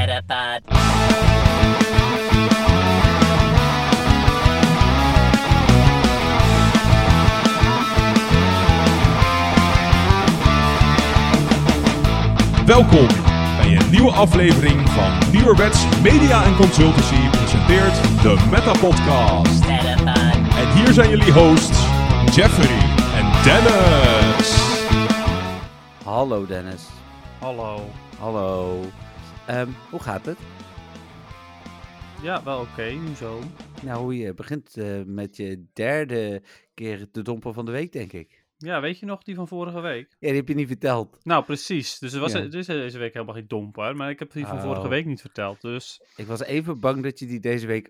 Metapod. Welkom bij een nieuwe aflevering van Nieuwerwets Media en Consultancy presenteert de Metapodcast. Metapod. En hier zijn jullie hosts Jeffrey en Dennis. Hallo Dennis. Hallo. Hallo. Hoe gaat het? Ja, wel oké, nu zo. Nou, je begint met je derde keer de domper van de week, denk ik. Ja, weet je nog die van vorige week? Ja, die heb je niet verteld. Nou, precies. Dus Ja. het is deze week helemaal geen domper, maar ik heb die van Oh. vorige week niet verteld, dus... Ik was even bang dat je die deze week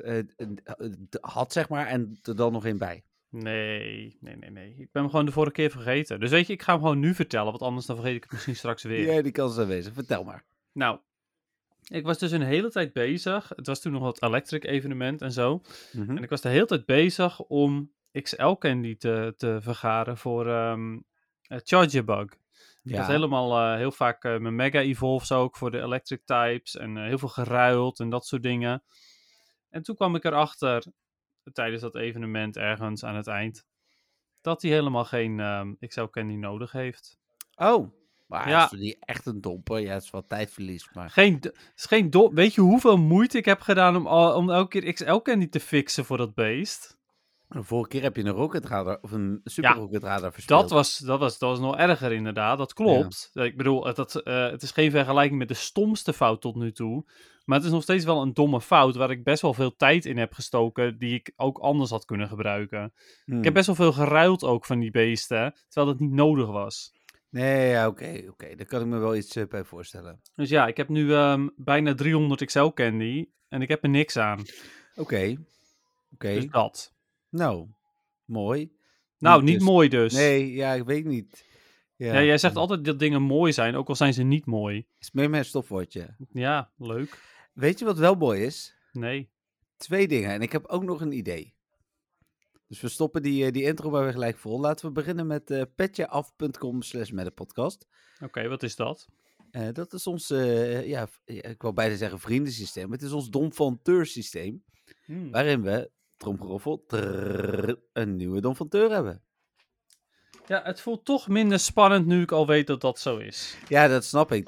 had, zeg maar, en er dan nog een bij. Nee. Ik ben hem gewoon de vorige keer vergeten. Dus weet je, ik ga hem gewoon nu vertellen, want anders dan vergeet ik het misschien straks weer. Ja, die kans is aanwezig. Vertel maar. Nou, ik was dus een hele tijd bezig. Het was toen nog wat Electric evenement en zo. Mhm. En ik was de hele tijd bezig om XL Candy te vergaren voor Chargerbug. Ik had helemaal heel vaak mijn Mega Evolves ook voor de Electric Types. En heel veel geruild en dat soort dingen. En toen kwam ik erachter, tijdens dat evenement ergens aan het eind, dat hij helemaal geen XL Candy nodig heeft. Oh, maar Ja. is toch niet echt een domper? Ja, het is wel tijdverlies, maar... Weet je hoeveel moeite ik heb gedaan om elke keer XL Candy te fixen voor dat beest? De vorige keer heb je een Rocket Radar, of een Super Rocket Radar verspeeld. Dat was nog erger inderdaad, dat klopt. Ik bedoel, het is geen vergelijking met de stomste fout tot nu toe. Maar het is nog steeds wel een domme fout waar ik best wel veel tijd in heb gestoken die ik ook anders had kunnen gebruiken. Ik heb best wel veel geruild ook van die beesten, terwijl dat niet nodig was. Nee, ja, oké. Daar kan ik me wel iets bij voorstellen. Dus ja, ik heb nu bijna 300 XL Candy en ik heb er niks aan. Oké. Dus dat. Nou, mooi. Nou, niet dus- mooi dus. Nee, ja, ik weet niet. Ja, jij zegt altijd dat dingen mooi zijn, ook al zijn ze niet mooi. Is meer mijn stopwoordje. Ja, leuk. Weet je wat wel mooi is? Nee. 2 dingen. En ik heb ook nog een idee. Dus we stoppen die intro maar weer gelijk vol. Laten we beginnen met petjeaf.com/metapodcast. Oké, wat is dat? Dat is ons, ik wil bijna zeggen vriendensysteem. Het is ons Domfanteur systeem. Waarin we, tromgeroffel, een nieuwe Domfanteur hebben. Ja, het voelt toch minder spannend nu ik al weet dat dat zo is. Ja, dat snap ik.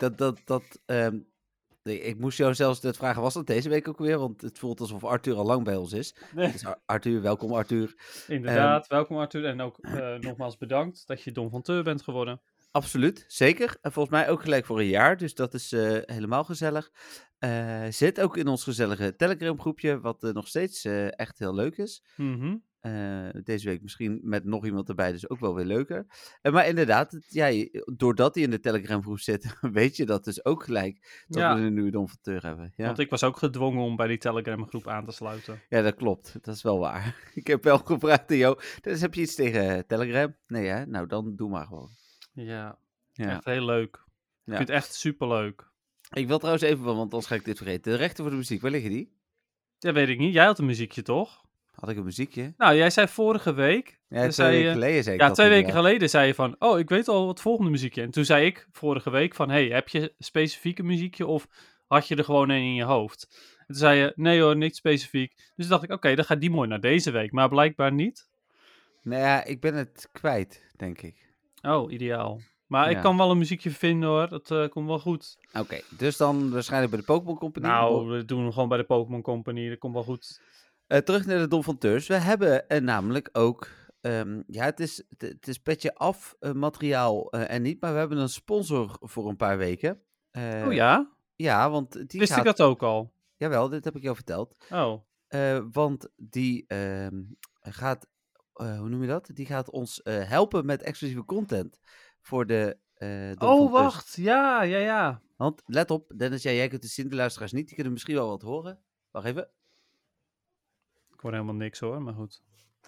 Ik moest jou zelfs net vragen, was dat deze week ook weer? Want het voelt alsof Arthur al lang bij ons is. Nee. Dus Arthur, welkom Arthur. Inderdaad, welkom Arthur. En ook nogmaals bedankt dat je Domfanteur bent geworden. Absoluut, zeker. En volgens mij ook gelijk voor een jaar, dus dat is helemaal gezellig. Zit ook in ons gezellige Telegram groepje, wat nog steeds echt heel leuk is. Mhm. Deze week misschien met nog iemand erbij, dus ook wel weer leuker. Maar inderdaad, doordat hij in de Telegram groep zit, weet je dat dus ook gelijk. Dat Ja. we een nieuwe Domfanteur hebben. Ja. Want ik was ook gedwongen om bij die Telegram groep aan te sluiten. Ja, dat klopt. Dat is wel waar. Ik heb wel gevraagd aan jou, dus heb je iets tegen Telegram? Nee hè? Nou, dan doe maar gewoon. Ja, Ja. echt heel leuk. Ik Ja. vind het echt superleuk. Ik wil trouwens even, want anders ga ik dit vergeten. De rechten voor de muziek, waar liggen die? Ja, weet ik niet. Jij had een muziekje, toch? Had ik een muziekje? Nou, jij zei vorige week... Ja, dan 2 zei weken je- geleden zei ik Ja, dat 2 weken inderdaad. geleden zei je van... Oh, ik weet al wat volgende muziekje. En toen zei ik vorige week van... Hey, heb je specifieke muziekje of had je er gewoon een in je hoofd? En toen zei je... Nee hoor, niet specifiek. Dus toen dacht ik... Oké, dan gaat die mooi naar deze week. Maar blijkbaar niet. Nou ja, ik ben het kwijt, denk ik. Oh, ideaal. Maar Ja. ik kan wel een muziekje vinden hoor. Dat komt wel goed. Oké, dus dan waarschijnlijk bij de Pokémon Company. Nou, we doen hem gewoon bij de Pokémon Company. Dat komt wel goed. Terug naar de Domfanteurs. We hebben namelijk ook... het is petje af materiaal en niet, maar we hebben een sponsor voor een paar weken. Oh ja? Ja, want die Wist gaat... ik dat ook al? Jawel, dit heb ik jou verteld. Oh. Want die gaat... hoe noem je dat? Die gaat ons helpen met exclusieve content voor de Oh, Domfanteurs. wacht. Ja. Want let op, Dennis, jij kunt de zin, de luisteraars niet. Die kunnen misschien wel wat horen. Wacht even. Ik hoor helemaal niks hoor, maar goed.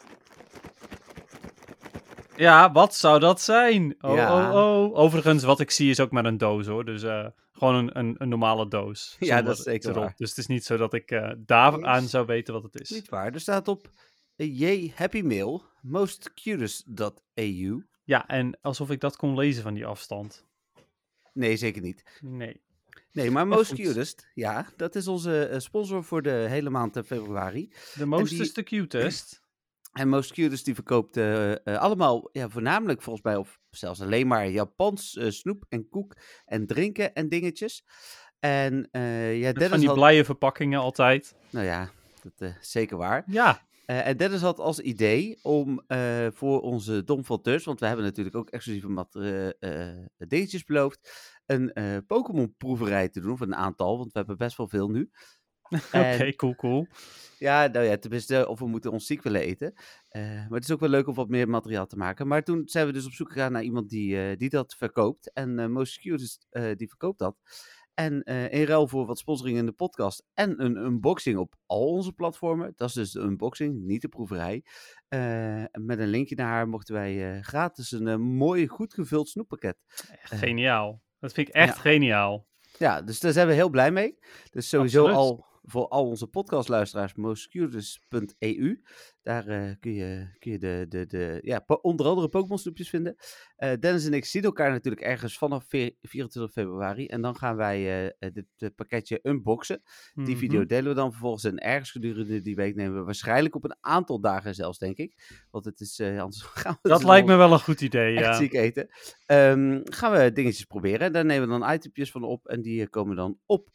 Ja, wat zou dat zijn? Ja. Overigens, wat ik zie is ook maar een doos hoor. Dus gewoon een normale doos. Ja, zonder dat is zeker erop. waar. Dus het is niet zo dat ik daaraan zou weten wat het is. Niet waar. Er staat op Happy Mail, mostcurious.eu. Ja, en alsof ik dat kon lezen van die afstand. Nee, zeker niet. Nee. Nee, maar Maar Most goed. Cutest, ja, dat is onze sponsor voor de hele maand februari. De most is the cutest. En Most Cutest die verkoopt allemaal, voornamelijk volgens mij, of zelfs alleen maar Japans snoep en koek en drinken en dingetjes. En Met van die blije verpakkingen altijd. Nou ja, dat is zeker waar. Ja. En Dennis had als idee om voor onze Dom van Teurs, want we hebben natuurlijk ook exclusieve dingetjes beloofd, een Pokémon-proeverij te doen, of een aantal, want we hebben best wel veel nu. Oké, cool. Ja, nou ja, tenminste, of we moeten ons ziek willen eten. Maar het is ook wel leuk om wat meer materiaal te maken. Maar toen zijn we dus op zoek gegaan naar iemand die dat verkoopt. En Most Cutest, die verkoopt dat. En in ruil voor wat sponsoring in de podcast en een unboxing op al onze platformen. Dat is dus de unboxing, niet de proeverij. Met een linkje naar haar mochten wij gratis een mooi, goed gevuld snoeppakket. Geniaal. Dat vind ik echt geniaal. Ja, dus daar zijn we heel blij mee. Dus sowieso Absoluut. al voor al onze podcastluisteraars, mostcutest.eu. Daar kun je onder andere Pokémon snoepjes vinden. Dennis en ik zien elkaar natuurlijk ergens vanaf 24 februari. En dan gaan wij dit pakketje unboxen. Die video delen we dan vervolgens. En ergens gedurende die week nemen we waarschijnlijk op een aantal dagen zelfs, denk ik. Want het is anders gaan we Dat lijkt me wel een goed idee, ja. echt ziek eten. Gaan we dingetjes proberen. En daar nemen we dan itempjes van op. En die komen dan op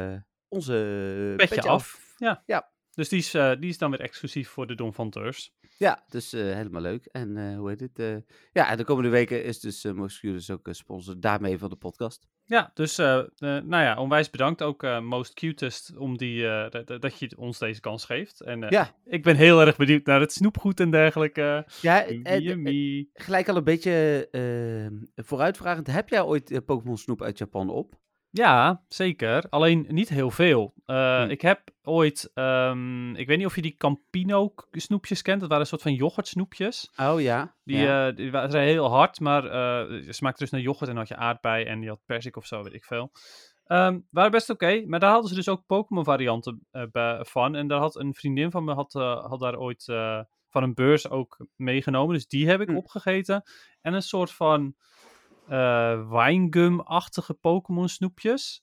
onze Petje af. Ja. Dus die is dan weer exclusief voor de Dom van Teurs. Ja, dus helemaal leuk. En hoe heet het? En de komende weken is dus Most Cutest ook sponsor daarmee van de podcast. Ja, dus onwijs bedankt ook Most Cutest om dat je ons deze kans geeft. En ik ben heel erg benieuwd naar het snoepgoed en dergelijke. Gelijk al een beetje vooruitvragend. Heb jij ooit Pokémon snoep uit Japan op? Ja, zeker. Alleen niet heel veel. Ik heb ooit, ik weet niet of je die Campino snoepjes kent. Dat waren een soort van yoghurt snoepjes. Oh ja. Die waren heel hard, maar het smaakte dus naar yoghurt en dan had je aardbei en die had persik of zo, weet ik veel. Waren best oké, maar daar hadden ze dus ook Pokémon varianten van. En daar had een vriendin van me had daar ooit van een beurs ook meegenomen. Dus die heb ik opgegeten. En een soort van wijngum-achtige Pokémon snoepjes.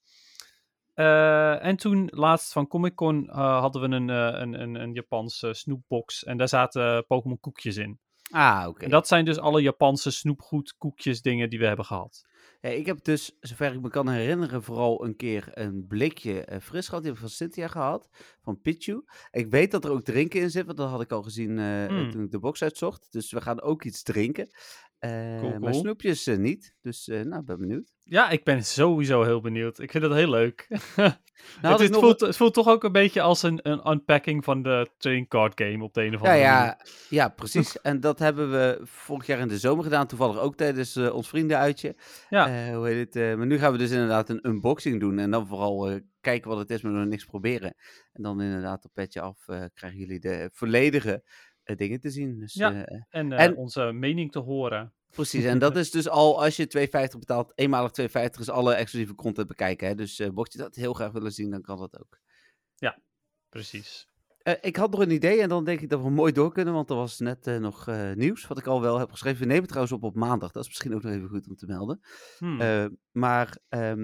En toen laatst van Comic-Con hadden we een Japanse snoepbox. En daar zaten Pokémon koekjes in. Ah, oké. En dat zijn dus alle Japanse snoepgoed, koekjes, dingen die we hebben gehad. Ja, ik heb dus, zover ik me kan herinneren, vooral een keer een blikje fris gehad. Die heb ik van Cynthia gehad, van Pichu. Ik weet dat er ook drinken in zit, want dat had ik al gezien toen ik de box uitzocht. Dus we gaan ook iets drinken. Cool. Maar snoepjes niet. Dus ben benieuwd. Ja, ik ben sowieso heel benieuwd. Ik vind dat heel leuk. Het voelt toch ook een beetje als een unpacking van de trading card game op de een of andere manier. Ja, precies. En dat hebben we vorig jaar in de zomer gedaan. Toevallig ook tijdens ons vriendenuitje. Ja. Maar nu gaan we dus inderdaad een unboxing doen. En dan vooral kijken wat het is, maar nog niks proberen. En dan inderdaad op Petje Af krijgen jullie de volledige dingen te zien. Dus, en onze mening te horen. Precies, en dat is dus al als je $2,50 betaalt, eenmalig $2,50 is alle exclusieve content bekijken. Hè? Dus mocht je dat heel graag willen zien, dan kan dat ook. Ja, precies. Ik had nog een idee en dan denk ik dat we mooi door kunnen, want er was net nog nieuws, wat ik al wel heb geschreven. We nemen trouwens op maandag, dat is misschien ook nog even goed om te melden. Maar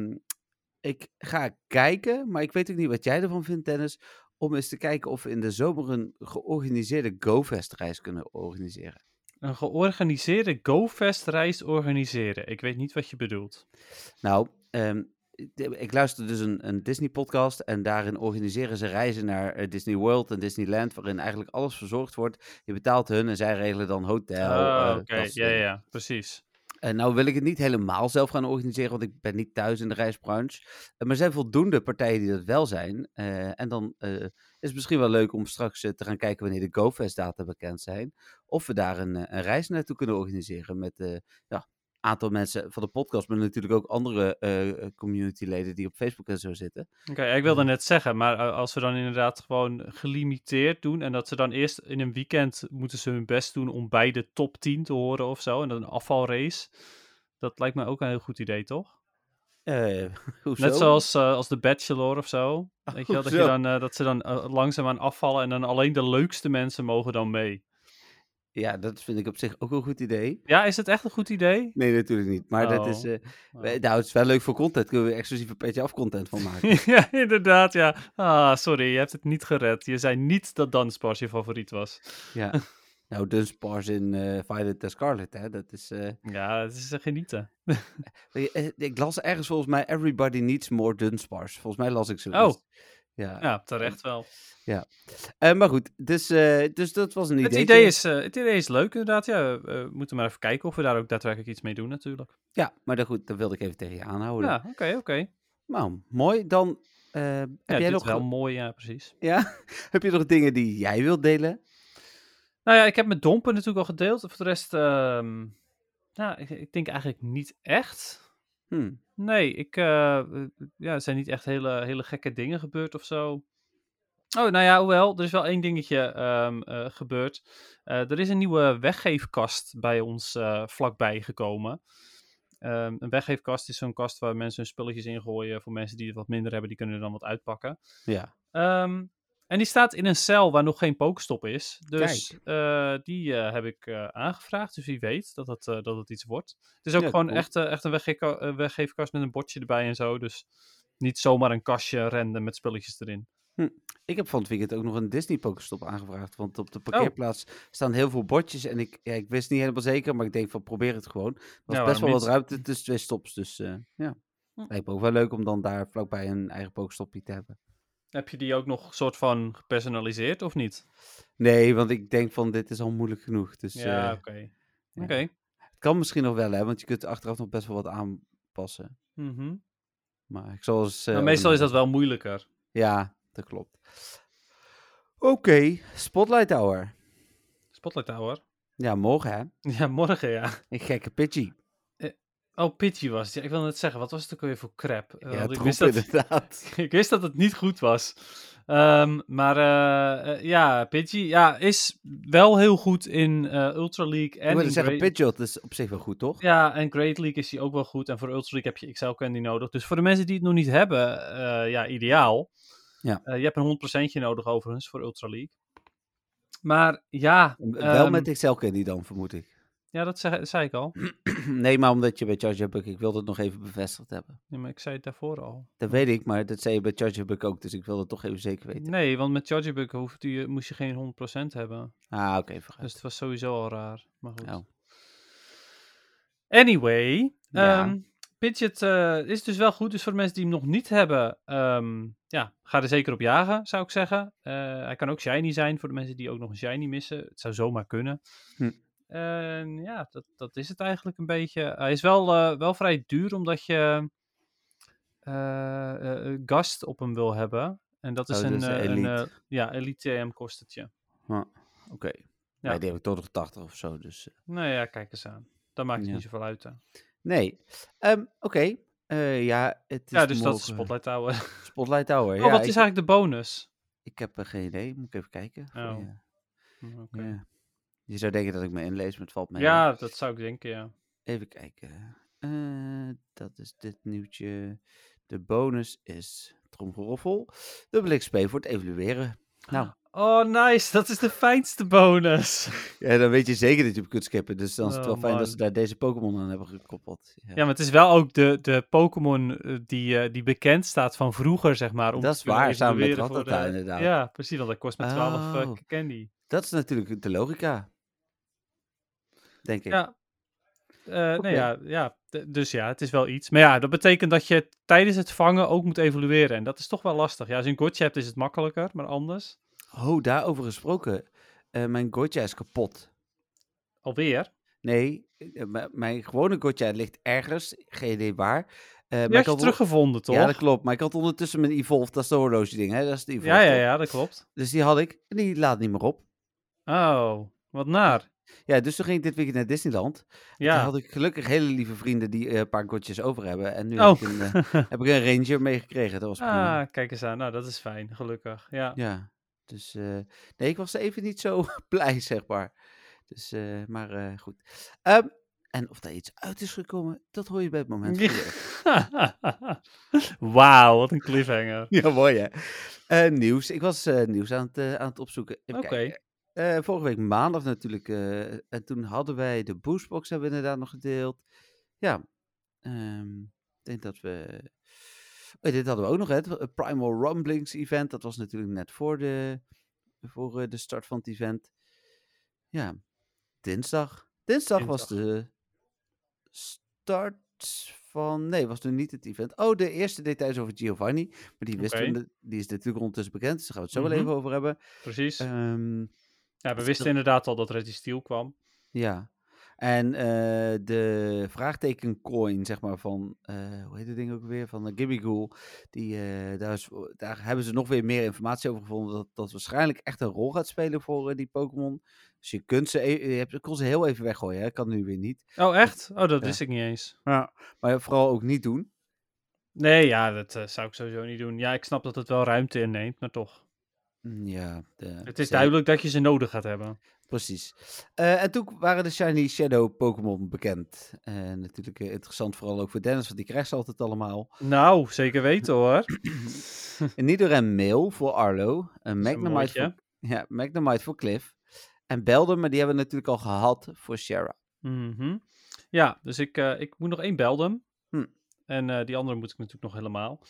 ik ga kijken, maar ik weet ook niet wat jij ervan vindt, Dennis, om eens te kijken of we in de zomer een georganiseerde GoFest-reis kunnen organiseren. Een georganiseerde GoFest-reis organiseren. Ik weet niet wat je bedoelt. Nou, ik luister dus een Disney-podcast en daarin organiseren ze reizen naar Disney World en Disneyland, waarin eigenlijk alles verzorgd wordt. Je betaalt hun en zij regelen dan hotel. Oké, ja, precies. En nou wil ik het niet helemaal zelf gaan organiseren, want ik ben niet thuis in de reisbranche. Maar er zijn voldoende partijen die dat wel zijn. En dan is het misschien wel leuk om straks te gaan kijken wanneer de GoFest-data bekend zijn. Of we daar een reis naartoe kunnen organiseren met een aantal mensen van de podcast, maar natuurlijk ook andere communityleden die op Facebook en zo zitten. Oké, ik wilde net zeggen, maar als we dan inderdaad gewoon gelimiteerd doen en dat ze dan eerst in een weekend moeten ze hun best doen om bij de top 10 te horen of zo, en dan een afvalrace, dat lijkt me ook een heel goed idee, toch? Hoezo? Net zoals als The Bachelor of zo. Weet je wel, dat ze dan langzaamaan afvallen en dan alleen de leukste mensen mogen dan mee. Ja, dat vind ik op zich ook wel een goed idee. Ja, is het echt een goed idee? Nee, natuurlijk niet. Maar dat is... nou, het is wel leuk voor content. Kunnen we exclusieve Petje Af content van maken. Ja, inderdaad, ja. Sorry, je hebt het niet gered. Je zei niet dat Dunsparce je favoriet was. Ja. Nou, Dunsparce in Violet and Scarlet, hè. Dat is... Ja, het is genieten. ik las ergens volgens mij Everybody Needs More Dunsparce. Volgens mij las ik zoiets. Ja, terecht wel. Ja. Maar goed, dus dat was een idee. Het idee is leuk inderdaad, ja. We moeten maar even kijken of we daar ook daadwerkelijk iets mee doen natuurlijk. Ja, maar dan goed, dat wilde ik even tegen je aanhouden. Ja, oké. Nou, mooi. Dan heb jij nog... wel mooi, ja, precies. Ja? Heb je nog dingen die jij wilt delen? Nou ja, ik heb mijn dompen natuurlijk al gedeeld. Voor de rest, ik denk eigenlijk niet echt. Nee, er zijn niet echt hele gekke dingen gebeurd of zo. Oh, nou ja, hoewel, er is wel één dingetje gebeurd. Er is een nieuwe weggeefkast bij ons vlakbij gekomen. Een weggeefkast is zo'n kast waar mensen hun spulletjes in gooien. Voor mensen die het wat minder hebben, die kunnen er dan wat uitpakken. Ja. En die staat in een cel waar nog geen Pokestop is. Dus die heb ik aangevraagd. Dus wie weet dat het iets wordt. Het is ook gewoon cool. Echt een weggeefkast met een bordje erbij en zo. Dus niet zomaar een kastje random met spulletjes erin. Ik heb van het weekend ook nog een Disney Pokestop aangevraagd. Want op de parkeerplaats staan heel veel bordjes. En ik wist niet helemaal zeker, maar ik denk van probeer het gewoon. Er was best wel wat ruimte tussen 2 stops. Dus lijkt me ook wel leuk om dan daar vlakbij een eigen Pokestopje te hebben. Heb je die ook nog soort van gepersonaliseerd of niet? Nee, want ik denk van dit is al moeilijk genoeg. Dus, ja, oké. Het kan misschien nog wel, hè, want je kunt achteraf nog best wel wat aanpassen. Mm-hmm. Maar ik zal eens... meestal is dat wel moeilijker. Ja, dat klopt. Oké, Spotlight Hour. Spotlight Hour? Ja, morgen hè? Ja, morgen ja. Een gekke Pidgey. Pidgey was het. Ja, ik wil net zeggen, wat was het ook alweer voor crap? Inderdaad. Ik wist dat het niet goed was. Pidgey is wel heel goed in Ultra League. En ik wilde zeggen, Pidgeot is op zich wel goed, toch? Ja, en Great League is hij ook wel goed. En voor Ultra League heb je XL Candy nodig. Dus voor de mensen die het nog niet hebben, ideaal. Ja. Je hebt een 100% nodig overigens voor Ultra League. Maar ja... wel met XL Candy dan, vermoed ik. Ja, dat zei ik al. Nee, maar omdat je bij Chargerbug, ik wilde het nog even bevestigd hebben. Ja, maar ik zei het daarvoor al. Dat weet ik, maar dat zei je bij Chargerbug ook, dus ik wilde het toch even zeker weten. Nee, want met Chargerbug moest je geen 100% hebben. Ah, oké, vergeet. Dus het was sowieso al raar, maar goed. Oh. Anyway, Pidgeot is dus wel goed, dus voor de mensen die hem nog niet hebben, ga er zeker op jagen, zou ik zeggen. Hij kan ook shiny zijn, voor de mensen die ook nog een shiny missen. Het zou zomaar kunnen. Dat is het eigenlijk een beetje. Hij is wel vrij duur, omdat je Gast op hem wil hebben. En dat is Elite. Elite TM kost het je. Oké. Ja. Die heb ik toch nog 80 of zo, dus... Nou ja, kijk eens aan. Dat maakt niet zoveel uit. Nee. Oké. Het is dus dat is Spotlight Tower. Spotlight Tower, wat is eigenlijk de bonus? Ik heb geen idee. Moet ik even kijken. Oké. Je zou denken dat ik me inlees, maar het valt mee. Ja, dat zou ik denken, ja. Even kijken. Dat is dit nieuwtje. De bonus is, tromgeroffel, dubbel XP voor het evalueren. Nou. Oh, nice. Dat is de fijnste bonus. Ja, dan weet je zeker dat je hem kunt skippen. Dus dan is het wel fijn dat ze daar deze Pokémon aan hebben gekoppeld. Ja, maar het is wel ook de Pokémon die bekend staat van vroeger, zeg maar. Dat is waar, samen met Rattata inderdaad. Ja, precies, want dat kost met 12 candy. Dat is natuurlijk de logica. Denk ik. Ja. Dus ja, het is wel iets. Maar ja, dat betekent dat je tijdens het vangen ook moet evalueren. En dat is toch wel lastig. Ja, als je een gotcha hebt is het makkelijker, maar anders. Oh, daarover gesproken. Mijn gotcha is kapot. Alweer? Nee, mijn gewone gotcha ligt ergens. Geen idee waar. Die had je teruggevonden, toch? Ja, dat klopt. Maar ik had ondertussen mijn Evolve, dat is de horloge ding, hè? Dat is de Evolve. Ja, dat klopt. Dus die had ik en die laat niet meer op. Oh, wat naar. Ja, dus toen ging ik dit weekend naar Disneyland. Ja. Toen had ik gelukkig hele lieve vrienden die een paar gotjes over hebben. En nu heb ik een Ranger meegekregen. Dat was prima. Kijk eens aan. Nou, dat is fijn. Gelukkig. Ja. Dus nee, ik was even niet zo blij, zeg maar. Dus, maar goed. En of daar iets uit is gekomen, dat hoor je bij het moment. Wauw, wat een cliffhanger. Ja, mooi hè. Nieuws. Ik was nieuws aan het opzoeken. Oké. Vorige week maandag natuurlijk. En toen hadden wij de Boostbox hebben we inderdaad nog gedeeld. Ja, ik denk dat we... dit hadden we ook nog, hè? Het Primal Rumblings event. Dat was natuurlijk net voor de start van het event. Ja, dinsdag. Dinsdag was de start van... Nee, was nu niet het event. Oh, de eerste details over Giovanni. Maar die wisten we, die is natuurlijk ondertussen bekend. Dus daar gaan we het zo wel even over hebben. Precies. Ja, we wisten inderdaad al dat Reggie Steele kwam. Ja. En de vraagteken-coin, zeg maar, van... hoe heet het ding ook weer? Van Gimmighoul. Daar hebben ze nog weer meer informatie over gevonden. Dat dat waarschijnlijk echt een rol gaat spelen voor die Pokémon. Dus je kunt ze... Je kon ze heel even weggooien, hè? Kan nu weer niet. Oh, echt? Oh, dat wist ik niet eens. Ja, maar vooral ook niet doen. Nee, ja, dat zou ik sowieso niet doen. Ja, ik snap dat het wel ruimte inneemt, maar toch. Ja. Het is duidelijk dat je ze nodig gaat hebben. Precies. En toen waren de Shiny Shadow Pokémon bekend. Natuurlijk interessant vooral ook voor Dennis, want die krijgt ze altijd allemaal. Nou, zeker weten hoor. Een Nidoran Mail voor Arlo. Een Magnemite voor Cliff. En Beldum, maar die hebben we natuurlijk al gehad voor Shara. Ja, dus ik moet nog 1 Beldum. En die andere moet ik natuurlijk nog helemaal.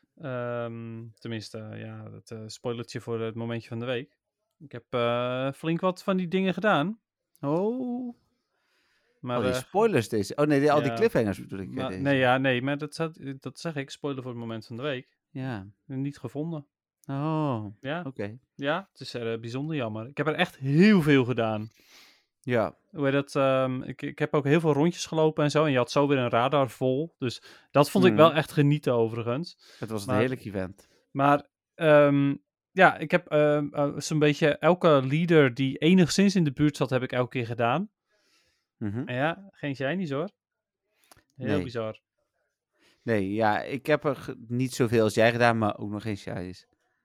Tenminste, ja, het spoilertje voor het momentje van de week. Ik heb flink wat van die dingen gedaan. Oh. Maar, die spoilers deze. Oh nee, al die cliffhangers bedoel ik. Nee, maar dat zeg ik. Spoiler voor het moment van de week. Ja. Niet gevonden. Oh, ja. Oké. Ja, het is bijzonder jammer. Ik heb er echt heel veel gedaan. Ja. Hoe heet dat? Ik heb ook heel veel rondjes gelopen en zo. En je had zo weer een radar vol. Dus dat vond ik wel echt genieten overigens. Het was een heerlijk event. Maar ja, ik heb zo'n beetje elke leader die enigszins in de buurt zat, heb ik elke keer gedaan. En ja, geen shinies hoor. Heel bizar. Nee, ja, ik heb er niet zoveel als jij gedaan, maar ook nog geen shinies.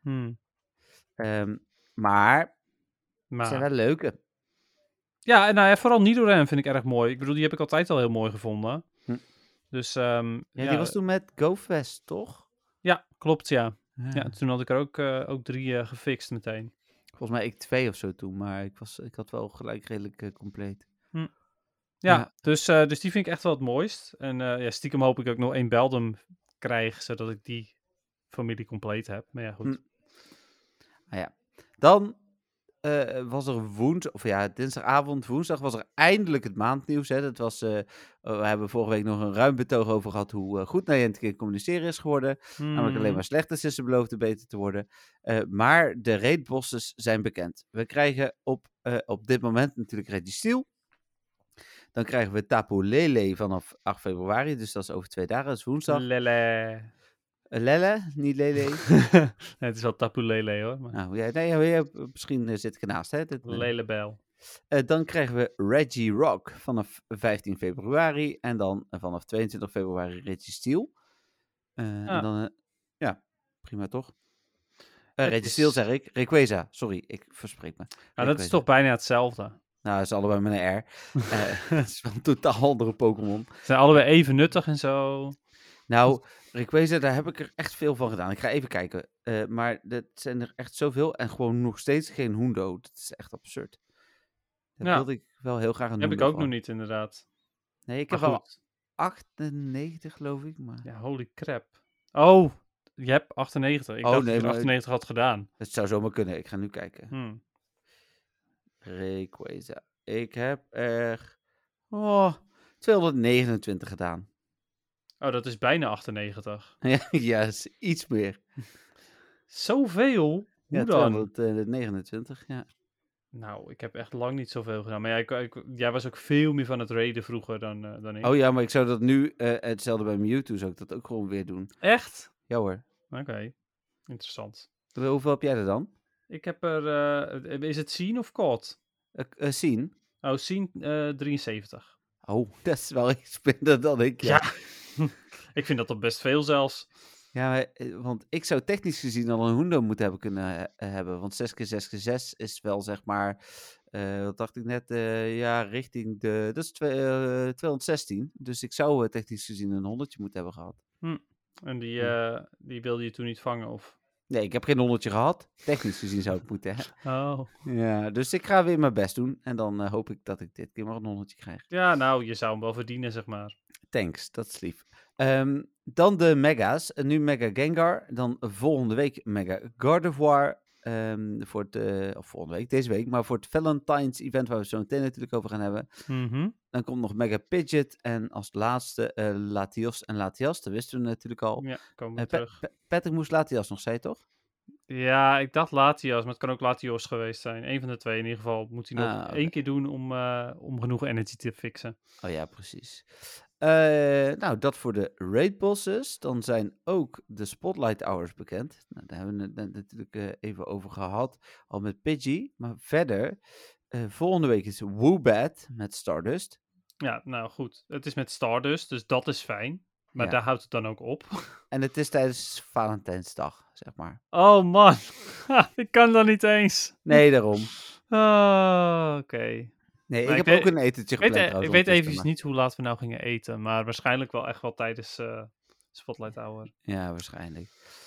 Maar het zijn wel leuke. Ja, en nou ja, vooral Nidoran vind ik erg mooi. Ik bedoel, die heb ik altijd al heel mooi gevonden. Dus, die was toen met GoFest, toch? Ja, klopt, ja. Ja, toen had ik er ook 3 gefixt meteen. Volgens mij ik 2 of zo toen, maar ik had wel gelijk redelijk compleet. Ja, dus die vind ik echt wel het mooist. En stiekem hoop ik ook nog 1 Beldum krijg, zodat ik die familie compleet heb. Maar ja, goed. Dan was er woensdag was er eindelijk het maandnieuws. Hè. Dat was, we hebben vorige week nog een ruim betoog over gehad hoe goed Niantic communiceren is geworden. Namelijk alleen maar slechter sinds ze beloofden beter te worden. Maar de raid bosses zijn bekend. We krijgen op dit moment natuurlijk Reggie Steele. Dan krijgen we Tapu Lele vanaf 8 februari. Dus dat is over 2 dagen, dat is woensdag. Lele, niet Lele. Nee, het is wel Tapu Lele hoor. Maar... Nou, misschien zit ik ernaast. Hè? Lelebel. Dan krijgen we Reggie Rock vanaf 15 februari. En dan vanaf 22 februari Reggie Steele. En dan, prima toch? Reggie Steele zeg ik. Rayquaza, sorry, ik verspreek me. Nou, dat is toch bijna hetzelfde. Nou, dat is allebei met een R. Het is wel een totaal andere Pokémon. Ze zijn allebei even nuttig en zo. Nou, Rayquaza, daar heb ik er echt veel van gedaan. Ik ga even kijken. Maar dat zijn er echt zoveel. En gewoon nog steeds geen Hundo. Dat is echt absurd. Dat wilde ik wel heel graag een Hundo. Heb ik ook nog niet, inderdaad. Nee, ik heb wel 98, geloof ik. Maar... Ja, holy crap. Oh, je hebt 98. Ik dacht dat je 98 had gedaan. Het zou zomaar kunnen. Ik ga nu kijken. Rayquaza. Ik heb er 229 gedaan. Oh, dat is bijna 98. Ja, is iets meer. Zoveel? Hoe dan? 229, ja. Nou, ik heb echt lang niet zoveel gedaan. Maar jij was ook veel meer van het raiden vroeger dan ik. Oh ja, maar ik zou dat nu, hetzelfde bij Mewtwo, zou ik dat ook gewoon weer doen. Echt? Ja hoor. Oké, interessant. Hoeveel heb jij er dan? Ik heb er, is het Scene of Caught? Scene. Oh, Scene 73. Oh, dat is wel iets minder dan ik. Ja, ik vind dat toch best veel zelfs. Ja, want ik zou technisch gezien al een Hundo moeten hebben kunnen hebben. Want 6x6x6 is wel zeg maar, wat dacht ik net, richting de, dat is 216. Dus ik zou technisch gezien een 100 moeten hebben gehad. En die wilde je toen niet vangen of? Nee, ik heb geen 100 gehad. Technisch gezien zou het moeten, hè. Oh. Ja, dus ik ga weer mijn best doen. En dan hoop ik dat ik dit keer maar een 100 krijg. Ja, nou, je zou hem wel verdienen, zeg maar. Thanks, dat is lief. Dan de mega's. Nu Mega Gengar. Dan volgende week Mega Gardevoir. Voor het, of volgende week, deze week. Maar voor het Valentine's event, waar we het zo meteen natuurlijk over gaan hebben. Mhm. Dan komt nog Mega Pidgeot. En als laatste Latios en Latias. Dat wisten we natuurlijk al. Ja, komen we terug. Patrick moest Latias nog, zei je toch? Ja, ik dacht Latias, maar het kan ook Latios geweest zijn. Eén van de twee in ieder geval. Moet hij nog Oké. 1 keer doen om genoeg energy te fixen. Oh ja, precies. Nou, dat voor de raid bosses. Dan zijn ook de Spotlight Hours bekend. Nou, daar hebben we het net natuurlijk even over gehad. Al met Pidgey. Maar verder, volgende week is Woobat met Stardust. Ja, nou goed. Het is met Stardust, dus dat is fijn. Maar Ja. daar houdt het dan ook op. En het is tijdens Valentijnsdag, zeg maar. Oh man, ik kan dat niet eens. Nee, daarom. Oh, oké. Nee, Maar ik ik heb ook weet- een etentje Ik weet, gepland ik trouwens. weet ondertussen, even niet hoe laat we nou gingen eten. Maar waarschijnlijk wel echt wel tijdens Spotlight Hour. maar- Ja, waarschijnlijk.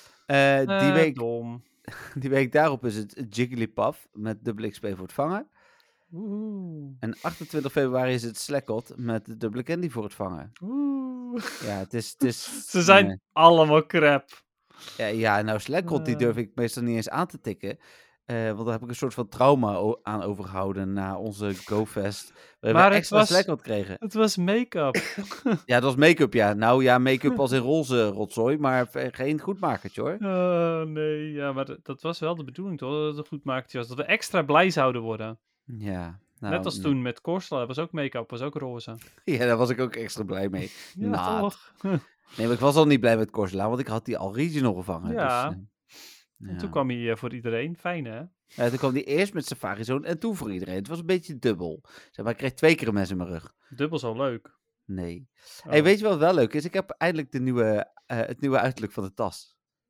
Dom. Die week daarop is het Jigglypuff met dubbele XP voor het vangen. Oeh. En 28 februari is het Slackot met de dubbele candy voor het vangen. Oeh. Ja, het is Ze zijn nee. allemaal crap. Ja, nou, Slackot die durf ik meestal niet eens aan te tikken. Want daar heb ik een soort van trauma aan overgehouden na onze GoFest. Waar Maar we het extra was- Slackot kregen. Het was make-up. Ja, dat was make-up, ja. Nou ja, make-up als in roze rotzooi, maar geen goedmakertje hoor. Oh nee, ja, maar dat was wel de bedoeling toch? Dat het een goed makertje was. Dat we extra blij zouden worden. Ja, nou, Net als toen met Corsola, dat was ook make-up, was ook roze. Ja, daar was ik ook extra blij mee. Ja, Nou, toch? Nee, maar ik was al niet blij met Corsola, want ik had die al regional gevangen. Ja. Dus, En ja. toen kwam hij voor iedereen. Fijn, hè? Ja, toen kwam die eerst met Safari Zone en toen voor iedereen. Het was een beetje dubbel. Zeg maar, ik kreeg 2 keer een mes in mijn rug. Dubbel zo leuk. Nee. Oh. Hey, weet je wat wel leuk is? Ik heb eindelijk het nieuwe uiterlijk van de tas.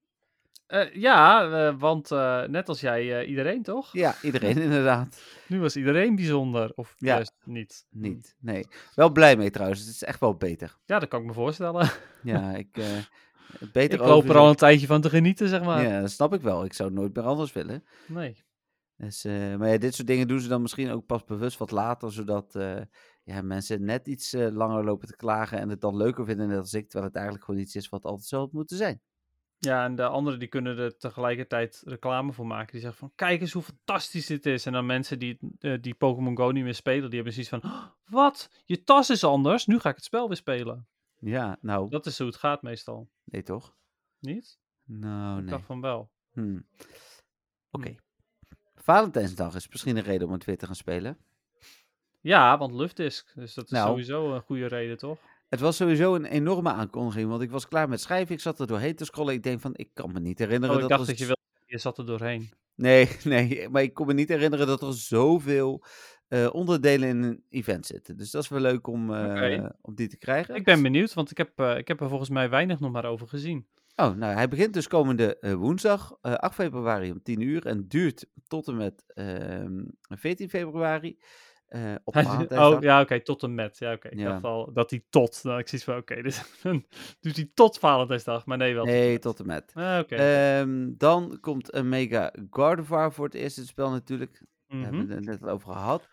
Want net als jij, iedereen toch? Ja, iedereen inderdaad. Nu was iedereen bijzonder. Of Ja. juist niet. Niet, nee. Wel blij mee trouwens. Het is echt wel beter. Ja, dat kan ik me voorstellen. Ja, beter Ik loop er over- al een tijdje van te genieten, zeg maar. Ja, dat snap ik wel. Ik zou het nooit meer anders willen. Nee. Dus, maar ja, dit soort dingen doen ze dan misschien ook pas bewust wat later, zodat mensen net iets langer lopen te klagen en het dan leuker vinden net als ik, terwijl het eigenlijk gewoon iets is wat altijd zo had moeten zijn. Ja, en de anderen die kunnen er tegelijkertijd reclame voor maken. Die zeggen van, kijk eens hoe fantastisch dit is. En dan mensen die Pokémon Go niet meer spelen, die hebben zoiets van, "Oh, wat? Je tas is anders? Nu ga ik het spel weer spelen. Ja, nou, Dat is hoe het gaat meestal. nee toch? Niet? Nou, Ik nee. dacht van wel. Oké. Valentijnsdag is misschien een reden om het weer te gaan spelen. Ja, want Luftdisk. Dus dat is Nou. sowieso een goede reden, toch? Het was sowieso een enorme aankondiging, want ik was klaar met schrijven. Ik zat er doorheen te scrollen. Ik denk van, ik kan me niet herinneren Oh, ik dat dacht er... dat je zat er doorheen. Nee, maar ik kon me niet herinneren dat er zoveel onderdelen in een event zitten. Dus dat is wel leuk om die te krijgen. Ik ben benieuwd, want ik heb er volgens mij weinig nog maar over gezien. Oh, nou, hij begint dus komende woensdag, 8 februari om 10 uur en duurt tot en met 14 februari op Valentijnsdag. Oh, ja, oké, tot en met. Ja, oké. Ik Ja. dacht al dat hij tot. Nou, ik zie van, oké, dus dan doet hij tot Valentijnsdag, maar nee, wel Nee, tot tot en met. en met. Oké. Dan komt een Mega Gardevoir voor het eerst in het spel natuurlijk. Daar Mhm. hebben we het net al over gehad.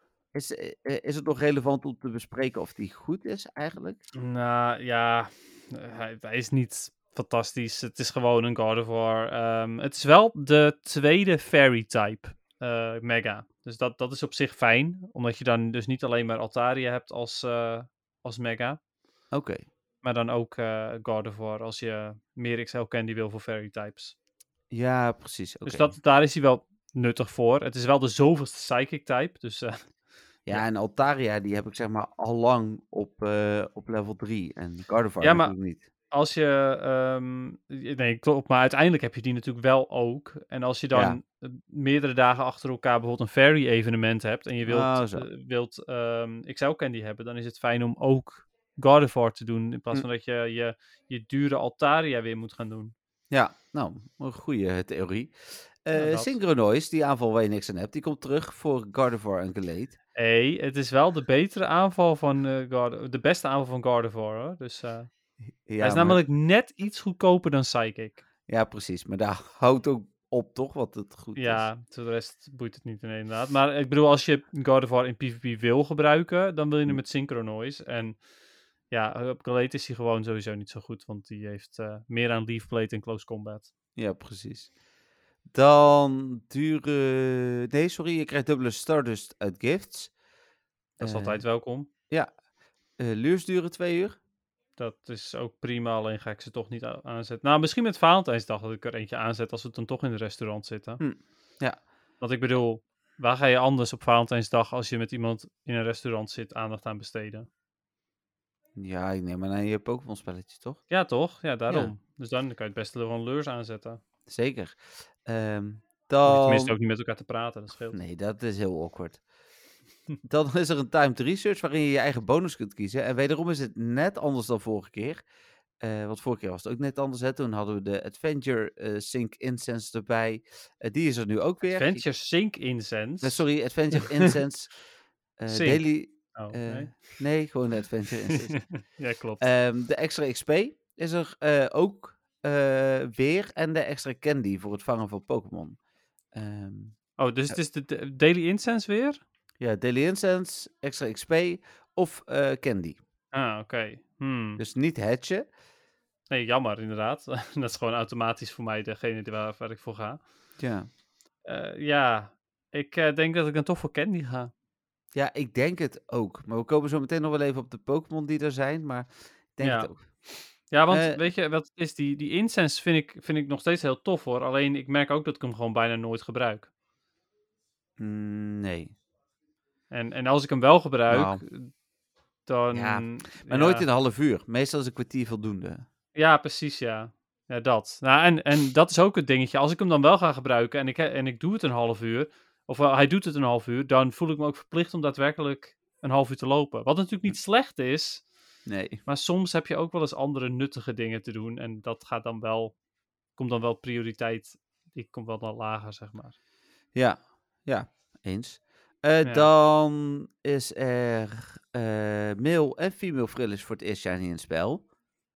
Is het nog relevant om te bespreken of die goed is eigenlijk? Nou, ja, hij is niet fantastisch. Het is gewoon een Gardevoir. Het is wel de tweede Fairy-type Mega. Dus dat is op zich fijn, omdat je dan dus niet alleen maar Altaria hebt als Mega, Oké. maar dan ook Gardevoir als je meer XL Candy wil voor Fairy-types. Ja, precies. Oké. Dus daar is hij wel nuttig voor. Het is wel de zoveelste Psychic-type, dus Ja, en Altaria, die heb ik zeg maar al lang op level 3. En Gardevoir Ja, maar- natuurlijk niet. als je... nee, klopt, maar uiteindelijk heb je die natuurlijk wel ook. En als je dan Ja. meerdere dagen achter elkaar bijvoorbeeld een Fairy evenement hebt en je Oh, zo. wilt XL Candy hebben, dan is het fijn om ook Gardevoir te doen, in plaats van dat je dure Altaria weer moet gaan doen. Ja, nou, een goede theorie. Ja, dat. Synchronoise, die aanval waar je niks aan hebt, die komt terug voor Gardevoir en Gallade. Hey, het is wel de betere aanval van de beste aanval van Gardevoir, hoor. Dus Ja, hij is namelijk net iets goedkoper dan Psychic. Ja, precies. Maar daar houdt ook op, toch? Wat het goed is. Ja, voor de rest boeit het niet inderdaad. Maar ik bedoel, als je God of War in PvP wil gebruiken, dan wil je hem met Synchronoise. En ja, op Gallade is hij gewoon sowieso niet zo goed, want die heeft meer aan Leaf Blade en Close Combat. Ja, precies. Dan duren... Nee, sorry, je krijgt dubbele Stardust uit gifts. Dat is altijd welkom. Ja. Luurs duren 2 uur. Dat is ook prima, alleen ga ik ze toch niet aanzetten. Nou, misschien met Valentijnsdag dat ik er eentje aanzet als we dan toch in het restaurant zitten. Ja. Want ik bedoel, waar ga je anders op Valentijnsdag als je met iemand in een restaurant zit aandacht aan besteden? Ja, ik neem maar naar je Pokémon spelletje, toch? Ja, toch? Ja, daarom. Ja. Dus dan kan je het beste gewoon lures aanzetten. Zeker. Hoef je Dan... tenminste ook niet met elkaar te praten, dat scheelt. Nee, dat is heel awkward. Dan is er een timed research waarin je je eigen bonus kunt kiezen. En wederom is het net anders dan vorige keer. Want vorige keer was het ook net anders. Hè? Toen hadden we de Adventure Sync Incense erbij. Die is er nu ook weer. Adventure Sync Incense? Sorry, Adventure Incense. Sync. Daily... Oh, nee. Nee, gewoon de Adventure Incense. Ja, klopt. De extra XP is er ook weer. En de extra candy voor het vangen van Pokémon. Dus het is de Daily Incense weer? Ja, Daily Incense, extra XP of candy. Ah, oké. Dus niet hatchen. Nee, jammer inderdaad. Dat is gewoon automatisch voor mij degene waar ik voor ga. Ja. Ja, ik denk dat ik dan toch voor candy ga. Ja, ik denk het ook. Maar we komen zo meteen nog wel even op de Pokémon die er zijn. Maar ik denk het ook. Ja, want weet je, wat is die incense vind ik nog steeds heel tof hoor. Alleen ik merk ook dat ik hem gewoon bijna nooit gebruik. Nee. En als ik hem wel gebruik, dan... Ja, maar nooit in een half uur. Meestal is een kwartier voldoende. Ja, precies, ja. Ja, dat. Nou, en dat is ook het dingetje. Als ik hem dan wel ga gebruiken en ik doe het een half uur, of hij doet het een half uur, dan voel ik me ook verplicht om daadwerkelijk een half uur te lopen. Wat natuurlijk niet slecht is, nee. Maar soms heb je ook wel eens andere nuttige dingen te doen en dat gaat dan wel, komt dan wel prioriteit, die komt wel dan lager, zeg maar. Ja, eens. Dan is er male en female Frillis voor het eerst shiny in het spel.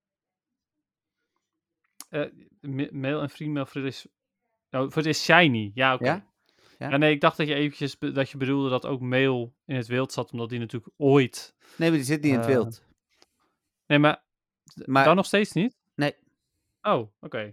Male en female Frillis, voor het eerst shiny, ja oké. Ja? Ja, nee, ik dacht dat je eventjes dat je bedoelde dat ook male in het wild zat, omdat die natuurlijk ooit... Nee, maar die zit niet in het wild. Nee, maar dan nog steeds niet? Nee. Oh, oké.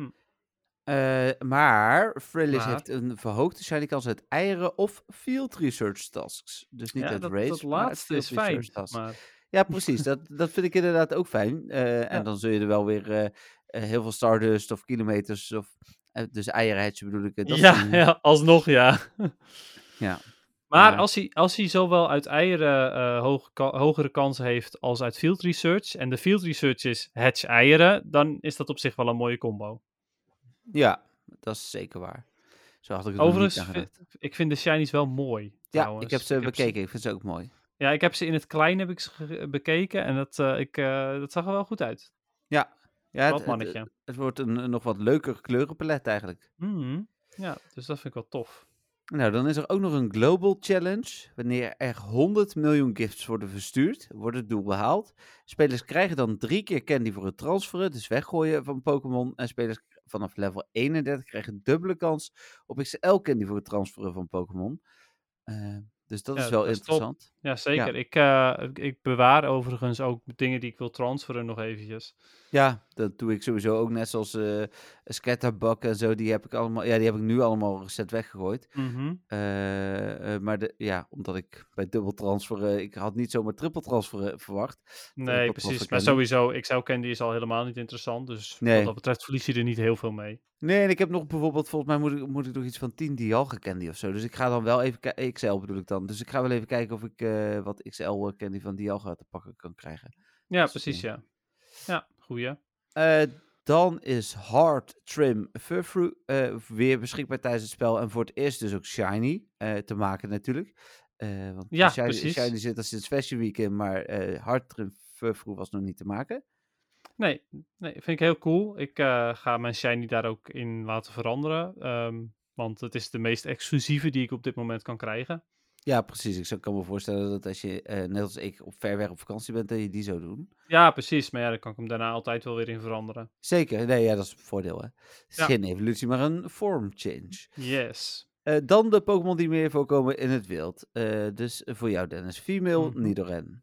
Maar Frillis heeft een verhoogde shiny kans uit eieren of field research tasks. Dus niet uit race, dat maar uit laatste field is fijn. research tasks. Maar... Ja, precies. Dat vind ik inderdaad ook fijn. En dan zul je er wel weer heel veel Stardust of kilometers of... dus eierenhatchen bedoel ik. Ja, alsnog ja. Ja. Maar als hij zowel uit eieren hogere kansen heeft als uit field research, en de field research is hatch eieren, dan is dat op zich wel een mooie combo. Ja, dat is zeker waar. Zo had ik het Overigens, nog niet aan gedacht. ik vind de shinies wel mooi. Ja, ik heb ze bekeken. Ik vind ze ook mooi. Ja, ik heb ze in het klein bekeken en dat zag er wel goed uit. Ja, het wordt een nog wat leuker kleurenpalet eigenlijk. Ja, dus dat vind ik wel tof. Nou, dan is er ook nog een Global Challenge. Wanneer er 100 miljoen gifts worden verstuurd, wordt het doel behaald. Spelers krijgen dan 3 keer candy voor het transferen, dus weggooien van Pokémon. En spelers vanaf level 31 krijgen dubbele kans op XL candy voor het transferen van Pokémon. Dus dat is wel interessant. Top. Ja, zeker. Ja. Ik bewaar overigens ook dingen die ik wil transferen nog eventjes. Ja, dat doe ik sowieso ook. Net zoals Scatterbug en zo. Die heb ik nu allemaal recent weggegooid. Maar omdat ik bij dubbel transferen... ik had niet zomaar triple transferen verwacht. Nee, precies. Maar sowieso, XL Candy is al helemaal niet interessant. Dus wat dat betreft verlies je er niet heel veel mee. Nee, en ik heb nog bijvoorbeeld... Volgens mij moet ik nog iets van 10 Dialga Candy of zo. Dus ik ga dan wel even... XL bedoel ik dan. Dus ik ga wel even kijken of ik wat XL Candy van Dialga te pakken kan krijgen. Ja, dus precies, ja. Ja, goeie. Dan is Hard Trim Furfrou weer beschikbaar tijdens het spel. En voor het eerst dus ook shiny te maken natuurlijk. Want shiny zit er sinds Fashion Week in, maar Hard Trim Furfrou was nog niet te maken. Nee, vind ik heel cool. Ik ga mijn shiny daar ook in laten veranderen. Want het is de meest exclusieve die ik op dit moment kan krijgen. Ja, precies. Ik kan me voorstellen dat als je, net als ik, ver weg op vakantie bent, dat je die zou doen. Ja, precies. Maar ja, dan kan ik hem daarna altijd wel weer in veranderen. Zeker. Nee, ja, dat is een voordeel, hè. Het is Ja. geen evolutie, maar een form change. Yes. Dan de Pokémon die meer voorkomen in het wild. Dus voor jou, Dennis. Female Nidoran.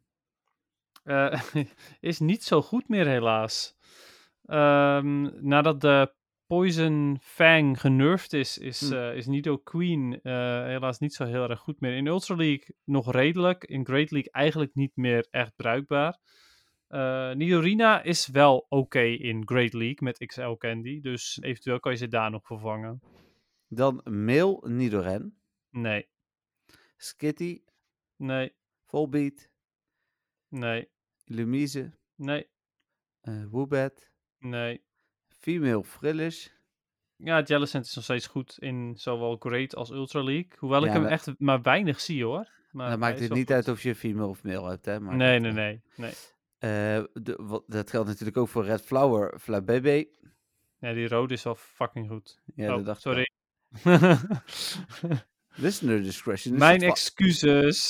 Is niet zo goed meer, helaas. Nadat de Poison Fang genervd is Nidoqueen helaas niet zo heel erg goed meer. In Ultra League nog redelijk. In Great League eigenlijk niet meer echt bruikbaar. Nidorina is wel oké in Great League met XL Candy. Dus eventueel kan je ze daar nog vervangen. Dan Male Nidoran. Nee, Skitty. nee, Volbeat. nee, Illumise. nee, Woobat. nee. Female Frillish. Ja, Jellicent is nog steeds goed in zowel Great als Ultra League. Hoewel ik Ja, hem maar- echt maar weinig zie, hoor. Maar Dan hij maakt is het wel niet goed. uit of je female of male hebt, hè. Maar Nee, dat, nee. dat geldt natuurlijk ook voor Red Flower Flabébé. Ja, die rode is wel fucking goed. Ja, dat dacht ik sorry. Listener discretion is Mijn advised. excuses.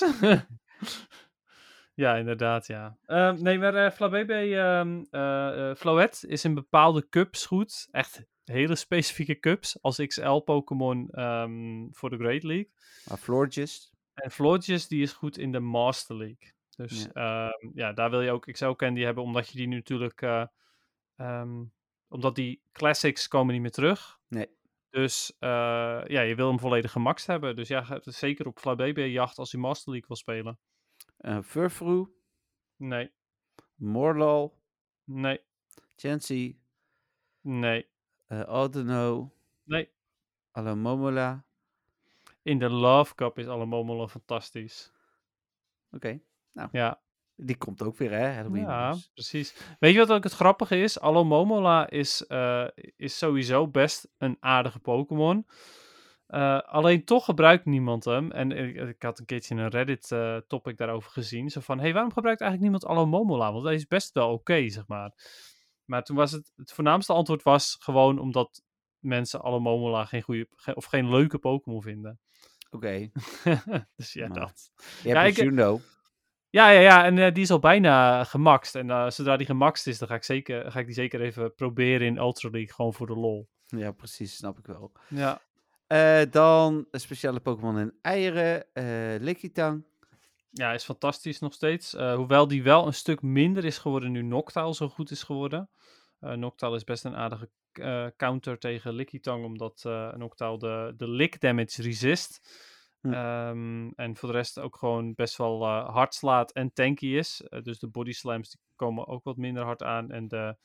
Ja, inderdaad, ja. Nee, maar Flabébé, Floette is in bepaalde cups goed. Echt hele specifieke cups als XL-Pokémon voor de Great League. Maar Florges. En Florges, die is goed in de Master League. Dus ja, daar wil je ook XL Candy hebben, omdat je die nu natuurlijk... omdat die classics komen niet meer terug. Nee. Dus ja, je wil hem volledig gemaxt hebben. Dus ja, ga zeker op Flabébé jacht als je Master League wil spelen. Furfrou. Nee, Morlul. nee, Chansey. nee, Audino. nee. Alomomola. In de Love Cup is Alomomola fantastisch. Oké. Ja, Die komt ook weer, hè? Halloween. ja, Dus. precies. Weet je wat ook het grappige is? Alomomola is sowieso best een aardige Pokémon. Alleen toch gebruikt niemand hem. En ik had een keertje een Reddit topic daarover gezien. Zo van, hey, waarom gebruikt eigenlijk niemand Alomomola? Want hij is best wel oké, zeg maar. Maar toen was het voornaamste antwoord was gewoon omdat mensen Alomomola geen leuke Pokémon vinden. Oké. Dus ja, Maar- dat. Je hebt ik- Juno. Ja, en die is al bijna gemaxt. En zodra die gemaxt is, dan ga ik die zeker even proberen in Ultra League, gewoon voor de lol. Ja, precies. Snap ik wel. Ja, Dan een speciale Pokémon in eieren. Lickitung. ja, is fantastisch nog steeds. Hoewel die wel een stuk minder is geworden nu Noctowl zo goed is geworden. Noctowl is best een aardige counter tegen Lickitung, omdat Noctowl de lick damage resist. En voor de rest ook gewoon best wel hard slaat en tanky is. Dus de body slams die komen ook wat minder hard aan. En de...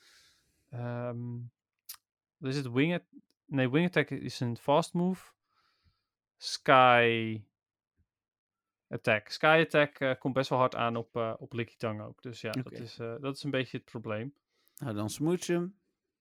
is het Wing... Nee, Wing Attack is een fast move. Sky Attack komt best wel hard aan op Lickitung ook. Dus ja, Oké. dat is een beetje het probleem. Nou, dan Smoochum.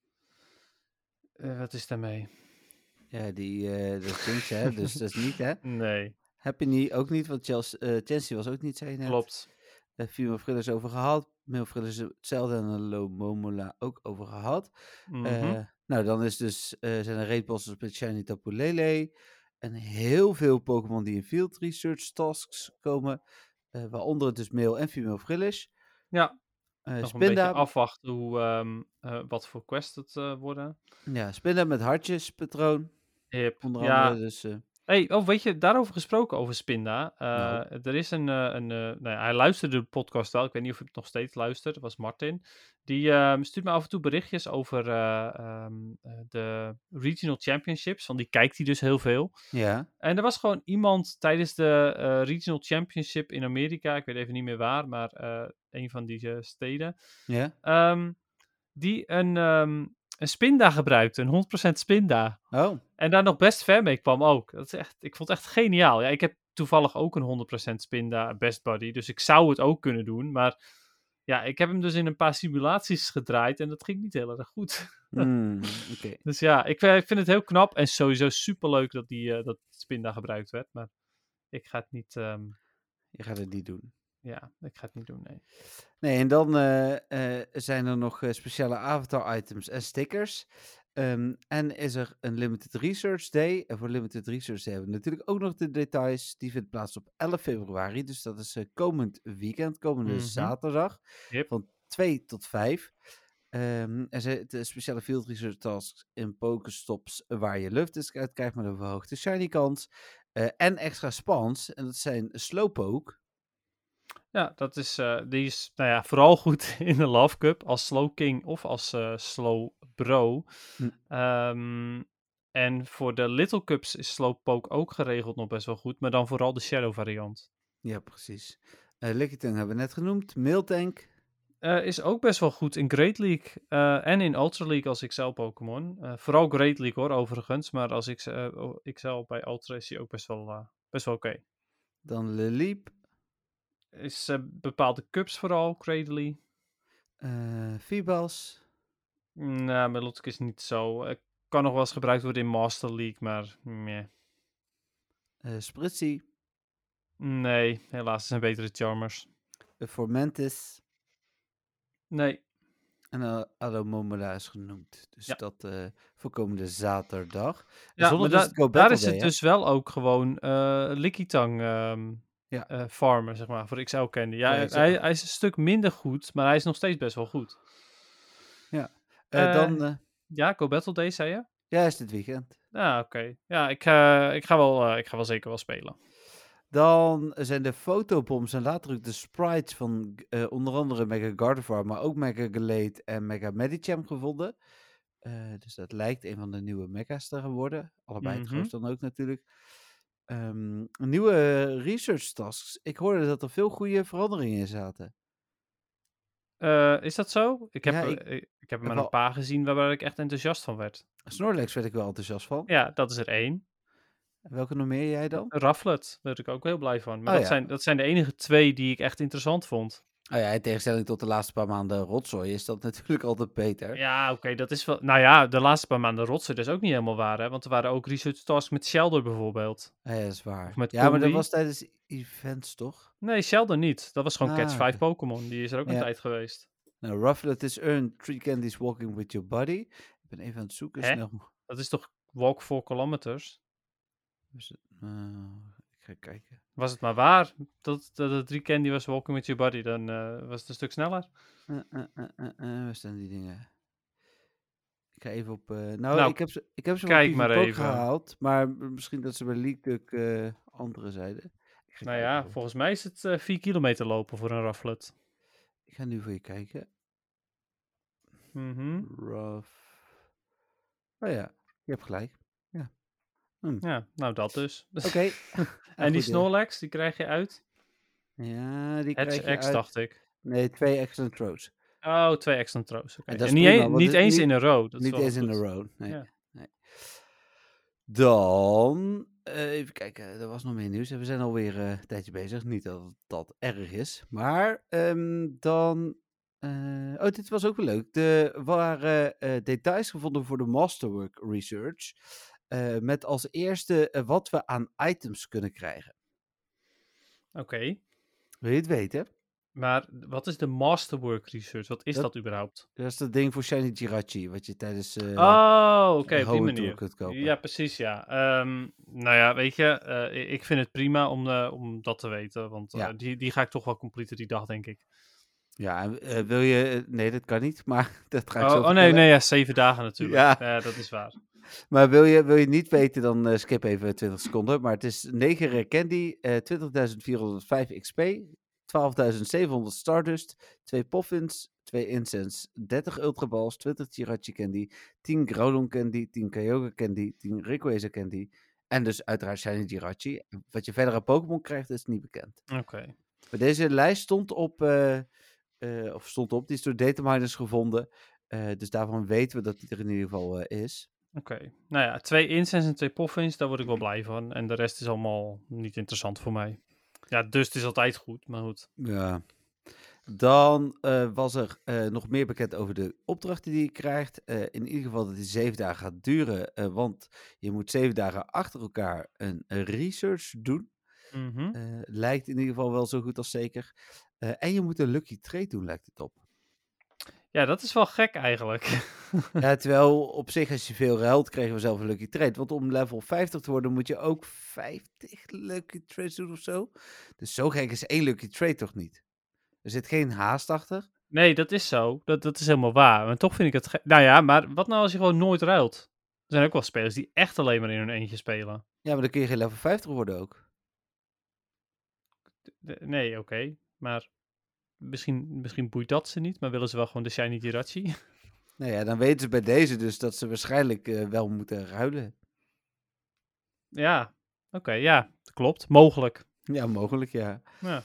Wat is daarmee? Ja, dat is Jinx, hè? Dus dat is niet, hè? Nee, Happiny ook niet, want Chansey was ook niet, zei je net. klopt. Female Frillish over gehad. Male Frillish hetzelfde en Alomomola ook over gehad. Mhm. Nou, dan zijn er raidbosses met Shiny Tapu Lele. En heel veel Pokémon die in Field Research Tasks komen. Waaronder dus male en female Frillish. Ja, nog een beetje Spinda. afwachten wat voor quest het worden. Ja, Spinda met hartjespatroon. Hip. Onder Ja. andere dus... Weet je, daarover gesproken over Spinda. Nou. Er is hij luisterde de podcast wel. Ik weet niet of hij het nog steeds luistert. Dat was Martin. Die stuurt me af en toe berichtjes over de Regional Championships. Want die kijkt hij dus heel veel. Ja. En er was gewoon iemand tijdens de Regional Championship in Amerika. Ik weet even niet meer waar, maar een van die steden. Ja. Die een Spinda gebruikte. Een 100% Spinda. Oh. En daar nog best ver mee kwam ook. Dat is echt, ik vond het echt geniaal. Ja, ik heb toevallig ook een 100% Spinda Best Buddy. Dus ik zou het ook kunnen doen. Maar ja, ik heb hem dus in een paar simulaties gedraaid. En dat ging niet heel erg goed. Oké. Dus ja, ik vind het heel knap. En sowieso superleuk dat Spinda gebruikt werd. Maar ik ga het niet... Je gaat het niet doen. Ja, ik ga het niet doen, nee. Nee, en dan zijn er nog speciale avatar items en stickers. En is er een Limited Research Day. En voor Limited Research Day hebben we natuurlijk ook nog de details. Die vindt plaats op 11 februari. Dus dat is komend weekend, komende zaterdag. Yep. Van 2 tot 5. Er zitten speciale field research tasks in Pokestops waar je lucht uit krijgt met een verhoogde shiny kans. En extra spawns. En dat zijn Slowpoke. Ja, die is vooral goed in de Love Cup als Slow King of als Slow Bro. En voor de Little Cups is Slowpoke ook geregeld nog best wel goed, maar dan vooral de Shadow variant. Ja, precies. Lickitung hebben we net genoemd. Miltank. Is ook best wel goed in Great League en in Ultra League als XL Pokémon. Vooral Great League hoor, overigens. Maar als XL bij Ultra is hij ook best wel oké. Dan Liliep. Is bepaalde cups vooral, Cradley. Feebas. Nou, Milotic is niet zo. Kan nog wel eens gebruikt worden in Master League, maar meh. Spritzy. Nee, helaas zijn betere Charmers. Formentis. Nee. En Alomomola is genoemd. Dus Ja. dat voor komende zaterdag. Ja, maar daar is het Day, dus wel ook gewoon Lickitung farmer, zeg maar, voor XL Candy. Ja, hij is een stuk minder goed, maar hij is nog steeds best wel goed. Ja. Ja, Go Battle Day, zei je? Ja, is dit weekend. Ah, oké. Ja, ik ga wel zeker wel spelen. Dan zijn de fotobombs en later ook de sprites van onder andere Mega Gardevoir, maar ook Mega Gallade en Mega Medicham gevonden. Dus dat lijkt een van de nieuwe mega's te gaan worden. Allebei het grootste dan ook natuurlijk. Nieuwe research tasks. Ik hoorde dat er veel goede veranderingen in zaten. Is dat zo? Ik heb er maar een paar gezien waar ik echt enthousiast van werd. Snorlax werd ik wel enthousiast van. Ja, dat is er 1. Welke noemeer jij dan? Rufflet, daar werd ik ook heel blij van. Maar dat zijn de enige 2 die ik echt interessant vond. Oh ja, in tegenstelling tot de laatste paar maanden rotzooi is dat natuurlijk altijd beter. Ja, oké, dat is wel... Nou ja, de laatste paar maanden rotzooi, dat is ook niet helemaal waar, hè? Want er waren ook research tasks met Shelder bijvoorbeeld. Ja, dat is waar. Maar dat was tijdens events, toch? Nee, Shelder niet. Dat was gewoon Catch 5 Pokémon. Die is er ook een tijd geweest. Nou, Rufflet is earned 3 candies walking with your body. Ik ben even aan het zoeken. Snel. Dat is toch walk 4 kilometers? Dus, ik ga kijken. Was het maar waar dat de 3 candy was walking with your body, dan was het een stuk sneller. Waar staan die dingen? Ik ga even op... ik heb ze kijk op maar PvP even gehaald. Maar misschien dat ze bij LeakDuck andere zeiden. Nou ja, volgens mij is het 4 kilometer lopen voor een Rufflet. Ik ga nu voor je kijken. Oh ja, je hebt gelijk. Ja. Ja, nou dat dus. Oké. En die Snorlax, die krijg je uit? Ja, die krijg je uit... dacht ik. Nee, 2 excellent throws. Oh, 2 excellent throws. Okay. En niet eens in een row. Niet eens in een row, nee. Ja. Nee. Dan, even kijken, er was nog meer nieuws. We zijn alweer een tijdje bezig. Niet dat dat erg is. Maar dan... dit was ook wel leuk. Er waren details gevonden voor de Masterwork Research. Met als eerste wat we aan items kunnen krijgen. Oké. Wil je het weten? Maar wat is de Masterwork Research? Wat is dat überhaupt? Dat is dat ding voor Shiny Jirachi, wat je tijdens op die manier kunt kopen. Ja, precies, ja. Nou ja, weet je, ik vind het prima om dat te weten, want die ga ik toch wel completen die dag, denk ik. Ja, en wil je... Nee, dat kan niet, maar dat ga ik zo vertellen. Nee, 7 dagen natuurlijk. Ja, dat is waar. Maar wil je niet weten, dan skip even 20 seconden. Maar het is 9 Rare Candy, 20.405 XP, 12.700 Stardust, 2 Poffins, 2 Incense, 30 Ultra Balls, 20 Jirachi Candy, 10 Groudon Candy, 10 Kyogre Candy, 10 Rayquaza Candy. En dus uiteraard Shiny Jirachi. Wat je verder aan Pokémon krijgt, is niet bekend. Oké. Maar deze lijst stond op, die is door dataminers gevonden. Dus daarvan weten we dat die er in ieder geval is. Oké. Nou ja, 2 Incense en 2 Poffins, daar word ik wel blij van. En de rest is allemaal niet interessant voor mij. Ja, dus het is altijd goed, maar goed. Ja. Dan was er nog meer bekend over de opdrachten die je krijgt. In ieder geval dat die 7 dagen gaat duren. Want je moet 7 dagen achter elkaar een research doen. Lijkt in ieder geval wel zo goed als zeker. En je moet een lucky trade doen, lijkt het op. Ja, dat is wel gek eigenlijk. Ja, terwijl op zich als je veel ruilt, kregen we zelf een lucky trade. Want om level 50 te worden moet je ook 50 lucky trades doen of zo. Dus zo gek is 1 lucky trade toch niet? Er zit geen haast achter. Nee, dat is zo. Dat is helemaal waar. Maar toch vind ik het Nou ja, maar wat nou als je gewoon nooit ruilt? Er zijn ook wel spelers die echt alleen maar in hun eentje spelen. Ja, maar dan kun je geen level 50 worden ook. Nee, oké. Maar misschien boeit dat ze niet, maar willen ze wel gewoon de Shiny Jirachi? Nou ja, dan weten ze bij deze dus dat ze waarschijnlijk wel moeten ruilen. Ja, oké, ja, klopt. Mogelijk. Ja, mogelijk, ja. Ja.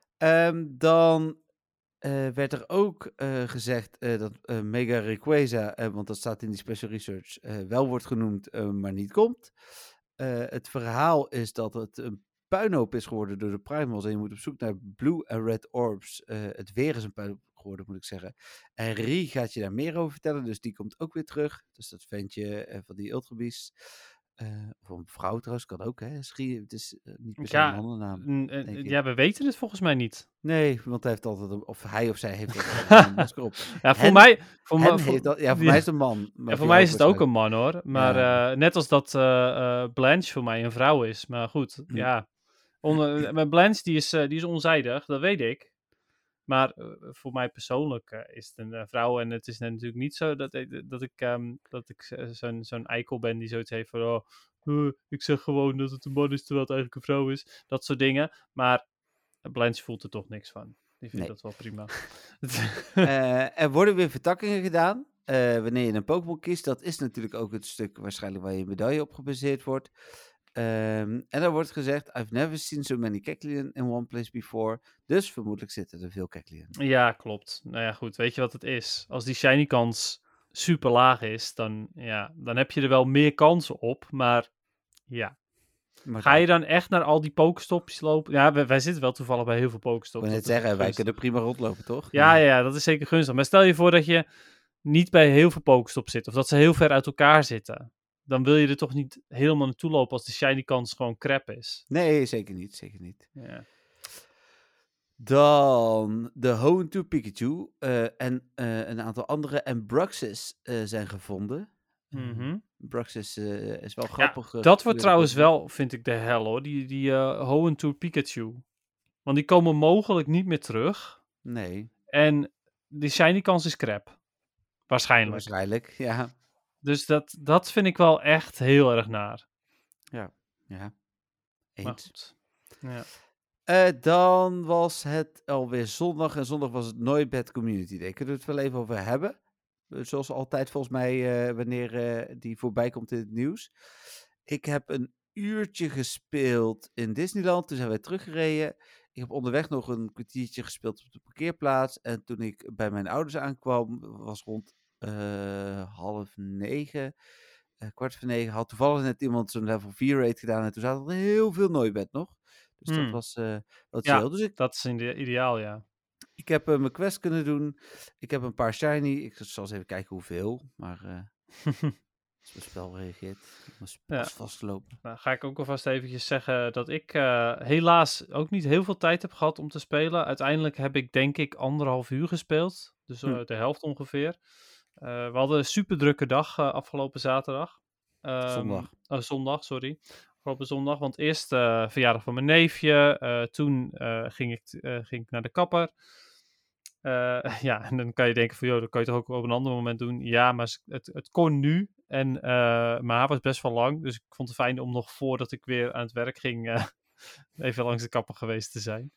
Dan werd er ook gezegd dat Mega Rayquaza, want dat staat in die special research, wel wordt genoemd, maar niet komt. Het verhaal is dat het een puinhoop is geworden door de Primals en je moet op zoek naar Blue en Red Orbs. Het weer is een puinhoop geworden, moet ik zeggen. En Rie gaat je daar meer over vertellen, dus die komt ook weer terug. Dus dat ventje van die Ultra Beast. Of een vrouw trouwens, kan ook, hè? Het is niet per se een mannennaam, denk ik. Ja, we weten het volgens mij niet. Nee, want hij heeft altijd of hij of zij heeft altijd een masker op. Ja, voor mij Voor mij is het een man. Ja, voor mij is het ook een man hoor. Maar net als dat Blanche voor mij een vrouw is. Maar goed, ja. Maar Blanche die is onzijdig, dat weet ik. Maar voor mij persoonlijk is het een vrouw. En het is natuurlijk niet zo dat ik zo'n eikel ben die zoiets heeft van... ik zeg gewoon dat het een man is terwijl het eigenlijk een vrouw is. Dat soort dingen. Maar Blanche voelt er toch niks van. Die vindt dat wel prima. Er worden weer vertakkingen gedaan. Wanneer je een Pokémon kiest, dat is natuurlijk ook het stuk waarschijnlijk waar je medaille op gebaseerd wordt. En er wordt gezegd, I've never seen so many Kecleon in one place before. Dus vermoedelijk zitten er veel Kecleon. Ja, klopt. Nou ja, goed. Weet je wat het is? Als die shiny kans super laag is, dan heb je er wel meer kansen op. Maar ja. Maar ga je dan echt naar al die Pokestops lopen? Ja, wij zitten wel toevallig bij heel veel Pokestops. Ik wil net zeggen, wij kunnen prima rondlopen, toch? Ja, dat is zeker gunstig. Maar stel je voor dat je niet bij heel veel Pokestops zit. Of dat ze heel ver uit elkaar zitten. Dan wil je er toch niet helemaal naartoe lopen als de shiny kans gewoon crap is. Nee, zeker niet. Zeker niet. Ja. Dan de Hoenn-2 Pikachu en een aantal andere en Bruxis zijn gevonden. Bruxis is wel grappig. Ja, dat wordt trouwens wel, vind ik, de hel hoor. Die Hoenn-2 Pikachu. Want die komen mogelijk niet meer terug. Nee. En die shiny kans is crap. Waarschijnlijk. Waarschijnlijk, ja. Dus dat vind ik wel echt heel erg naar. Ja. Eens. Ja. Dan was het alweer zondag. En zondag was het Noibet Community Day. Kunnen we het wel even over hebben? Zoals altijd volgens mij wanneer die voorbij komt in het nieuws. Ik heb een uurtje gespeeld in Disneyland. Toen zijn wij teruggereden. Ik heb onderweg nog een kwartiertje gespeeld op de parkeerplaats. En toen ik bij mijn ouders aankwam, was rond 8:30, 8:45. Had toevallig net iemand zo'n level 4 raid gedaan. En toen zaten er heel veel Noibet nog. Dus dat was wel chill. Ja, dus dat is ideaal, ja. Ik heb mijn quest kunnen doen. Ik heb een paar shiny. Ik zal eens even kijken hoeveel. Maar als mijn spel reageert, is vastgelopen. Nou, ga ik ook alvast eventjes zeggen dat ik helaas ook niet heel veel tijd heb gehad om te spelen. Uiteindelijk heb ik denk ik 1,5 uur gespeeld. Dus de helft ongeveer. We hadden een super drukke dag afgelopen zaterdag. Zondag, sorry. Afgelopen zondag. Want eerst verjaardag van mijn neefje. Toen ging ik naar de kapper. Ja, en dan kan je denken van, joh, dat kan je toch ook op een ander moment doen. Ja, maar het kon nu. En mijn haar was best wel lang. Dus ik vond het fijn om nog voordat ik weer aan het werk ging, even langs de kapper geweest te zijn.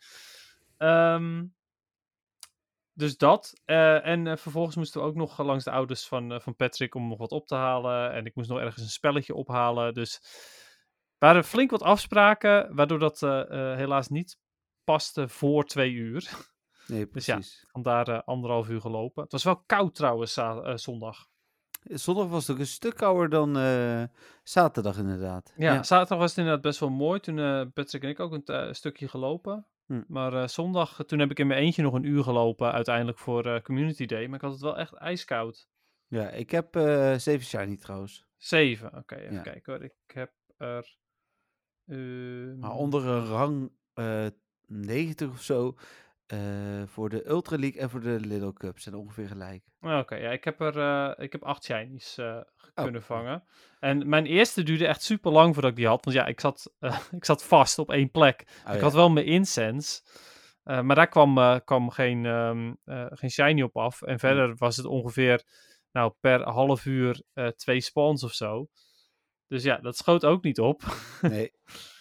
Dus dat. En vervolgens moesten we ook nog langs de ouders van Patrick om nog wat op te halen. En ik moest nog ergens een spelletje ophalen. Dus er waren flink wat afspraken, waardoor dat helaas niet paste voor 2 uur. Nee, precies. Dus ja, vandaar 1,5 uur gelopen. Het was wel koud trouwens, zondag. Zondag was het ook een stuk kouder dan zaterdag inderdaad. Ja, zaterdag was het inderdaad best wel mooi. Toen Patrick en ik ook een stukje gelopen. Maar zondag, toen heb ik in mijn eentje nog 1 uur gelopen uiteindelijk voor Community Day. Maar ik had het wel echt ijskoud. Ja, ik heb 7 shiny trouwens. 7, oké, even kijken hoor. Ik heb er... Maar onder een rang 90 of zo voor de Ultra League en voor de Little Cup zijn ongeveer gelijk. Oké, ja, ik heb 8 shinies kunnen Ja. vangen. En mijn eerste duurde echt super lang voordat ik die had. Want ja, ik zat vast op 1 plek. Oh, Ik ja. had wel mijn incense. Maar daar kwam geen shiny op af. En verder was het ongeveer per half uur 2 spawns of zo. Dus ja, dat schoot ook niet op. Nee.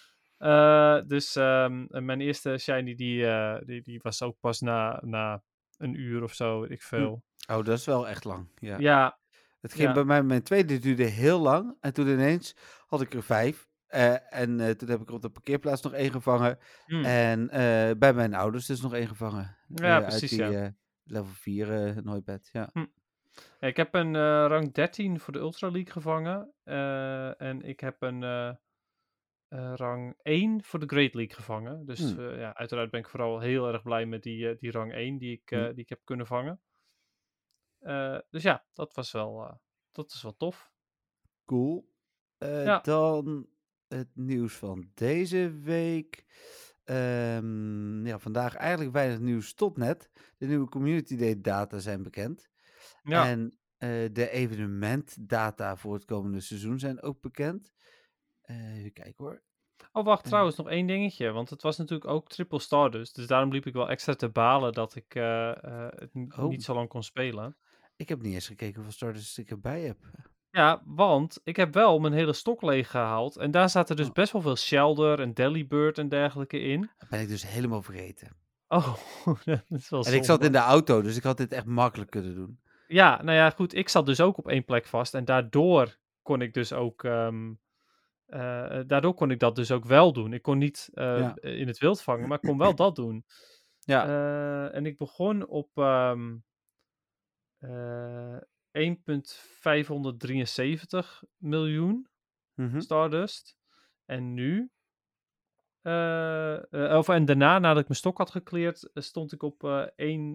Dus mijn eerste shiny die was ook pas na een uur of zo, weet ik veel. Oh, dat is wel echt lang. Ja. Ja, Het ging bij mij, mijn tweede duurde heel lang. En toen ineens had ik er 5. En toen heb ik op de parkeerplaats nog 1 gevangen. En bij mijn ouders dus nog 1 gevangen. Ja, precies, uit die level 4 Noibat, ja. Ja, ik heb een rang 13 voor de Ultra League gevangen. En ik heb een rang 1 voor de Great League gevangen. Dus ja, uiteraard ben ik vooral heel erg blij met die rang 1 die ik heb kunnen vangen. Dus ja, dat is wel tof. Cool. Ja. Dan het nieuws van deze week. Ja, vandaag eigenlijk weinig nieuws tot net. De nieuwe Community Day data zijn bekend. Ja. En de evenementdata voor het komende seizoen zijn ook bekend. Even kijken hoor. Oh, wacht, trouwens, nog 1 dingetje. Want het was natuurlijk ook Triple Stardust. Dus daarom liep ik wel extra te balen dat ik het niet zo lang kon spelen. Ik heb niet eens gekeken hoeveel Stardust ik erbij heb. Ja, want ik heb wel mijn hele stok leeg gehaald. En daar zaten dus best wel veel Shelder en Delibird en dergelijke in. Dat ben ik dus helemaal vergeten. Oh, dat is wel En zonde. ik zat in de auto, dus ik had dit echt makkelijk kunnen doen. Ja, nou ja, goed. Ik zat dus ook op 1 plek vast. En daardoor kon ik dus ook... daardoor kon ik dat dus ook wel doen. Ik kon niet in het wild vangen, maar ik kon wel dat doen. Ja. En ik begon op 1,573 miljoen Stardust. En nu... en daarna, nadat ik mijn stok had gecleared, stond ik op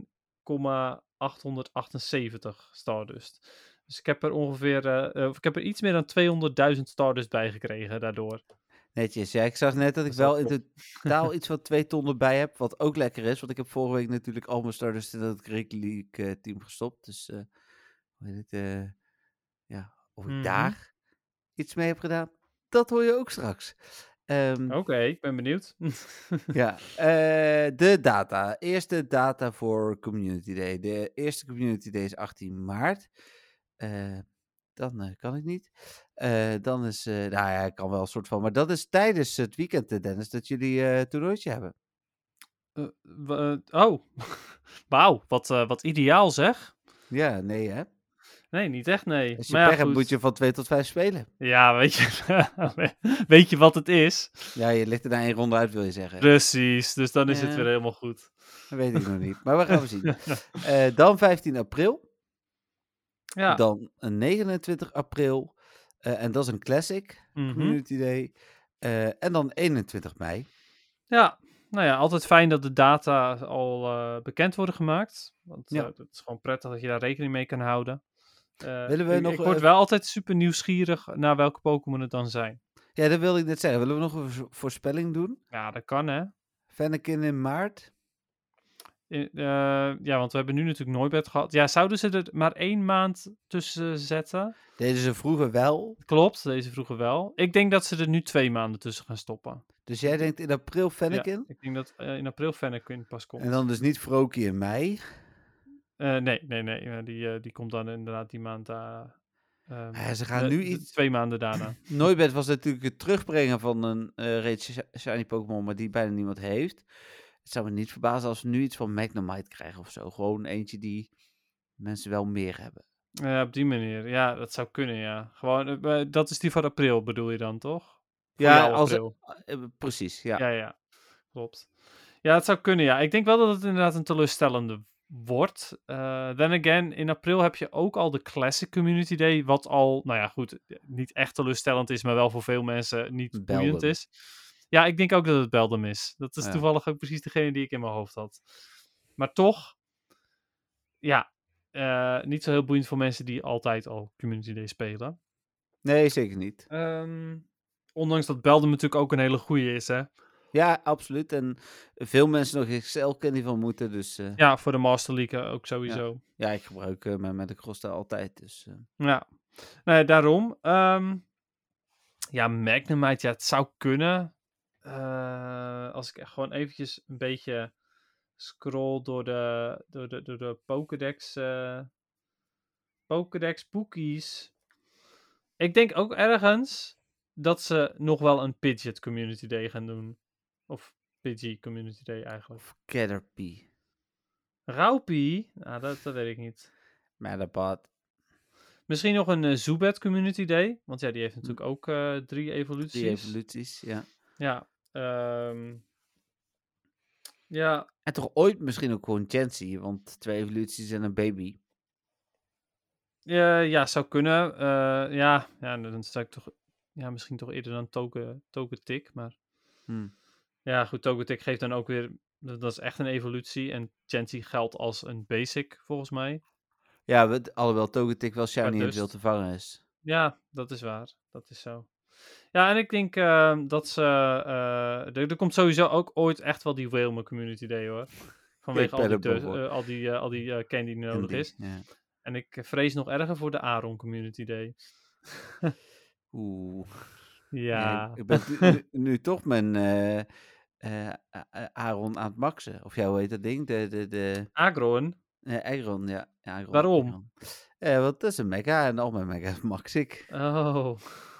1,878 Stardust. Dus ik heb er ongeveer... ik heb er iets meer dan 200.000 Stardust bij gekregen daardoor. Netjes. Ja, ik zag net dat ik wel in totaal iets van 2 ton erbij heb. Wat ook lekker is, want ik heb vorige week natuurlijk al mijn Stardust in dat Great League team gestopt. Dus of ik daar iets mee heb gedaan, dat hoor je ook straks. Oké, ik ben benieuwd. Ja, de data. Eerste data voor Community Day. De eerste Community Day is 18 maart. Dan kan ik niet. Dan is, nou ja, ik kan wel een soort van, maar dat is tijdens het weekend, Dennis, dat jullie toernooitje hebben. Oh, wauw, wat ideaal zeg. Ja, nee hè? Nee, niet echt, nee. Als je pech hebt, moet je van 2 tot 5 spelen. Ja, weet je wat het is? Ja, je ligt er na 1 ronde uit, wil je zeggen. Precies, dus dan is het weer helemaal goed. Dat weet ik nog niet, maar we gaan zien. Dan 15 april. Ja. Dan 29 april. En dat is een classic Community Day. En dan 21 mei. Ja, nou ja, altijd fijn dat de data al bekend worden gemaakt. Want het is gewoon prettig dat je daar rekening mee kan houden. Ik word wel altijd super nieuwsgierig naar welke Pokémon het dan zijn. Ja, dat wilde ik net zeggen. Willen we nog een voorspelling doen? Ja, dat kan hè. Fennekin in maart? Ja, want we hebben nu natuurlijk Noibat gehad. Ja, zouden ze er maar 1 maand tussen zetten? Deden ze vroeger wel. Klopt, deze vroeger wel. Ik denk dat ze er nu 2 maanden tussen gaan stoppen. Dus jij denkt in april Fennekin? Ja, ik denk dat in april Fennekin pas komt. En dan dus niet Froakie in mei? Nee. Die komt dan inderdaad die maand... ze gaan nu iets... 2 maanden daarna. Noibat was natuurlijk het terugbrengen van een reeds shiny Pokémon, maar die bijna niemand heeft. Het zou me niet verbazen als we nu iets van Magnemite krijgen of zo. Gewoon eentje die mensen wel meer hebben. Op die manier. Ja, dat zou kunnen, ja. Gewoon, dat is die van april bedoel je dan, toch? Ja, precies, ja. Ja, klopt. Ja, het zou kunnen, ja. Ik denk wel dat het inderdaad een teleurstellende wordt. Then again, in april heb je ook al de Classic Community Day, wat al, nou ja, goed, niet echt teleurstellend is, maar wel voor veel mensen niet boeiend is. Ja, ik denk ook dat het Beldum is. Dat is toevallig ook precies degene die ik in mijn hoofd had. Maar toch, ja, niet zo heel boeiend voor mensen die altijd al Community Day spelen. Nee, zeker niet. Ondanks dat Beldum natuurlijk ook een hele goeie is, hè. Ja, absoluut. En veel mensen nog Excel Candy van moeten, dus Ja, voor de Master League ook sowieso. ja, ik gebruik mijn Metacross daar altijd. Dus, Ja, nee, daarom. Ja, Magnemite, ja, het zou kunnen. Als ik echt gewoon eventjes een beetje scroll door de Pokédex boekies. Ik denk ook ergens dat ze nog wel een Pidgeot Community Day gaan doen. Of Pidgey Community Day eigenlijk. Caterpie. Raupie? Nou, dat weet ik niet. Metapod. Misschien nog een Zubat Community Day. Want ja, die heeft natuurlijk ook 3 evoluties. 3 evoluties, ja. Ja. Ja. En toch ooit misschien ook gewoon Chansey, want 2 evoluties en een baby. Ja, zou kunnen. Ja, dan zou ik toch... Ja, misschien toch eerder dan Togetic, maar... Ja, goed, Togetic geeft dan ook weer... Dat is echt een evolutie. En Chansey geldt als een basic, volgens mij. Ja, alhoewel Togetic wel shiny en veel te vangen is. Ja, dat is waar. Dat is zo. Ja, en ik denk dat ze... er komt sowieso ook ooit echt wel die Whalmer Community Day, hoor. Vanwege al die candy die nodig is. Ja. En ik vrees nog erger voor de Aron Community Day. Oeh. Ja. Ik ben nu toch mijn Aron aan het maxen. Of hoe heet dat ding? Agron? Agron, ja. Agron, Waarom? Agron. Want dat is een mega en al mijn mega's max ik. Oh.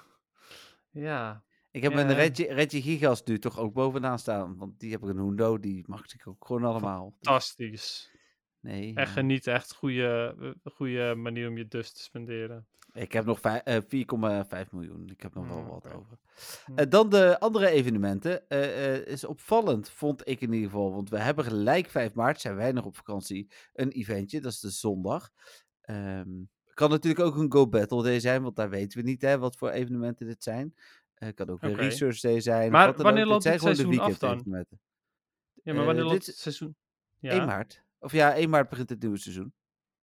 Ja. Ik heb mijn Regigigas nu toch ook bovenaan staan. Want die heb ik een Hundo, die max ik ook gewoon allemaal. Fantastisch. Nee. Echt geniet, echt goede manier om je dus te spenderen. Ik heb nog 4,5 miljoen. Ik heb nog wel wat over. Hm. Dan de andere evenementen. Is opvallend, vond ik in ieder geval. Want we hebben gelijk 5 maart, zijn wij nog op vakantie, een eventje. Dat is de zondag. Kan natuurlijk ook een Go Battle Day zijn, want daar weten we niet wat voor evenementen dit zijn. Kan ook een Research Day zijn. Maar wanneer loopt het seizoen af dan? Evenementen. Ja, maar wanneer loopt het seizoen? Ja. 1 maart. Of ja, 1 maart begint het nieuwe seizoen.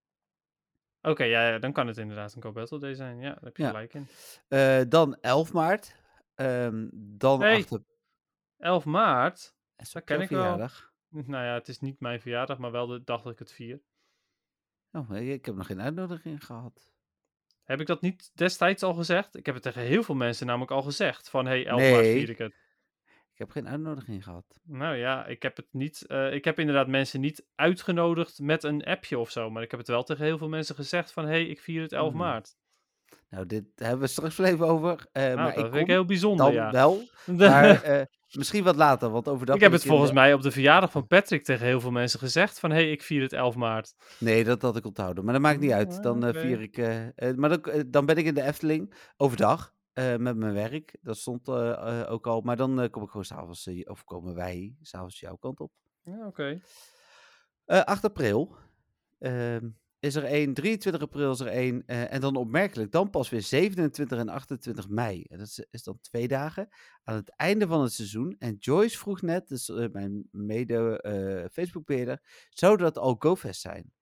Oké, ja, dan kan het inderdaad een Go Battle Day zijn. Ja, daar heb je gelijk in. Dan 11 maart. Dan 11 maart? Dat ken ik verjaardag. Wel. Nou ja, het is niet mijn verjaardag, maar wel de dag dat ik het vier. Oh, ik heb nog geen uitnodiging gehad. Heb ik dat niet destijds al gezegd? Ik heb het tegen heel veel mensen namelijk al gezegd. Van, 11 maart vier ik het. Ik heb geen uitnodiging gehad. Nou ja, ik heb het niet... ik heb inderdaad mensen niet uitgenodigd met een appje of zo. Maar ik heb het wel tegen heel veel mensen gezegd van... ik vier het 11 maart. Nou, dit hebben we straks wel even over. Maar dat vind ik heel bijzonder, dan wel. Maar misschien wat later, want overdag... Ik heb het volgens mij op de verjaardag van Patrick tegen heel veel mensen gezegd van... ik vier het 11 maart. Nee, dat had ik onthouden. Maar dat maakt niet uit. Dan vier ik... maar dan ben ik in de Efteling overdag met mijn werk. Dat stond ook al. Maar dan kom ik gewoon s'avonds... of komen wij s'avonds jouw kant op. Ja, oké. 8 april... is er 1, 23 april is er 1. En dan opmerkelijk, dan pas weer 27 en 28 mei. En dat is dan 2 dagen aan het einde van het seizoen. En Joyce vroeg net, dus mijn mede-Facebookbeheerder, zou dat al GoFest zijn?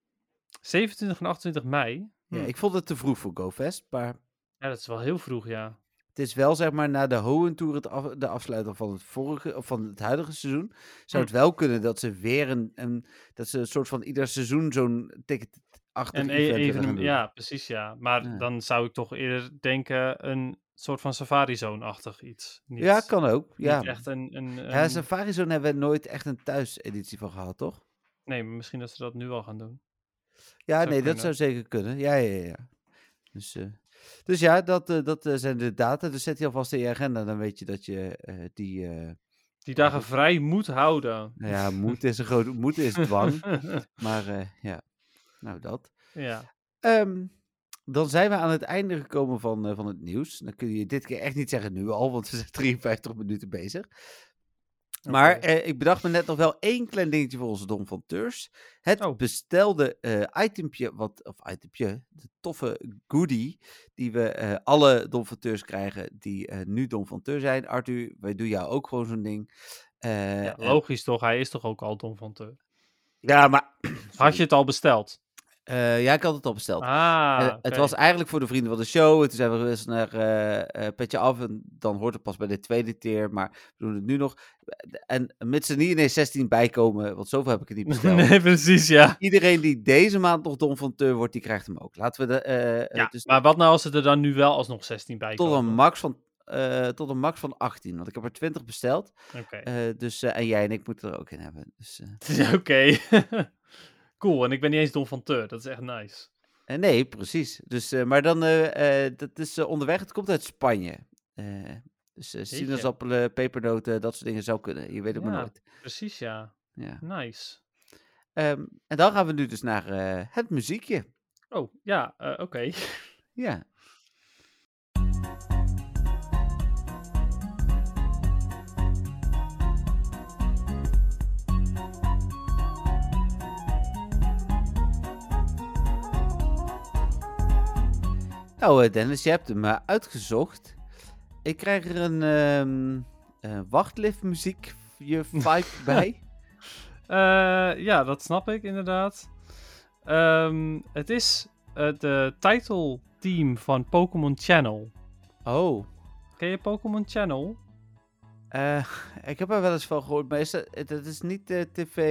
27 en 28 mei? Ja, ik vond het te vroeg voor GoFest, maar... Ja, dat is wel heel vroeg, ja. Het is wel, zeg maar, na de Hoenn-tour de afsluiter van het huidige seizoen. Zou het wel kunnen dat ze weer dat ze een soort van ieder seizoen zo'n ticket-achtig event gaan doen. Ja, precies, ja. Maar dan zou ik toch eerder denken een soort van Safari Zone-achtig iets. Niet, ja, kan ook. Ja, niet echt een... Ja, Safari Zone hebben we nooit echt een thuiseditie van gehad, toch? Nee, maar misschien dat ze dat nu al gaan doen. Ja, dat zou zeker kunnen. Ja. Dus ja, dat zijn de data. Dus zet je alvast in je agenda, dan weet je dat je die dagen vrij moet houden. Nou ja, moed is dwang. Maar ja, nou dat. Ja. Dan zijn we aan het einde gekomen van het nieuws. Dan kun je dit keer echt niet zeggen nu al, want we zijn 53 minuten bezig. Maar ik bedacht me net nog wel 1 klein dingetje voor onze Don van Teurs. Het bestelde itempje, de toffe goodie, die we alle Don van Teurs krijgen die nu Don van Teur zijn. Arthur, wij doen jou ook gewoon zo'n ding. Ja, logisch toch, hij is toch ook al Don van Teur? Ja, maar... Had je het al besteld? Ja, ik had het al besteld. Ah, Het oké. was eigenlijk voor de vrienden van de show. En toen zijn we eens naar Petje Af. En dan hoort het pas bij de tweede keer. Maar we doen het nu nog. En mits er niet ineens 16 bijkomen. Want zoveel heb ik het niet besteld. Nee, precies, ja. Iedereen die deze maand nog Don van Teur wordt, die krijgt hem ook. Laten we Ja, dus maar wat nou als er dan nu wel alsnog 16 bij tot komen? tot een max van 18. Want ik heb er 20 besteld. Oké. En jij en ik moeten er ook in hebben. Dus, Oké. Cool, en ik ben niet eens Don van Teur. Dat is echt nice. nee, precies. Dus, maar dan, dat is onderweg. Het komt uit Spanje. Dus sinaasappelen, pepernoten, dat soort dingen zou kunnen. Je weet het maar Ja, nooit. precies, ja. Ja. Nice. En dan gaan we nu dus naar het muziekje. Oh, ja, oké. Ja. Nou, Dennis, je hebt hem uitgezocht. Ik krijg er een wachtliftmuziek vibe bij. Ja, dat snap ik inderdaad. Het is de title theme van Pokémon Channel. Oh. Ken je Pokémon Channel? Ik heb er wel eens van gehoord, maar dat is niet de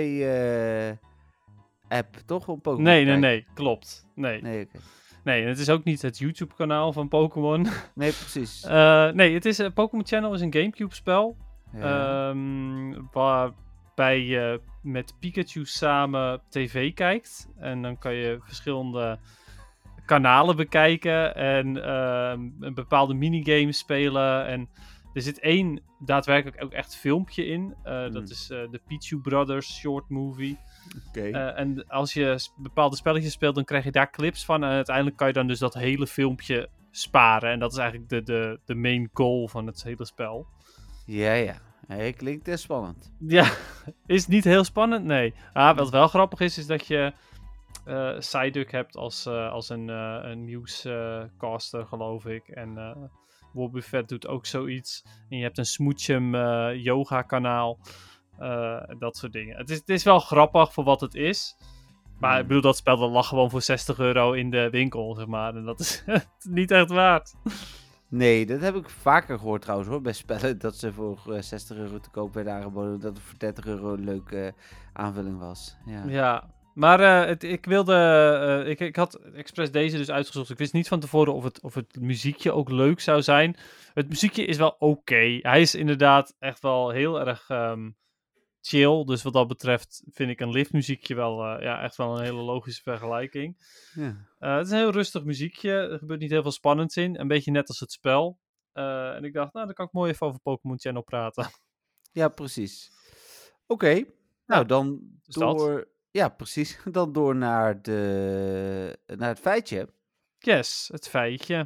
tv-app, toch? Om Pokémon te kijken? Nee, klopt. Nee, oké. nee, en het is ook niet het YouTube-kanaal van Pokémon. Nee, precies. Nee, het is Pokémon Channel is een Gamecube-spel. Ja. Waarbij je met Pikachu samen tv kijkt. En dan kan je verschillende kanalen bekijken. En een bepaalde minigames spelen. En er zit één daadwerkelijk ook echt filmpje in. Dat is de Pichu Brothers short movie. Oké. En als je bepaalde spelletjes speelt, dan krijg je daar clips van. En uiteindelijk kan je dan dus dat hele filmpje sparen. En dat is eigenlijk de main goal van het hele spel. Ja. Hey, klinkt spannend. Ja, is niet heel spannend, nee. Wat wel grappig is dat je Psyduck hebt als een nieuwscaster, geloof ik. En Wobbuffet doet ook zoiets. En je hebt een Smoochum yoga kanaal. Dat soort dingen. Het is wel grappig voor wat het is. Maar ik bedoel, dat spel dat lag gewoon voor €60 in de winkel, zeg maar. En dat is niet echt waard. Nee, dat heb ik vaker gehoord trouwens hoor, bij spellen. Dat ze voor €60 te koop werden aangeboden. Dat het voor €30 een leuke aanvulling was. Ja, maar ik had expres deze dus uitgezocht. Ik wist niet van tevoren of het muziekje ook leuk zou zijn. Het muziekje is wel oké. Hij is inderdaad echt wel heel erg chill. Dus wat dat betreft vind ik een liftmuziekje wel echt wel een hele logische vergelijking. Ja. Het is een heel rustig muziekje. Er gebeurt niet heel veel spannends in. Een beetje net als het spel. En ik dacht, nou, dan kan ik mooi even over Pokémon Channel praten. Ja, precies. Oké. Nou, dan dus door... Dat. Ja, precies. Dan door naar het feitje. Yes, het feitje.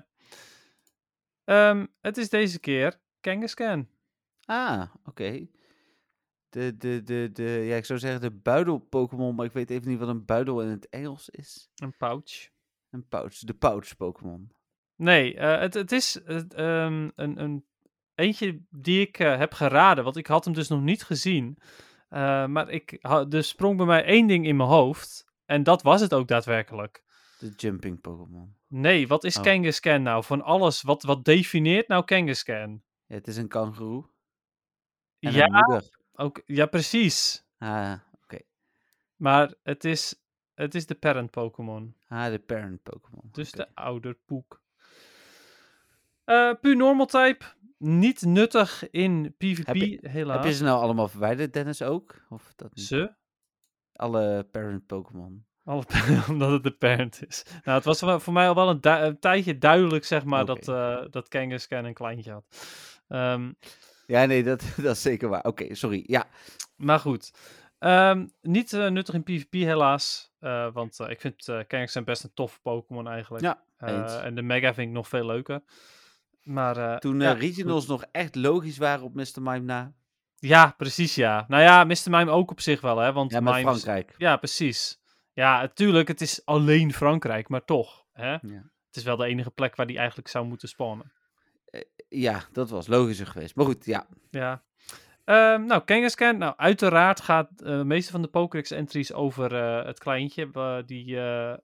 Het is deze keer Kangaskhan. Ah, oké. Ja, ik zou zeggen de buidel-Pokémon, maar ik weet even niet wat een buidel in het Engels is. Een pouch. Een pouch, de pouch-Pokémon. Nee, het is een eentje die ik heb geraden, want ik had hem dus nog niet gezien. Maar er sprong bij mij één ding in mijn hoofd en dat was het ook daadwerkelijk. De jumping Pokémon. Nee, wat is Kangaskhan nou? Van alles, wat definieert nou Kangaskhan? Ja, het is een kangoeroe. En Ja, een moeder. ook, ja, precies. Oké. Maar het is de parent Pokémon. De parent Pokémon. Dus de ouderpoek. Puur normal type. Niet nuttig in PvP, helaas. Heb je ze nou allemaal verwijderd, Dennis, ook? Of dat niet? Ze? Alle parent Pokémon. Omdat het de parent is. Nou, het was voor mij al wel een tijdje duidelijk, zeg maar, dat Kangaskhan een kleintje had. Ja, nee, dat is zeker waar. Oké, sorry. Ja. Maar goed. Niet nuttig in PvP, helaas. Want ik vind Kangaskhan best een toffe Pokémon eigenlijk. Ja, en de Mega vind ik nog veel leuker. Maar, toen regionals nog echt logisch waren op Mr. Mime na. Ja, precies, ja. Nou ja, Mr. Mime ook op zich wel, hè. Want ja, met Frankrijk. Ja, precies. Ja, natuurlijk, het is alleen Frankrijk, maar toch. Hè? Ja. Het is wel de enige plek waar die eigenlijk zou moeten spawnen. Ja, dat was logischer geweest. Maar goed, ja. Ja. Nou, Kangaskhan. Nou, uiteraard gaat de meeste van de Pokédex-entries over het kleintje. Die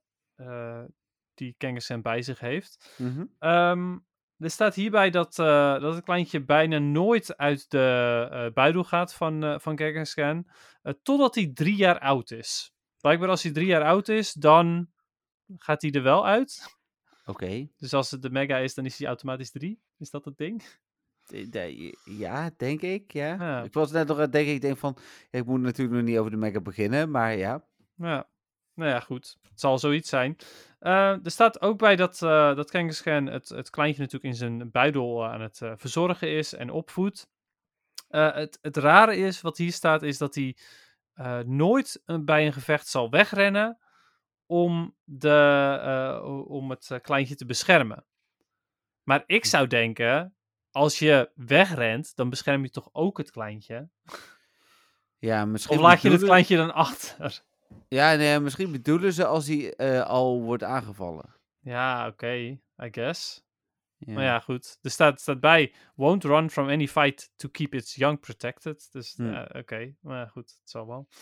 die Kangaskhan bij zich heeft. Mhm. Er staat hierbij dat het kleintje bijna nooit uit de buidel gaat van Kangaskhan, totdat hij 3 jaar oud is. Blijkbaar als hij 3 jaar oud is, dan gaat hij er wel uit. Oké. Dus als het de mega is, dan is hij automatisch 3. Is dat het ding? Ja, denk ik, ja. Ja. Ik was net nog aan het denken, ik denk van, ik moet natuurlijk nog niet over de mega beginnen, maar ja. Ja. Nou ja, goed. Het zal zoiets zijn. Er staat ook bij dat Kangaskhan het kleintje natuurlijk in zijn buidel aan het verzorgen is en opvoedt. Het rare is, wat hier staat, is dat hij nooit bij een gevecht zal wegrennen om het kleintje te beschermen. Maar ik zou denken, als je wegrent, dan bescherm je toch ook het kleintje? Ja, misschien Of laat je het bedoelen- kleintje dan achter? Ja, nee, misschien bedoelen ze als hij al wordt aangevallen. Ja, oké, I guess. Ja. Maar ja, goed. Er staat bij, won't run from any fight to keep its young protected. Dus oké, maar ja, goed, het zal wel.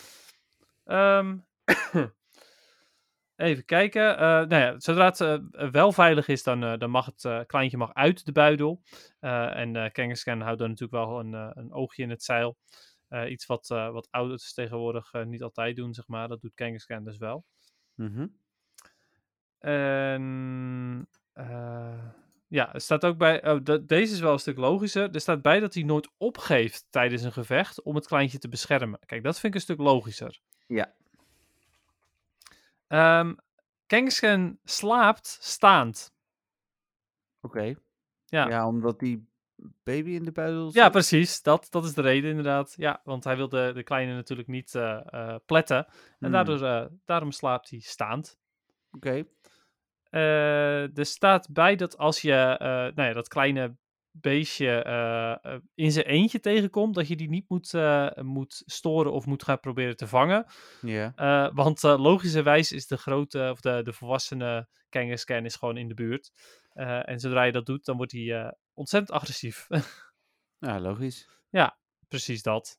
Even kijken. Nou ja, zodra het wel veilig is, dan mag het kleintje mag uit de buidel. En Kangaskhan houdt dan natuurlijk wel een oogje in het zeil. Iets wat ouders tegenwoordig niet altijd doen, zeg maar. Dat doet Kangaskhan dus wel. Mhm. En ja, er staat ook bij, deze is wel een stuk logischer. Er staat bij dat hij nooit opgeeft tijdens een gevecht om het kleintje te beschermen. Kijk, dat vind ik een stuk logischer. Ja. Kangaskhan slaapt staand. Oké. Ja. Ja, omdat die baby in de buidel Ja, zit? precies. Dat is de reden inderdaad. Ja, want hij wil de kleine natuurlijk niet pletten. En daarom slaapt hij staand. Oké. Er staat bij dat als je dat kleine beestje in zijn eentje tegenkomt, dat je die niet moet storen of moet gaan proberen te vangen. Ja. Want logischerwijs is de grote of de volwassene Kangaskhan is gewoon in de buurt. En zodra je dat doet, dan wordt hij ontzettend agressief. Ja, logisch. Ja, precies dat.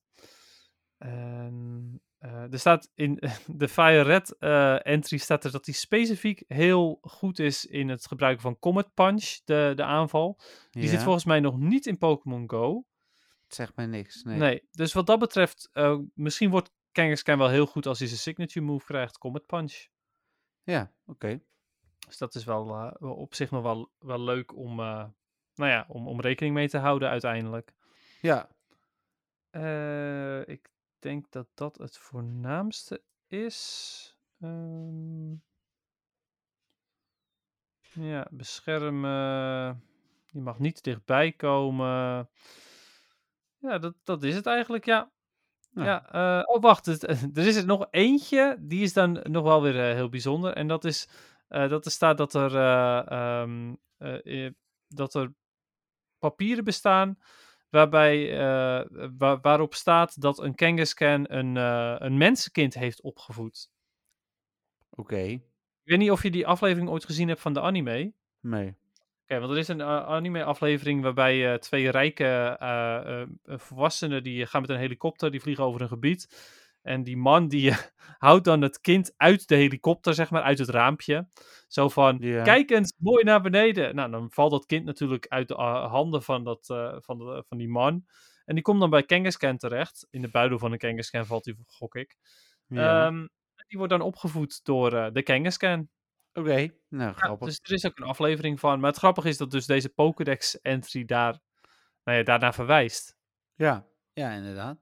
Er staat in de Fire Red entry staat er dat hij specifiek heel goed is in het gebruiken van Comet Punch, de aanval. Die zit Ja. volgens mij nog niet in Pokémon Go. Het zegt mij niks. Nee. Nee, dus wat dat betreft, misschien wordt Kangaskhan wel heel goed als hij zijn signature move krijgt, Comet Punch. Ja, oké. Dus dat is wel op zich nog wel leuk om, om rekening mee te houden uiteindelijk. Ja. Ik denk dat dat het voornaamste is. Ja, beschermen. Je mag niet dichtbij komen. Ja, dat is het eigenlijk, ja. Ja. Ja, oh, wacht. Er is er nog eentje. Die is dan nog wel weer heel bijzonder. En dat is dat er staat dat er papieren bestaan waarbij, waarop staat dat een Kangaskhan een mensenkind heeft opgevoed. Oké. Ik weet niet of je die aflevering ooit gezien hebt van de anime. Nee. Oké, want er is een anime-aflevering waarbij 2 rijke volwassenen die gaan met een helikopter, die vliegen over een gebied. En die man die houdt dan het kind uit de helikopter, zeg maar, uit het raampje. Zo van, Ja. kijk eens, mooi naar beneden. Nou, dan valt dat kind natuurlijk uit de handen van die man. En die komt dan bij Kangaskhan terecht. In de buidel van een Kangaskhan valt hij, gok ik. Ja. Die wordt dan opgevoed door de Kangaskhan. Oké. Nou, Ja, grappig. dus er is ook een aflevering van. Maar het grappige is dat dus deze Pokédex-entry daarnaar verwijst. Ja. Ja, inderdaad.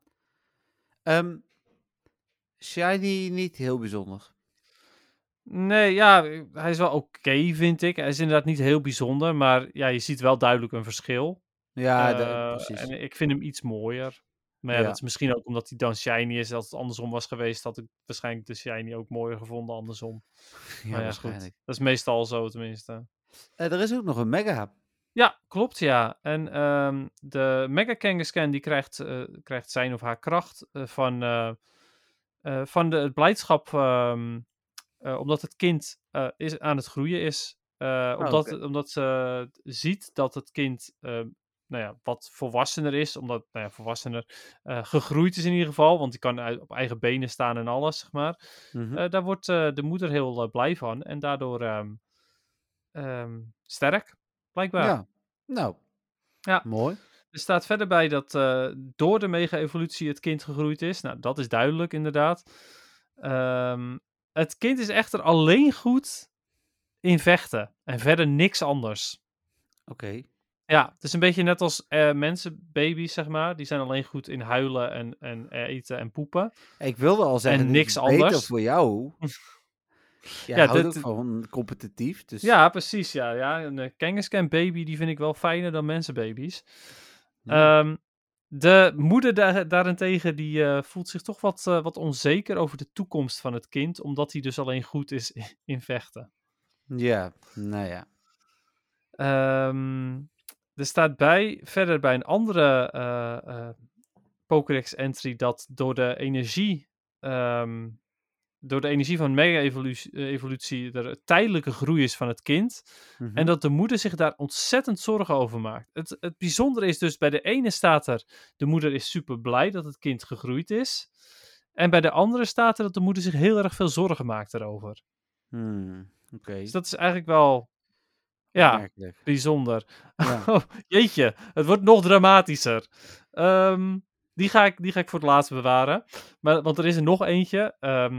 Shiny niet heel bijzonder. Nee, ja, hij is wel oké, vind ik. Hij is inderdaad niet heel bijzonder, maar ja, je ziet wel duidelijk een verschil. Ja, precies. En ik vind hem iets mooier. Maar ja, Ja. dat is misschien ook omdat hij dan shiny is. Als het andersom was geweest, had ik waarschijnlijk de shiny ook mooier gevonden andersom. Ja, Maar ja, waarschijnlijk. goed. Dat is meestal zo, tenminste. Er is ook nog een mega. Ja, klopt, ja. En de Mega Kangaskhan die krijgt zijn of haar kracht van het blijdschap, omdat het kind aan het groeien is. oké. Omdat ze ziet dat het kind wat volwassener is. Omdat, volwassener gegroeid is in ieder geval. Want die kan op eigen benen staan en alles, zeg maar. Daar wordt de moeder heel blij van. En daardoor sterk, blijkbaar. Ja, nou, Ja. mooi. Er staat verder bij dat door de mega-evolutie het kind gegroeid is. Nou, dat is duidelijk inderdaad. Het kind is echter alleen goed in vechten. En verder niks anders. Oké. Ja, het is een beetje net als mensen, baby's, zeg maar. Die zijn alleen goed in huilen en eten en poepen. Ik wilde al zeggen, En dit niks is beter anders. voor jou. Ja, houdt dit- ook van competitief. Dus... Ja, precies. Ja. Een Kangaskhan baby, die vind ik wel fijner dan mensenbaby's. Ja. De moeder daarentegen, die voelt zich toch wat onzeker over de toekomst van het kind. Omdat hij dus alleen goed is in vechten. Ja, nou ja. Er staat verder bij een andere Pokédex entry dat door de energie van mega-evolutie er tijdelijke groei is van het kind. Mhm. En dat de moeder zich daar ontzettend zorgen over maakt. Het bijzondere is dus, bij de ene staat er, de moeder is super blij dat het kind gegroeid is. En bij de andere staat er dat de moeder zich heel erg veel zorgen maakt daarover. Oké. Dus dat is eigenlijk wel, ja, Opmerkelijk. bijzonder. Ja. Oh, jeetje, het wordt nog dramatischer. Die ga ik voor het laatst bewaren. Want er is er nog eentje.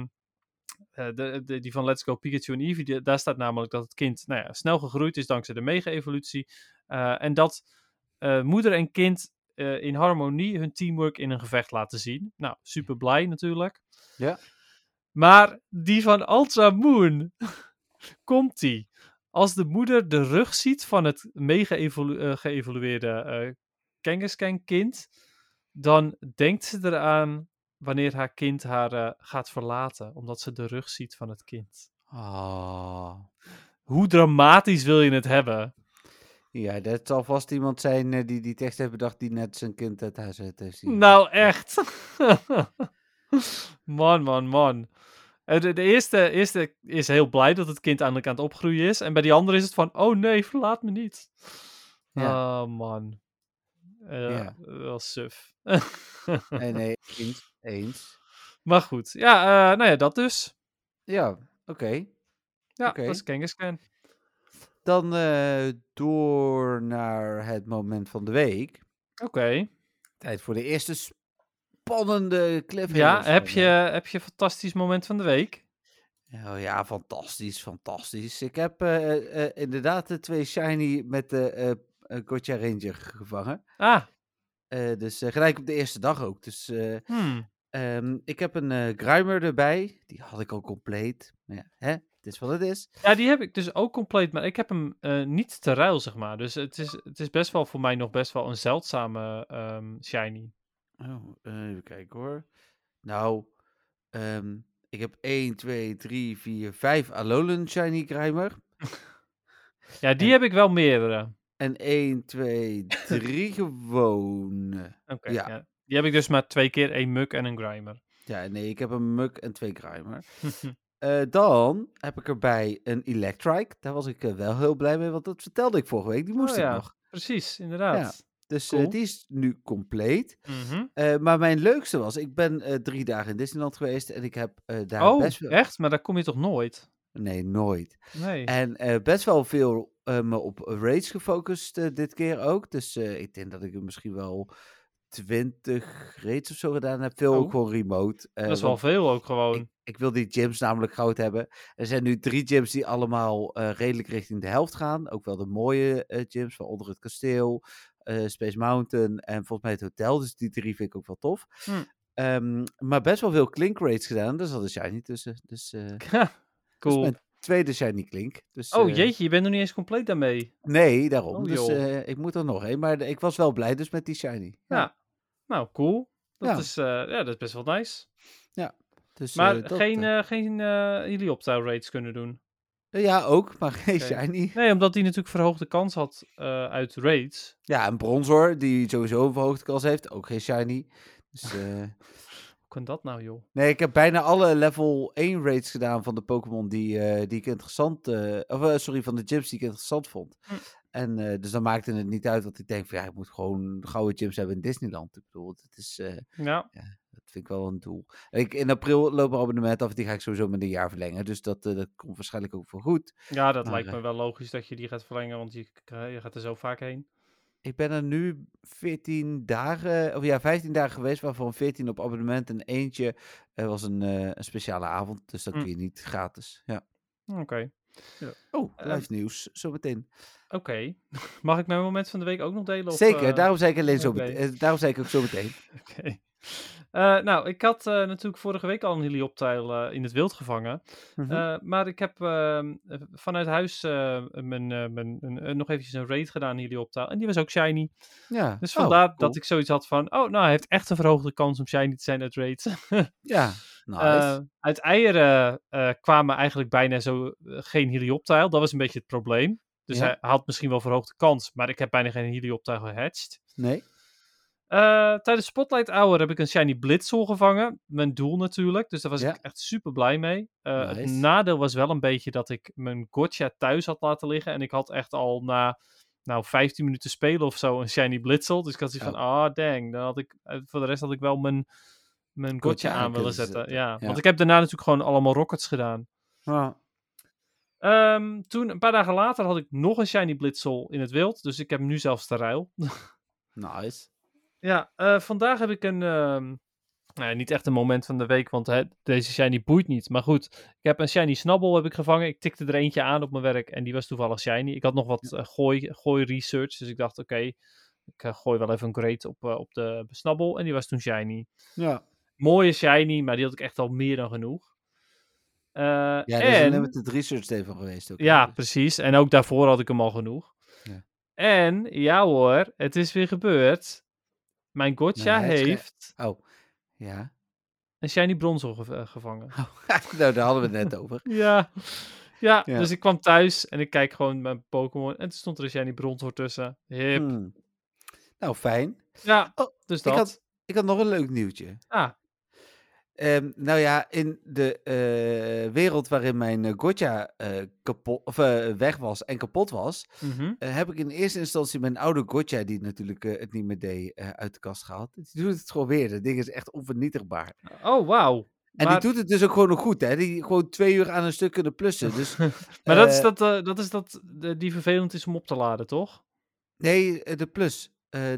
Die van Let's Go Pikachu en Eevee. Daar staat namelijk dat het kind snel gegroeid is dankzij de mega-evolutie. En dat moeder en kind in harmonie hun teamwork in een gevecht laten zien. Nou, super blij natuurlijk. Ja. Maar die van Ultra Moon, komt-ie. Als de moeder de rug ziet van het mega-geëvolueerde Kangaskhan kind, dan denkt ze eraan wanneer haar kind haar gaat verlaten, omdat ze de rug ziet van het kind. Oh. Hoe dramatisch wil je het hebben? Ja, dat zal vast iemand zijn die tekst heeft bedacht die net zijn kind uit huis uit heeft zien. Nou, echt. Man. De eerste is heel blij dat het kind eindelijk aan het opgroeien is. En bij die andere is het van, oh nee, verlaat me niet. Ja. Oh man. Ja. Wel suf. Nee, eens. Maar goed, ja, dat dus. Ja, oké. Ja, Oké. dat is Kangaskhan. Dan door naar het moment van de week. Oké. Tijd voor de eerste spannende cliffhanger. Ja, heb je een fantastisch moment van de week? Oh ja, fantastisch. Ik heb inderdaad de 2 shiny met de Gotcha Ranger gevangen. Ah, Dus gelijk op de eerste dag ook. Dus ik heb een Grimer erbij. Die had ik al compleet. Maar ja, het is wat het is. ja, die heb ik dus ook compleet, maar ik heb hem niet te ruil, zeg maar. Dus het is best wel voor mij nog best wel een zeldzame shiny. Oh, even kijken hoor. Nou, ik heb 1, 2, 3, 4, 5 Alolan shiny Grimer. Ja, die heb ik wel meerdere. En 1, 2, 3 gewone. Oké, Ja. ja. Die heb ik dus maar 2 keer, 1 Muk en een Grimer. Ja, nee, ik heb een Muk en 2 Grimer. Dan heb ik erbij een Electrike. Daar was ik wel heel blij mee, want dat vertelde ik vorige week. Die moest ik nog. Precies, inderdaad. Dus Cool. die is nu compleet. Mhm. Maar mijn leukste was, ik ben 3 dagen in Disneyland geweest en ik heb daar best veel... Echt? Maar daar kom je toch nooit? Nee, nooit. Nee. En best wel veel me op raids gefocust dit keer ook. Dus ik denk dat ik er misschien wel 20 raids of zo gedaan heb. Veel ook gewoon remote. Dat is wel veel ook gewoon. Ik wil die gyms namelijk goud hebben. Er zijn nu 3 gyms die allemaal redelijk richting de helft gaan. Ook wel de mooie gyms, waaronder het kasteel, Space Mountain en volgens mij het hotel. Dus die 3 vind ik ook wel tof. Maar best wel veel Klink raids gedaan. Daar zat een shiny tussen. Dus, Cool. Dat is mijn tweede shiny Klink. Dus, Oh jeetje, je bent nog niet eens compleet daarmee. Nee, daarom. Oh, dus joh. ik moet er nog heen. Maar ik was wel blij dus met die shiny. Ja. Nou, cool. Dat Ja. is best wel nice. Dus, Maar dat, geen Helioptile raids kunnen doen. ja, ook, maar geen Oké. shiny. Nee, omdat die natuurlijk verhoogde kans had uit raids. Ja, een Bronzor, die sowieso een verhoogde kans heeft. Ook geen shiny. Dus, Hoe kan dat nou, joh? nee, ik heb bijna alle level 1 raids gedaan van de Pokémon die ik interessant... sorry, van de gyms die ik interessant vond. En dus dan maakte het niet uit, want ik denk van ja, ik moet gewoon gouden gyms hebben in Disneyland. Ik bedoel, het is, Ja. dat vind ik wel een doel. In april lopen abonnement af en die ga ik sowieso met een jaar verlengen. Dus dat komt waarschijnlijk ook voor goed. Ja, dat Maar, lijkt me wel logisch dat je die gaat verlengen, want je gaat er zo vaak heen. Ik ben er nu 14 dagen, of ja, 15 dagen geweest, waarvan 14 op abonnement en eentje was een speciale avond. Dus dat kun je niet gratis. Ja. Oké. Ja. Oh, live nieuws, zometeen. Oké. Mag ik mijn moment van de week ook nog delen? Zeker, daarom zei ik alleen zo oké. meteen. Daarom zei ik ook zo meteen. Oké. Nou, ik had natuurlijk vorige week al een helioptijl in het wild gevangen. Maar ik heb vanuit huis nog eventjes een raid gedaan, helioptijl. En die was ook shiny. Ja. Dus vandaar cool. dat ik zoiets had van... Oh, nou, hij heeft echt een verhoogde kans om shiny te zijn uit raids. Ja, nice. Uit eieren kwamen eigenlijk bijna geen helioptijl. Dat was een beetje het probleem. Dus hij had misschien wel verhoogde kans. Maar ik heb bijna geen helioptijl gehatcht. Nee. Tijdens Spotlight Hour heb ik een shiny Blitzle gevangen. Mijn doel natuurlijk. Dus daar was ik echt super blij mee. Nice. Het nadeel was wel een beetje dat ik mijn gotcha thuis had laten liggen. En ik had echt al na 15 minuten spelen of zo een shiny Blitzle. Dus ik had zoiets van, dang. Dan had ik, voor de rest had ik wel mijn gotcha aan willen zetten. Ja. Want ik heb daarna natuurlijk gewoon allemaal rockets gedaan. Ja. Toen, een paar dagen later, had ik nog een shiny Blitzle in het wild. Dus ik heb hem nu zelfs te ruil. Nice. Ja, vandaag heb ik niet echt een moment van de week, want deze shiny boeit niet. Maar goed, ik heb een shiny Snubbull heb ik gevangen. Ik tikte er eentje aan op mijn werk en die was toevallig shiny. Ik had nog wat gooi research, dus ik dacht oké, ik gooi wel even een grade op de Snubbull en die was toen shiny. Ja. Mooie shiny, maar die had ik echt al meer dan genoeg. Ja, dat is een limited research day van geweest ook. Ja, precies. En ook daarvoor had ik hem al genoeg. Ja. En, ja hoor, het is weer gebeurd. Mijn gotcha heeft... Oh, ja. Een shiny Bronzor gevangen. Nou, daar hadden we het net over. Ja, dus ik kwam thuis en ik kijk gewoon mijn Pokémon. En toen stond er een shiny Bronzor tussen. Hip. Nou, fijn. Ja, dus dat. Ik had nog een leuk nieuwtje. Nou ja, in de wereld waarin mijn gotcha weg was en kapot was, heb ik in eerste instantie mijn oude gotcha, die natuurlijk het niet meer deed, uit de kast gehaald. Die doet het gewoon weer. Dat ding is echt onvernietigbaar. Oh, wauw. En die doet het dus ook gewoon nog goed, hè? Die gewoon 2 uur aan een stuk kunnen plussen. Dus, maar dat is die vervelend is om op te laden, toch? Nee, de plus.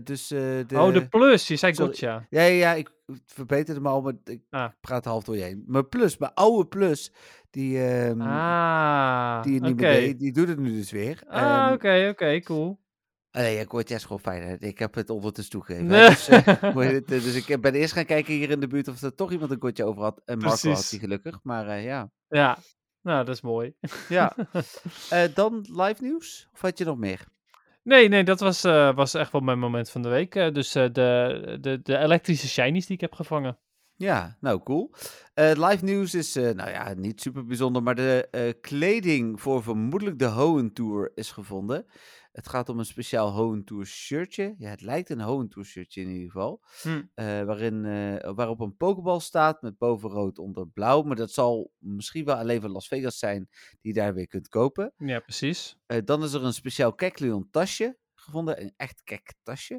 De plus. Je zei gotcha. Ja, ik verbeterde me al, maar ik praat half door je heen. Mijn plus, mijn oude plus, die het niet meer deed, die doet het nu dus weer. Oké, cool. Nee, gotcha is gewoon fijn, hè? Ik heb het ondertussen toegegeven. Dus ik ben eerst gaan kijken hier in de buurt of er toch iemand een gotcha over had. En Marco had die gelukkig, maar ja. Ja, nou, dat is mooi. Ja. Dan live nieuws? Of had je nog meer? Nee, dat was echt wel mijn moment van de week. Dus de elektrische shinies die ik heb gevangen. Ja, nou cool. Live nieuws is, niet super bijzonder, maar de kleding voor vermoedelijk de Hoenn Tour is gevonden. Het gaat om een speciaal Hoenn Tour shirtje. Ja, het lijkt een Hoenn Tour shirtje in ieder geval. Waarop een pokeball staat met boven rood onder blauw. Maar dat zal misschien wel alleen van Las Vegas zijn die je daar weer kunt kopen. Ja, precies. Dan is er een speciaal Kecleon tasje gevonden. Een echt kek tasje.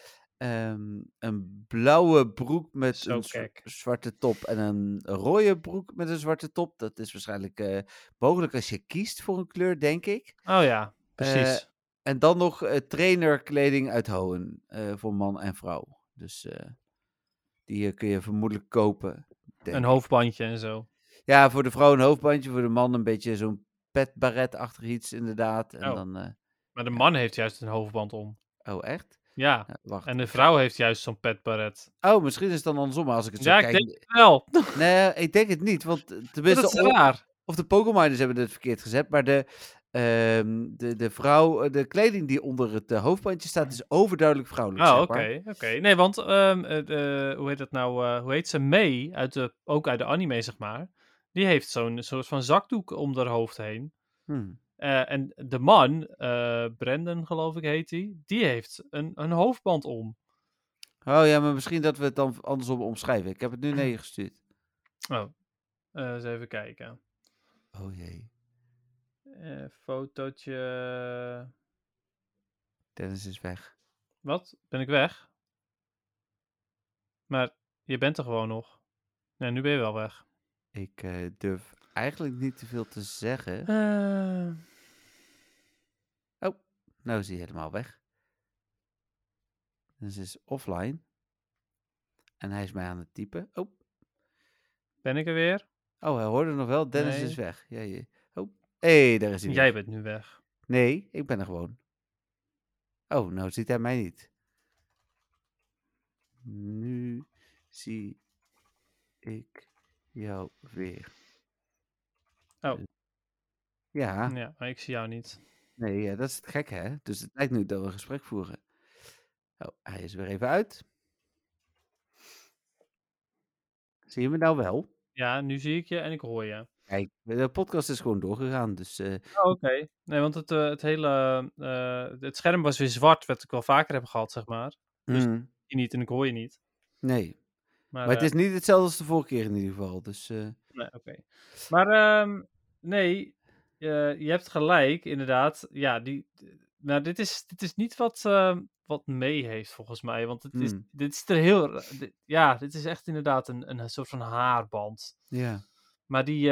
Een blauwe broek met een zwarte top en een rode broek met een zwarte top. Dat is waarschijnlijk mogelijk als je kiest voor een kleur, denk ik. Oh ja, precies. En dan nog trainerkleding uit Hoenn voor man en vrouw. Dus die kun je vermoedelijk kopen. Een hoofdbandje en zo. Ja, voor de vrouw een hoofdbandje, voor de man een beetje zo'n petbaret-achtig iets inderdaad. En dan, maar de man heeft juist een hoofdband om. Oh, echt? Ja, wacht. En de vrouw heeft juist zo'n petbaret. Oh, misschien is het dan andersom als ik het zo kijk. Ja, ik denk het wel. Nee, ik denk het niet, want tenminste... Dat is raar. Of de Pokémoners hebben het verkeerd gezet, maar de vrouw, de kleding die onder het hoofdbandje staat, is overduidelijk vrouwelijk. Oh, oké. Nee, want, hoe heet dat nou? Hoe heet ze? Mei, ook uit de anime, zeg maar. Die heeft zo'n soort van zakdoek om haar hoofd heen. En de man, Brandon geloof ik heet die heeft een hoofdband om. Oh ja, maar misschien dat we het dan andersom omschrijven. Ik heb het nu naar je gestuurd. Oh, eens even kijken. Oh jee. Fotootje. Dennis is weg. Wat? Ben ik weg? Maar je bent er gewoon nog. Nee, nu ben je wel weg. Ik durf eigenlijk niet te veel te zeggen. Nou is hij helemaal weg. Dennis is offline. En hij is mij aan het typen. Oh, Ben ik er weer? hij hoorde nog wel. Dennis Nee. is weg. Ja, oh, hé, daar is hij weer. Jij bent nu weg. Nee, ik ben er gewoon. Oh, nou ziet hij mij niet. Nu zie ik jou weer. Oh. Ja. Ja, maar ik zie jou niet. Nee, ja, dat is het gekke, hè? Dus het lijkt nu dat we een gesprek voeren. Oh, hij is weer even uit. Zie je me nou wel? Ja, nu zie ik je en ik hoor je. Kijk, de podcast is gewoon doorgegaan, dus... Oh, oké. Nee, want het hele... het scherm was weer zwart, wat ik wel vaker heb gehad, zeg maar. Dus ik zie je niet en ik hoor je niet. Nee. Maar het is niet hetzelfde als de vorige keer in ieder geval, dus... Nee, oké. Maar nee, je hebt gelijk, inderdaad. Ja, nou, dit is niet wat mee heeft, volgens mij. Want dit is er heel... dit is echt inderdaad een soort van haarband. Ja. Maar die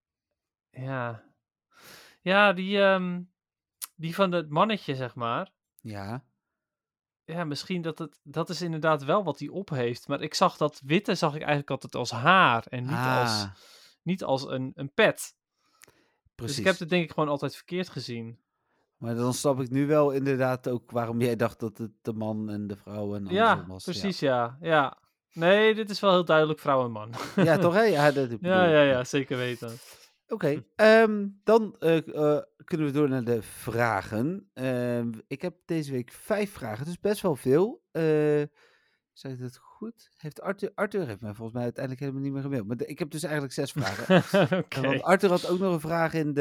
van het mannetje, zeg maar. Ja. Ja, misschien dat is inderdaad wel wat hij op heeft. Maar ik zag dat witte eigenlijk altijd als haar en niet als een pet. Precies. Dus ik heb het denk ik gewoon altijd verkeerd gezien. Maar dan snap ik nu wel inderdaad ook waarom jij dacht dat het de man en de vrouw en andersom was. Precies, ja. Nee, dit is wel heel duidelijk vrouw en man. Ja, toch hè? Ja, dat bedoel ik. Ja, zeker weten. Oké, dan kunnen we door naar de vragen. Ik heb deze week 5 vragen, dus best wel veel. Zeg ik dat goed? Arthur heeft mij volgens mij uiteindelijk helemaal niet meer gemaild. Maar ik heb dus eigenlijk 6 vragen. Oké. Want Arthur had ook nog een vraag in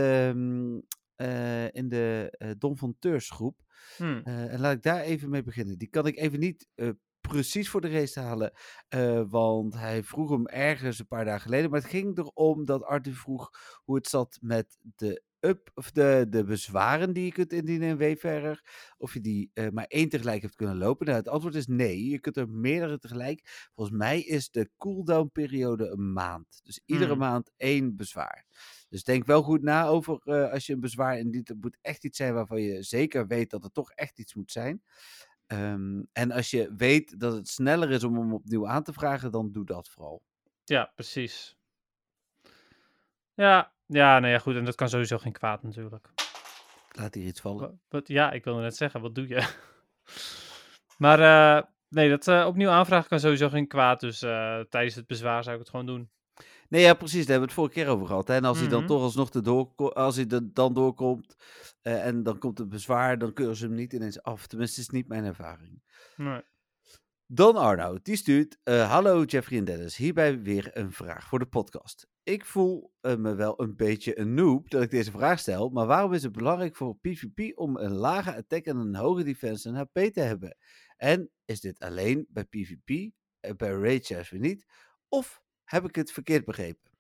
de Don van Teurs groep. En laat ik daar even mee beginnen. Die kan ik even niet precies voor de race halen, want hij vroeg hem ergens een paar dagen geleden. Maar het ging erom dat Arthur vroeg hoe het zat met de bezwaren die je kunt indienen in Wayfarer. Of je die maar 1 tegelijk hebt kunnen lopen. Nou, het antwoord is nee. Je kunt er meerdere tegelijk. Volgens mij is de cooldown periode een maand. Dus iedere maand 1 bezwaar. Dus denk wel goed na over als je een bezwaar indient. Het moet echt iets zijn waarvan je zeker weet dat het toch echt iets moet zijn. En als je weet dat het sneller is om hem opnieuw aan te vragen, dan doe dat vooral. Ja, precies. Ja, nou ja, goed. En dat kan sowieso geen kwaad natuurlijk. Laat hier iets vallen. Ja, ik wilde net zeggen, wat doe je? Maar nee, dat opnieuw aanvragen kan sowieso geen kwaad. Dus tijdens het bezwaar zou ik het gewoon doen. Nee, ja, precies. Daar hebben we het vorige keer over gehad. Hè? En als hij dan toch alsnog als hij er dan doorkomt en dan komt het bezwaar, dan keuren ze hem niet ineens af. Tenminste, is niet mijn ervaring. Nee. Dan Arnoud, die stuurt: hallo Jeffrey en Dennis, hierbij weer een vraag voor de podcast. Ik voel me wel een beetje een noob dat ik deze vraag stel, maar waarom is het belangrijk voor PvP om een lage attack en een hoge defense en HP te hebben? En is dit alleen bij PvP, bij raid juist weer niet? Of heb ik het verkeerd begrepen?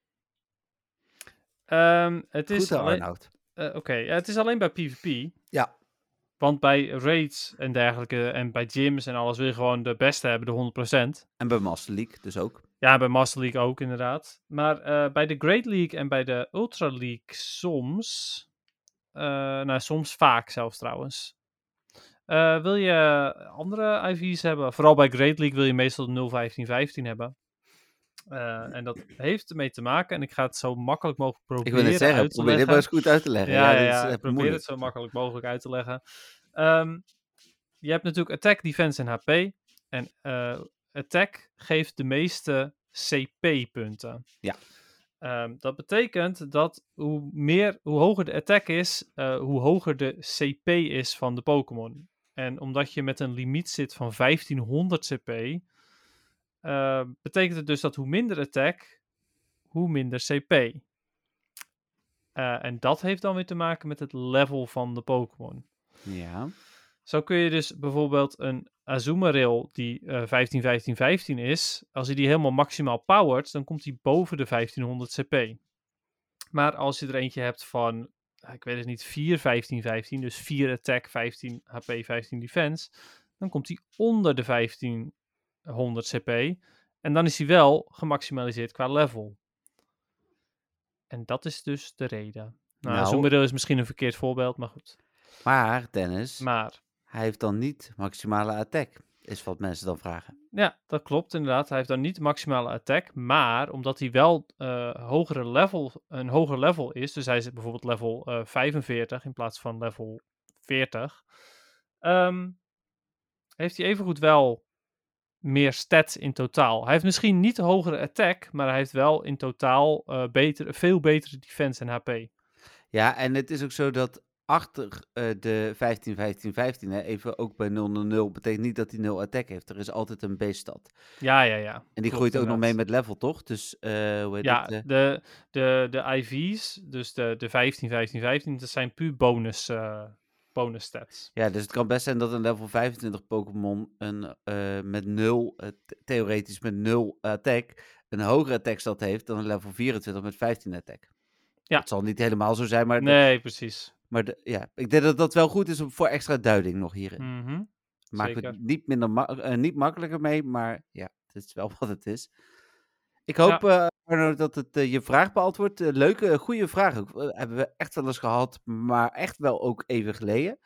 Het is alleen... Arnoud. Oké, het is alleen bij PvP. Ja. Want bij raids en dergelijke en bij gyms en alles wil je gewoon de beste hebben, de 100%. En bij Master League dus ook. Ja, bij Master League ook inderdaad. Maar bij de Great League en bij de Ultra League soms... soms vaak zelfs trouwens. Wil je andere IV's hebben? Vooral bij Great League wil je meestal de 0.15.15 hebben. En dat heeft ermee te maken, en ik ga het zo makkelijk mogelijk proberen Ik wil net zeggen, probeer dit maar eens goed uit te leggen. Ik probeer het zo makkelijk mogelijk uit te leggen. Je hebt natuurlijk attack, defense en HP. En attack geeft de meeste CP-punten. Ja. Dat betekent dat hoe hoger de attack is, hoe hoger de CP is van de Pokémon. En omdat je met een limiet zit van 1500 CP... betekent het dus dat hoe minder attack, hoe minder CP. En dat heeft dan weer te maken met het level van de Pokémon. Ja. Zo kun je dus bijvoorbeeld een Azumarill die 15-15-15 is, als je die helemaal maximaal powert, dan komt die boven de 1500 CP. Maar als je er eentje hebt van ik weet het niet, 4, 15, 15. Dus 4 attack, 15 HP, 15 defense. Dan komt hij onder de 1500 CP. En dan is hij wel gemaximaliseerd qua level. En dat is dus de reden. Nou, Azumarill is misschien een verkeerd voorbeeld, maar goed. Maar, Dennis, Maar hij heeft dan niet maximale attack, is wat mensen dan vragen. ja, dat klopt inderdaad. Hij heeft dan niet maximale attack, maar omdat hij wel een hoger level is, dus hij is bijvoorbeeld level 45 in plaats van level 40, heeft hij evengoed wel meer stats in totaal. Hij heeft misschien niet hogere attack, maar hij heeft wel in totaal veel betere defense en HP. Ja, en het is ook zo dat achter de 15, 15, 15, hè, even ook bij 0, 0, 0, betekent niet dat hij 0 attack heeft. Er is altijd een B-stad. Ja. En die Klopt, groeit ook nog mee inderdaad. met level, toch? Dus, hoe heet Ja, het? de IV's, dus de 15, 15, 15, dat zijn puur bonus stats. Ja, dus het kan best zijn dat een level 25 Pokémon met 0, theoretisch met 0 attack, een hogere attackstad heeft dan een level 24 met 15 attack. Ja. Dat zal niet helemaal zo zijn, maar... Nee, precies. Maar ja, ik denk dat dat wel goed is voor extra duiding nog hierin. Maak Zeker. het niet makkelijker mee, maar ja, het is wel wat het is. Ik hoop, Arno, dat het je vraag beantwoordt. Leuke, goede vraag ook. Hebben we echt wel eens gehad, maar echt wel ook even geleden.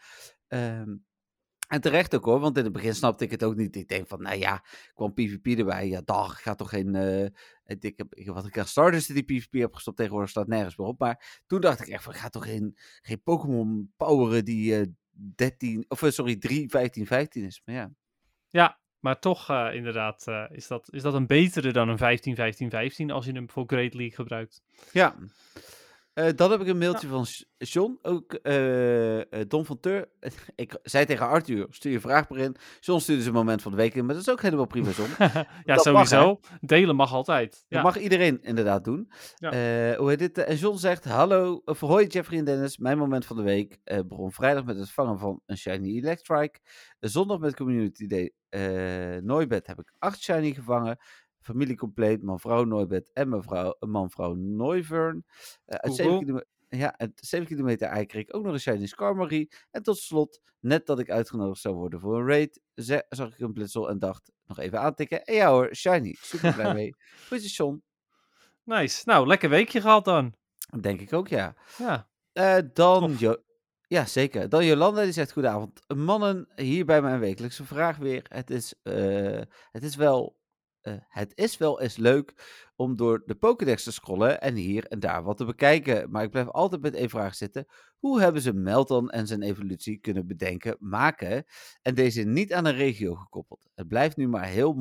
En terecht ook hoor, want in het begin snapte ik het ook niet. Ik denk van, nou ja, kwam PvP erbij. Ja, dag, gaat toch geen... wat ik aan Stardust die PvP heb gestopt tegenwoordig staat nergens meer op. Maar toen dacht ik echt van, ik ga toch geen Pokémon poweren die 3, 15, 15 is. Maar ja. Ja, maar toch inderdaad is dat een betere dan een 15, 15, 15 als je hem voor Great League gebruikt. Ja. Dan heb ik een mailtje van John, ook Don van Teur. Ik zei tegen Arthur, stuur je vraag maar in. John stuurde zijn moment van de week in, maar dat is ook helemaal prima, John. Ja, dat sowieso. Mag, delen mag altijd. Dat mag iedereen inderdaad doen. Ja. Hoe heet dit? En John zegt, hallo, hoi Jeffrey en Dennis. Mijn moment van de week begon vrijdag met het vangen van een Shiny Electrike. Zondag met Community Day Noibat heb ik 8 Shiny gevangen. Familie compleet, man-vrouw Noibat en man-vrouw Noivern. Uit 7 kilometer ei kreeg ik ook nog een Shiny Skarmory. En tot slot, net dat ik uitgenodigd zou worden voor een raid, zag ik een blitzel en dacht, nog even aantikken. En ja hoor, Shiny, super blij mee. Groetjes John. Nice. Nou, lekker weekje gehad dan. Denk ik ook, ja. Ja. Ja, zeker. Dan Jolanda, die zegt, goedenavond. Mannen, hier bij mijn wekelijkse vraag weer. Het is wel eens leuk om door de Pokédex te scrollen en hier en daar wat te bekijken. Maar ik blijf altijd met één vraag zitten. Hoe hebben ze Meltan en zijn evolutie kunnen maken en deze niet aan een regio gekoppeld? Hij blijft nu maar heel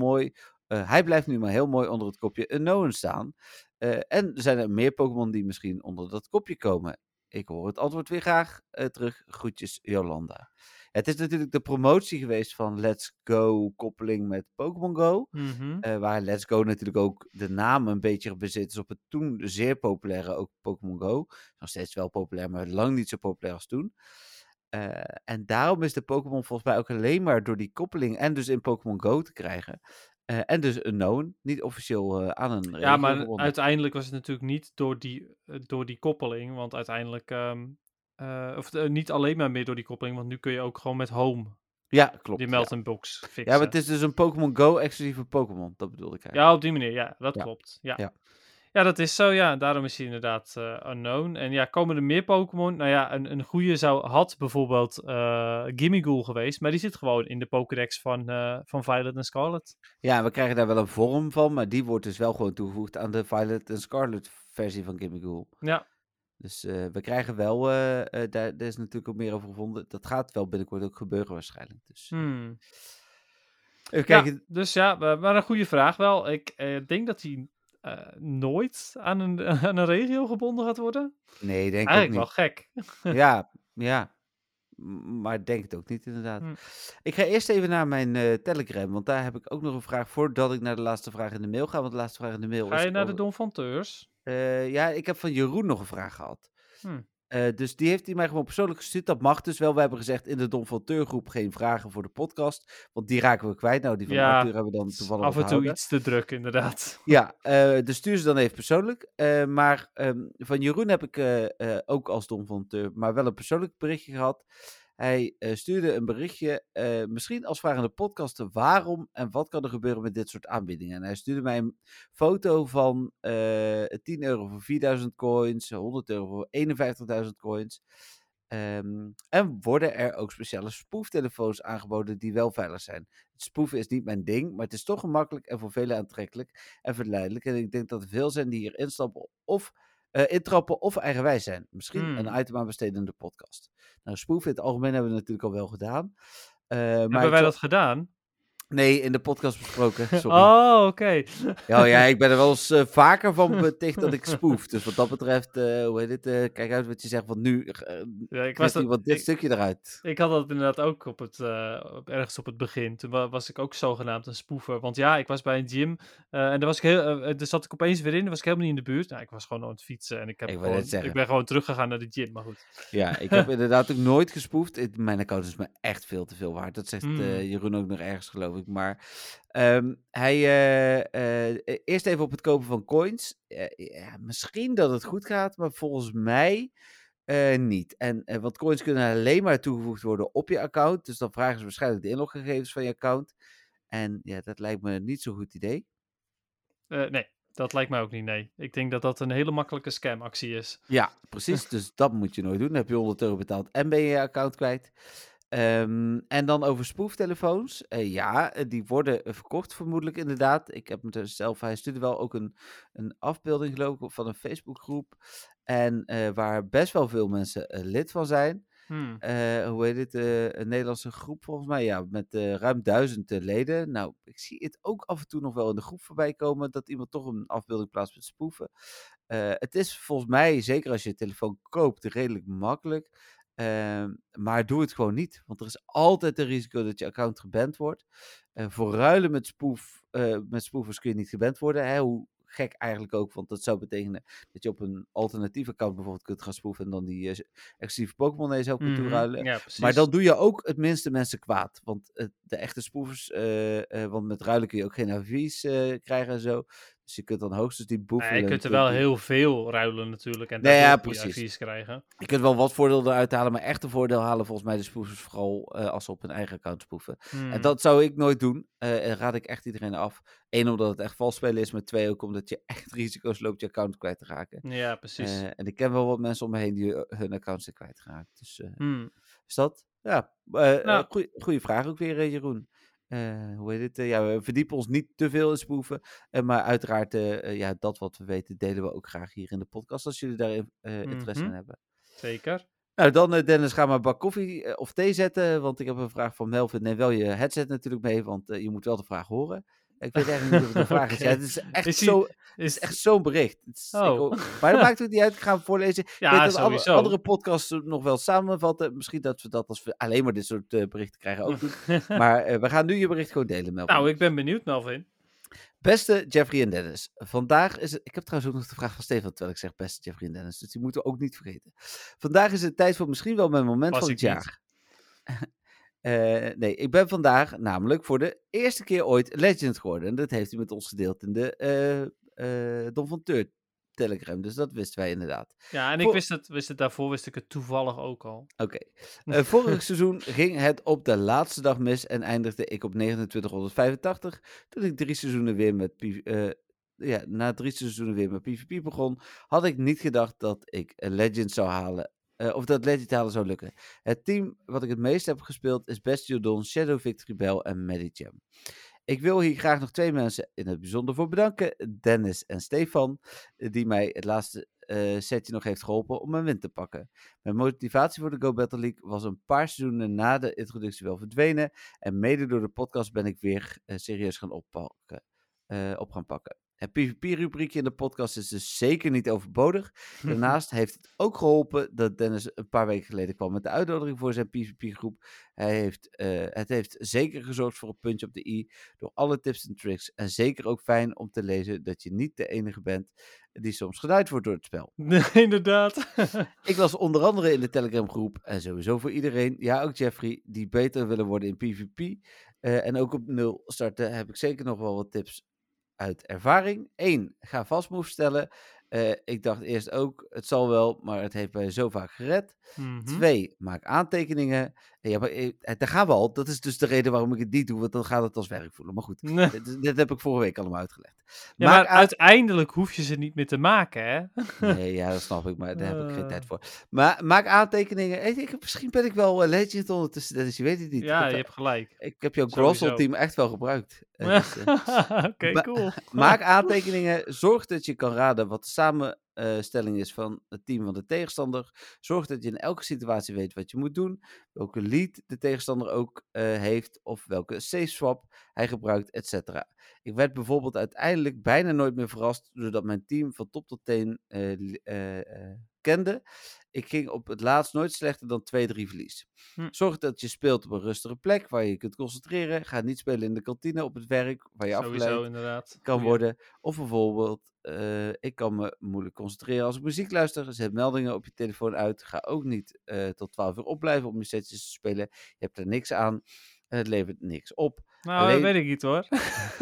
mooi onder het kopje Unknown staan. En zijn er meer Pokémon die misschien onder dat kopje komen? Ik hoor het antwoord weer graag terug. Groetjes, Jolanda. Het is natuurlijk de promotie geweest van Let's Go koppeling met Pokémon Go. Waar Let's Go natuurlijk ook de naam een beetje bezit is op het toen zeer populaire ook Pokémon Go. Nog steeds wel populair, maar lang niet zo populair als toen. En daarom is de Pokémon volgens mij ook alleen maar door die koppeling en dus in Pokémon Go te krijgen. En dus Unknown, niet officieel aan een regio. Ja, maar gewonnen. uiteindelijk was het natuurlijk niet door die koppeling. Want uiteindelijk... niet alleen maar meer door die koppeling, want nu kun je ook gewoon met Home Ja, klopt. die Melton Box fixen. Ja, maar het is dus een Pokémon Go exclusieve Pokémon, dat bedoelde ik eigenlijk. Ja, op die manier, ja, dat klopt. Ja, dat is zo, ja. Daarom is hij inderdaad Unknown. En ja, komen er meer Pokémon? Nou ja, een goede had bijvoorbeeld Gimmighoul geweest, maar die zit gewoon in de Pokédex van Violet en Scarlet. Ja, we krijgen daar wel een vorm van, maar die wordt dus wel gewoon toegevoegd aan de Violet en Scarlet versie van Gimmighoul. Ja. Dus we krijgen wel, daar is natuurlijk ook meer over gevonden. Dat gaat wel binnenkort ook gebeuren waarschijnlijk. Dus, even kijken. Ja, dus ja, maar een goede vraag wel. Ik denk dat hij nooit aan een regio gebonden gaat worden. Nee, denk ik eigenlijk ook niet. Wel gek. Ja. Maar ik denk het ook niet, inderdaad. Ik ga eerst even naar mijn Telegram, want daar heb ik ook nog een vraag voordat ik naar de laatste vraag in de mail ga. Want de laatste vraag in de mail Ga je naar de Don van Teurs? Ja, ik heb van Jeroen nog een vraag gehad. Dus die heeft hij mij gewoon persoonlijk gestuurd. Dat mag dus wel. We hebben gezegd in de Don van Teur groep geen vragen voor de podcast. Want die raken we kwijt. Nou, die van Arthur hebben we dan toevallig af en toe onthouden. iets te druk, inderdaad. Ja, dus stuur ze dan even persoonlijk. Maar van Jeroen heb ik ook als Don van Teur, maar wel een persoonlijk berichtje gehad. Hij stuurde een berichtje, misschien als vraag aan de podcast, waarom en wat kan er gebeuren met dit soort aanbiedingen. En hij stuurde mij een foto van 10 euro voor 4000 coins, 100 euro voor 51.000 coins. En worden er ook speciale spoeftelefoons aangeboden die wel veilig zijn. Het spoeven is niet mijn ding, maar het is toch gemakkelijk en voor velen aantrekkelijk en verleidelijk. En ik denk dat er veel zijn die hier instappen of intrappen of eigenwijs zijn. Misschien een item aan besteden in de podcast. Nou, spoeven in het algemeen hebben we natuurlijk al wel gedaan. Hebben wij dat gedaan? Nee, in de podcast besproken. Sorry. Oh, oké. Ja, ik ben er wel eens vaker van beticht dat ik spoef. Dus wat dat betreft, hoe heet het? Kijk uit wat je zegt, want nu knijpt iemand dit stukje eruit. Ik had dat inderdaad ook ergens op het begin. Toen was ik ook zogenaamd een spoefer. Want ja, ik was bij een gym en daar zat ik opeens weer in. Daar was ik helemaal niet in de buurt. Nou, ik was gewoon aan het fietsen en ik ben gewoon teruggegaan naar de gym, maar goed. Ja, ik heb inderdaad ook nooit gespoefd. Mijn account is me echt veel te veel waard. Dat zegt Jeroen ook nog ergens, geloof ik. Maar eerst even op het kopen van coins. Misschien dat het goed gaat, maar volgens mij niet. Want coins kunnen alleen maar toegevoegd worden op je account. Dus dan vragen ze waarschijnlijk de inloggegevens van je account. En ja, dat lijkt me niet zo'n goed idee. Nee, dat lijkt mij ook niet, nee. Ik denk dat dat een hele makkelijke scamactie is. Ja, precies. Dus dat moet je nooit doen. Dan heb je 100 euro betaald en ben je account kwijt. En dan over spoeftelefoons. Die worden verkocht vermoedelijk inderdaad. Ik heb hem zelf, hij stuurde wel ook een afbeelding geloof ik van een Facebookgroep. En waar best wel veel mensen lid van zijn. Hoe heet het? Een Nederlandse groep volgens mij. Ja, met ruim 1000 leden. Nou, ik zie het ook af en toe nog wel in de groep voorbij komen. Dat iemand toch een afbeelding plaatst met spoeven. Het is volgens mij, zeker als je een telefoon koopt, redelijk makkelijk. Maar doe het gewoon niet. Want er is altijd een risico dat je account geband wordt. Voor ruilen met spoefers kun je niet geband worden. Hè? Hoe gek eigenlijk ook. Want dat zou betekenen dat je op een alternatief account bijvoorbeeld kunt gaan spoeven. En dan die exclusieve Pokémon naar jezelf kunt toeruilen. Ja, precies. Maar dan doe je ook het minste mensen kwaad. Want de echte spoefers, want met ruilen kun je ook geen advies krijgen en zo. Dus je kunt dan hoogstens die boeven. Je kunt er wel heel veel ruilen natuurlijk. En daardoor advies krijgen. Je kunt wel wat voordeel eruit halen. Maar echt een voordeel halen volgens mij de spoefers vooral als ze op hun eigen account spoeven. En dat zou ik nooit doen. En raad ik echt iedereen af. 1, omdat het echt vals spelen is. Maar 2, ook omdat je echt risico's loopt je account kwijt te raken. Ja, precies. En ik ken wel wat mensen om me heen die hun accounts zijn kwijtgeraakt. Dus is dat? Ja, goede vraag ook weer, Jeroen. Hoe heet het? We verdiepen ons niet te veel in spoeven. Maar uiteraard, dat wat we weten, delen we ook graag hier in de podcast. Als jullie daar interesse in hebben. Zeker. Nou, dan Dennis, ga maar een bak koffie of thee zetten. Want ik heb een vraag van Melvin. Neem wel je headset natuurlijk mee, want je moet wel de vraag horen. Ik weet eigenlijk niet of het een vraag is. Ja, het is echt zo'n bericht. Maar dat maakt ook niet uit. Ik ga hem voorlezen. Ja, ik weet dat andere podcasts nog wel samenvatten. Misschien dat we dat als we alleen maar dit soort berichten krijgen ook doen. Maar we gaan nu je bericht gewoon delen, Melvin. Nou, ik ben benieuwd, Melvin. Beste Jeffrey en Dennis, vandaag is het... Ik heb trouwens ook nog de vraag van Stefan, terwijl ik zeg beste Jeffrey en Dennis. Dus die moeten we ook niet vergeten. Vandaag is het tijd voor misschien wel mijn moment van het jaar. Nee, ik ben vandaag namelijk voor de eerste keer ooit Legend geworden. En dat heeft hij met ons gedeeld in de Don van Teur Telegram. Dus dat wisten wij inderdaad. Ja, en ik wist ik het toevallig ook al. Oké. Vorig seizoen ging het op de laatste dag mis en eindigde ik op 2985. Toen ik 3 seizoenen weer met na 3 seizoenen weer met PvP begon, had ik niet gedacht dat ik Legend zou halen. Of dat Legend halen zou lukken. Het team wat ik het meest heb gespeeld is Bastiodon, Shadow Victory Bell en Medicham. Ik wil hier graag nog 2 mensen in het bijzonder voor bedanken. Dennis en Stefan, die mij het laatste setje nog heeft geholpen om een win te pakken. Mijn motivatie voor de Go Battle League was een paar seizoenen na de introductie wel verdwenen. En mede door de podcast ben ik weer serieus gaan op gaan pakken. Het PvP-rubriekje in de podcast is dus zeker niet overbodig. Daarnaast heeft het ook geholpen dat Dennis een paar weken geleden kwam met de uitnodiging voor zijn PvP-groep. Het heeft zeker gezorgd voor een puntje op de i door alle tips en tricks. En zeker ook fijn om te lezen dat je niet de enige bent die soms geduid wordt door het spel. Nee, inderdaad. Ik las onder andere in de Telegram-groep, en sowieso voor iedereen, ja ook Jeffrey, die beter willen worden in PvP. En ook op 0 starten heb ik zeker nog wel wat tips uit ervaring. 1. Ga vastmove stellen. Ik dacht eerst ook, het zal wel, maar het heeft mij zo vaak gered. 2. Maak aantekeningen. Ja, maar daar gaan we al. Dat is dus de reden waarom ik het niet doe, want dan gaat het als werk voelen. Maar goed, Nee. dit heb ik vorige week allemaal uitgelegd. Ja, maar uiteindelijk hoef je ze niet meer te maken, hè? Nee, ja, dat snap ik, maar daar heb ik geen tijd voor. Maar maak aantekeningen. Misschien ben ik wel legend ondertussen, Dennis, je weet het niet. Ja, je hebt gelijk. Ik heb jouw Sowieso. Grossel-team echt wel gebruikt. Oké, cool. Maak aantekeningen. Zorg dat je kan raden wat de samenstelling is van het team van de tegenstander. Zorg dat je in elke situatie weet wat je moet doen. Welke lead de tegenstander ook heeft. Of welke safe swap hij gebruikt, etc. Ik werd bijvoorbeeld uiteindelijk bijna nooit meer verrast doordat mijn team van top tot teen kende. Ik ging op het laatst nooit slechter dan 2-3 verlies. Zorg dat je speelt op een rustige plek waar je je kunt concentreren. Ga niet spelen in de kantine op het werk waar je afgeleid kan worden. Of bijvoorbeeld, ik kan me moeilijk concentreren als ik muziek luister. Zet meldingen op je telefoon uit. Ga ook niet tot 12 uur opblijven om je setjes te spelen. Je hebt er niks aan. En het levert niks op. Nou, dat weet ik niet hoor.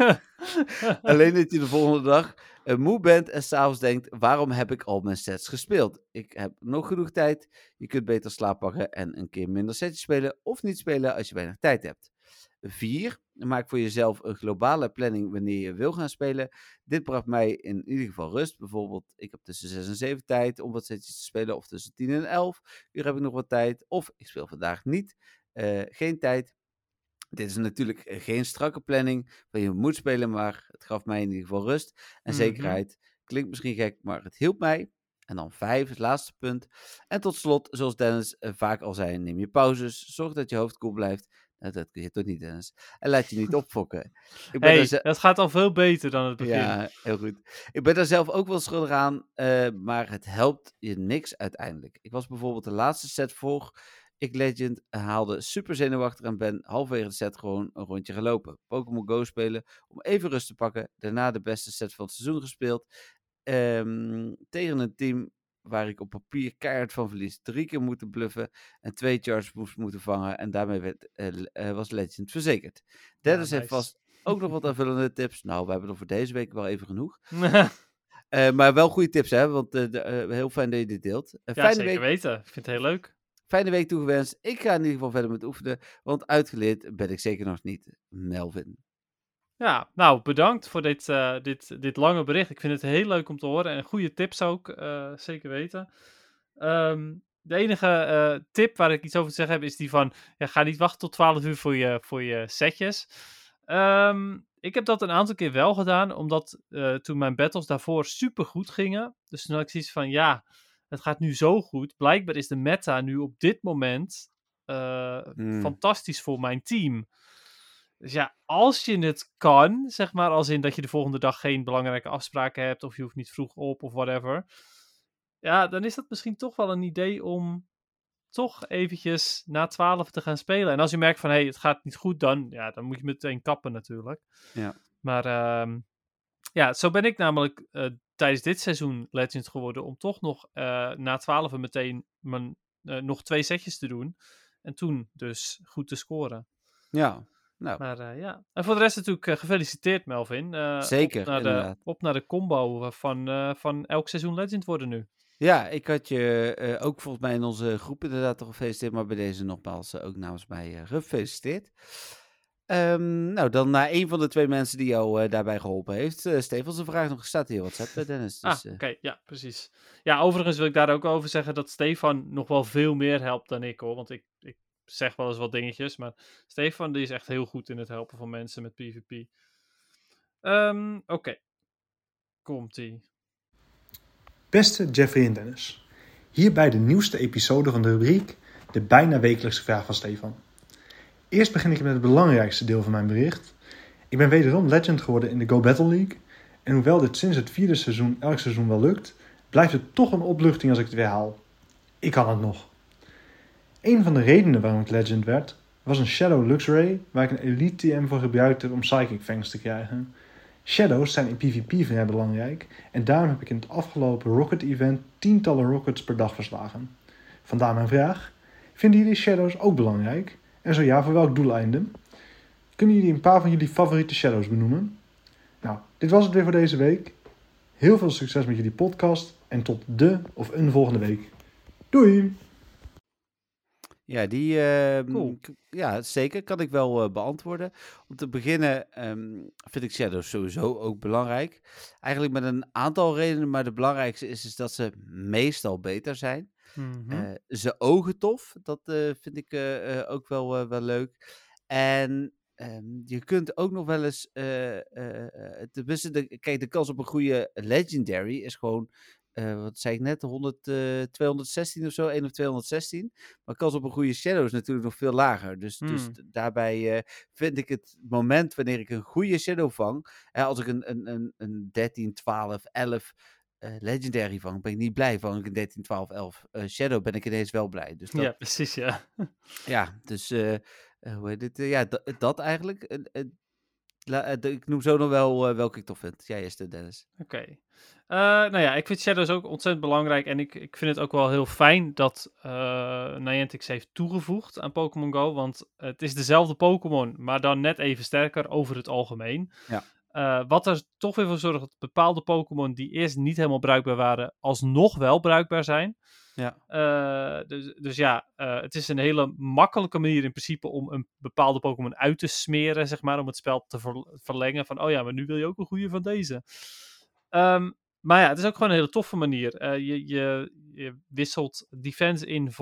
Alleen dat je de volgende dag moe bent en s'avonds denkt, waarom heb ik al mijn sets gespeeld? Ik heb nog genoeg tijd. Je kunt beter slaap pakken en een keer minder setjes spelen of niet spelen als je weinig tijd hebt. 4. Maak voor jezelf een globale planning wanneer je wil gaan spelen. Dit bracht mij in ieder geval rust. Bijvoorbeeld, ik heb tussen 6 en 7 tijd om wat setjes te spelen. Of tussen 10 en 11 uur heb ik nog wat tijd. Of ik speel vandaag niet. Geen tijd. Dit is natuurlijk geen strakke planning waar je moet spelen, maar het gaf mij in ieder geval rust en zekerheid. Klinkt misschien gek, maar het hielp mij. En dan 5, het laatste punt. En tot slot, zoals Dennis vaak al zei, neem je pauzes. Zorg dat je hoofd koel blijft. Dat kun je toch niet, Dennis. En laat je niet opfokken. Dat gaat al veel beter dan het begin. Ja, heel goed. Ik ben daar zelf ook wel schuldig aan, maar het helpt je niks uiteindelijk. Ik was bijvoorbeeld de laatste set voor ik Legend haalde super zenuwachtig en ben halverwege de set gewoon een rondje gelopen. Pokémon Go spelen om even rust te pakken. Daarna de beste set van het seizoen gespeeld. Tegen een team waar ik op papier keihard van verlies. 3 keer moeten bluffen en 2 charges moest moeten vangen. En daarmee was Legend verzekerd. Dennis heeft vast ook nog wat aanvullende tips. Nou, we hebben er voor deze week wel even genoeg. Maar wel goede tips, hè? Want heel fijn dat je dit deelt. Ja, zeker weten. Ik vind het heel leuk. Fijne week toegewenst. Ik ga in ieder geval verder met oefenen, want uitgeleerd ben ik zeker nog niet. Melvin. Ja, nou bedankt voor dit lange bericht. Ik vind het heel leuk om te horen en goede tips ook, zeker weten. De enige tip waar ik iets over te zeggen heb is die van, ga niet wachten tot 12 uur voor je setjes. Ik heb dat een aantal keer wel gedaan, omdat toen mijn battles daarvoor super goed gingen. Dus toen had ik zoiets van, het gaat nu zo goed. Blijkbaar is de meta nu op dit moment fantastisch voor mijn team. Dus ja, als je het kan, zeg maar, als in dat je de volgende dag geen belangrijke afspraken hebt, of je hoeft niet vroeg op, of whatever. Ja, dan is dat misschien toch wel een idee om toch eventjes na 12 te gaan spelen. En als je merkt van, het gaat niet goed, dan moet je meteen kappen natuurlijk. Ja. Maar zo ben ik namelijk tijdens dit seizoen Legend geworden om toch nog na 12 meteen nog 2 setjes te doen. En toen dus goed te scoren. Ja, nou. Maar en voor de rest natuurlijk gefeliciteerd Melvin. Zeker, op naar de combo van elk seizoen Legend worden nu. Ja, ik had je ook volgens mij in onze groep inderdaad toch gefeliciteerd, maar bij deze nogmaals ook namens mij gefeliciteerd. Nou, dan naar een van de 2 mensen die jou daarbij geholpen heeft. Stefan, zijn vraag nog staat hier WhatsApp, Dennis. Dus, Oké, ja, precies. Ja, overigens wil ik daar ook over zeggen dat Stefan nog wel veel meer helpt dan ik, hoor. Want ik zeg wel eens wat dingetjes, maar Stefan die is echt heel goed in het helpen van mensen met PvP. Oké. Komt-ie. Beste Jeffrey en Dennis. Hierbij de nieuwste episode van de rubriek De bijna wekelijkse vraag van Stefan. Eerst begin ik met het belangrijkste deel van mijn bericht. Ik ben wederom Legend geworden in de Go Battle League. En hoewel dit sinds het 4e seizoen elk seizoen wel lukt, blijft het toch een opluchting als ik het weer haal. Ik kan het nog. Een van de redenen waarom ik Legend werd, was een Shadow Luxray waar ik een Elite TM voor gebruikte om Psychic Fangs te krijgen. Shadows zijn in PvP vrij belangrijk en daarom heb ik in het afgelopen Rocket Event tientallen Rockets per dag verslagen. Vandaar mijn vraag, vinden jullie Shadows ook belangrijk? En zo ja, voor welk doeleinde? Kunnen jullie een paar van jullie favoriete Shadows benoemen? Nou, dit was het weer voor deze week. Heel veel succes met jullie podcast en tot de of een volgende week. Doei! Ja, die Cool. ja, zeker kan ik wel beantwoorden. Om te beginnen vind ik Shadows sowieso ook belangrijk. Eigenlijk met een aantal redenen, maar de belangrijkste is dat ze meestal beter zijn. Ze ogen tof, dat vind ik ook wel leuk. En je kunt ook nog wel eens, kijk, de kans op een goede Legendary is gewoon, wat zei ik net, 216 of zo, 1 of 216. Maar de kans op een goede Shadow is natuurlijk nog veel lager. Dus daarbij vind ik het moment wanneer ik een goede Shadow vang, als ik een 13, 12, 11 Legendary vang, ben ik niet blij. Vang ik een 13, 12, 11 Shadow, ben ik ineens wel blij. Dus dat, Ja, precies, ja. ja, dus hoe heet het? Ja, dat eigenlijk. Ik noem zo nog wel welke ik tof vind. Jij eerst, Dennis. Oké. Nou ja, ik vind Shadows ook ontzettend belangrijk. En ik vind het ook wel heel fijn dat Niantic ze heeft toegevoegd aan Pokémon Go. Want het is dezelfde Pokémon, maar dan net even sterker over het algemeen. Ja. Wat er toch weer voor zorgt dat bepaalde Pokémon die eerst niet helemaal bruikbaar waren, alsnog wel bruikbaar zijn. Ja. Dus ja, het is een hele makkelijke manier in principe om een bepaalde Pokémon uit te smeren, zeg maar, om het spel te verlengen van, oh ja, maar nu wil je ook een goede van deze. Maar ja, het is ook gewoon een hele toffe manier. Je wisselt defense in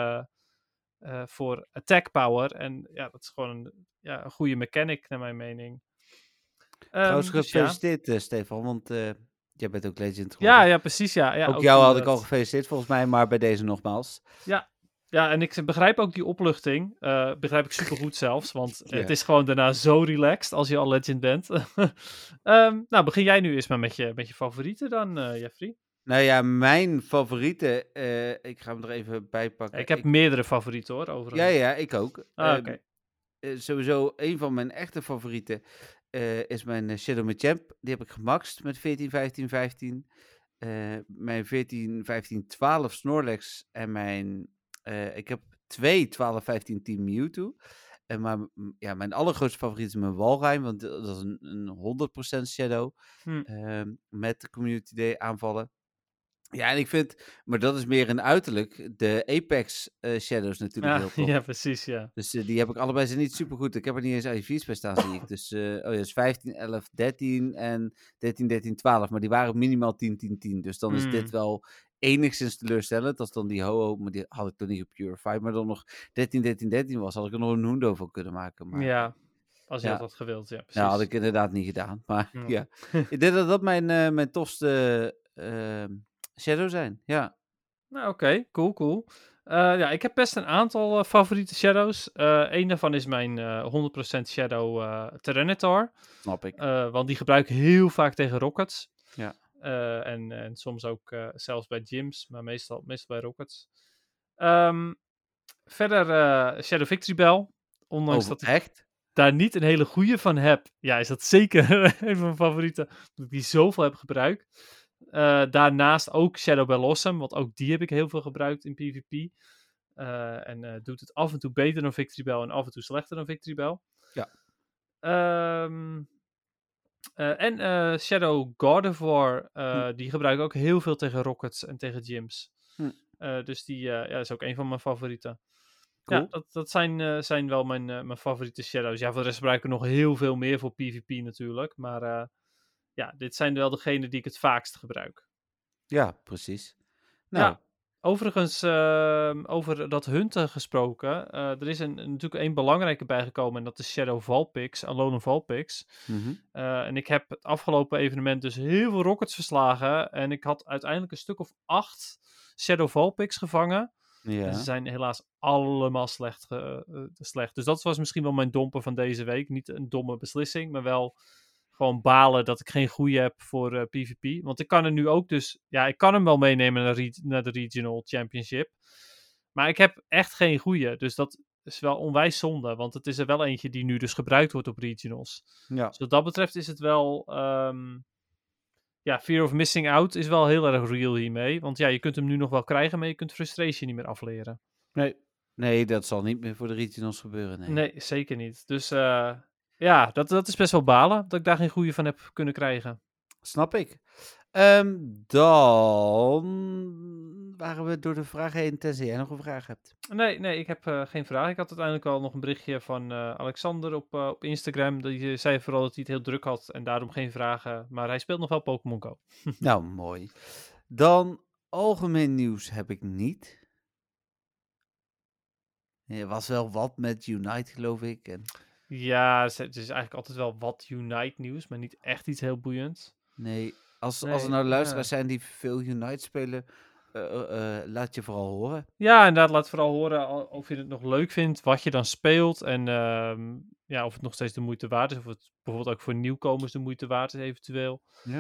voor attack power en ja, dat is gewoon een goede mechanic naar mijn mening. Trouwens, Dus ja. gefeliciteerd, Stefan, want jij bent ook Legend geworden. Ja, precies, ja. Ook jou had ik al gefeliciteerd volgens mij, maar bij deze nogmaals. Ja, en ik begrijp ook die opluchting. Begrijp ik supergoed zelfs, want Ja. het is gewoon daarna zo relaxed als je al Legend bent. Nou, begin jij nu eens maar met je favorieten dan, Jeffrey? Nou ja, mijn favoriete, ik ga hem er even bij pakken. Ik heb meerdere favorieten hoor, overigens. Ja, ik ook. Oké. Sowieso, een van mijn echte favorieten is mijn Shadow Machamp. Die heb ik gemaxt met 14, 15, 15. Mijn 14, 15, 12 Snorlax en ik heb 2 12, 15, 10 Mewtwo. Maar ja, mijn allergrootste favoriet is mijn Walrein, want dat is een 100% Shadow. Met de Community Day aanvallen. Ja, en ik vind, maar dat is meer een uiterlijk, de Apex Shadows natuurlijk heel tof. Ja, precies, ja. Dus die heb ik allebei zijn niet super goed. Ik heb er niet eens IV's bij staan, zie ik. Dus, dus 15, 11, 13 en 13, 13, 12. Maar die waren minimaal 10, 10, 10. Dus dan is dit wel enigszins teleurstellend. Als dan die Ho-Oh, maar die had ik toch niet op Purified. Maar dan nog 13, 13, 13 was, had ik er nog een Hundo van kunnen maken. Maar, ja, als je dat had gewild, ja, precies. Nou, had ik inderdaad niet gedaan. Maar ja, ik denk dat dat mijn tofste Shadow zijn, ja. Nou, oké, cool. Ja, ik heb best een aantal favoriete Shadows. Eén daarvan is mijn 100% Shadow Tyranitar. Snap ik. Want die gebruik ik heel vaak tegen Rockets. Ja. En soms ook zelfs bij gyms, maar meestal bij Rockets. Verder Shadow Victory Bell. Ondanks dat ik daar niet een hele goede van heb. Ja, is dat zeker een van mijn favorieten. Dat ik die zoveel heb gebruikt. Daarnaast ook Shadow Blossom, want ook die heb ik heel veel gebruikt in PvP. En doet het af en toe beter dan Victory Bell en af en toe slechter dan Victory Bell. Ja. En Shadow Gardevoir, die gebruik ik ook heel veel tegen Rockets en tegen gyms. Dus die is ook een van mijn favorieten. Cool. Ja, dat zijn wel mijn favoriete Shadows. Ja, voor de rest gebruik ik nog heel veel meer voor PvP natuurlijk. Maar ja, dit zijn wel degenen die ik het vaakst gebruik. Ja, precies. Nou. Ja, overigens, over dat hunten gesproken. Er is natuurlijk één belangrijke bijgekomen. En dat is Shadow Vulpix, Alolan Vulpix. En ik heb het afgelopen evenement dus heel veel Rockets verslagen. En ik had uiteindelijk een stuk of 8 Shadow Vulpix gevangen. Ja. En ze zijn helaas allemaal slecht. Dus dat was misschien wel mijn domper van deze week. Niet een domme beslissing, maar wel gewoon balen dat ik geen goede heb voor PvP. Want ik kan er nu ook dus... Ja, ik kan hem wel meenemen naar de Regional Championship. Maar ik heb echt geen goede. Dus dat is wel onwijs zonde. Want het is er wel eentje die nu dus gebruikt wordt op Regionals. Ja. Dus wat dat betreft is het wel... fear of missing out is wel heel erg real hiermee. Want ja, je kunt hem nu nog wel krijgen, maar je kunt frustration niet meer afleren. Nee, dat zal niet meer voor de regionals gebeuren. Nee, zeker niet. Dus dat is best wel balen dat ik daar geen goede van heb kunnen krijgen. Snap ik. Dan waren we door de vraag heen, tenzij jij nog een vraag hebt. Nee, ik heb geen vraag. Ik had uiteindelijk wel nog een berichtje van Alexander op Instagram. Die zei vooral dat hij het heel druk had en daarom geen vragen. Maar hij speelt nog wel Pokémon Go. Nou, mooi. Dan algemeen nieuws heb ik niet. Er was wel wat met Unite, geloof ik. En... Ja, het is eigenlijk altijd wel wat Unite nieuws, maar niet echt iets heel boeiends. Nee, als er nou luisteraars zijn die veel Unite spelen, laat je vooral horen. Ja, inderdaad, laat vooral horen of je het nog leuk vindt, wat je dan speelt en of het nog steeds de moeite waard is. Of het bijvoorbeeld ook voor nieuwkomers de moeite waard is eventueel.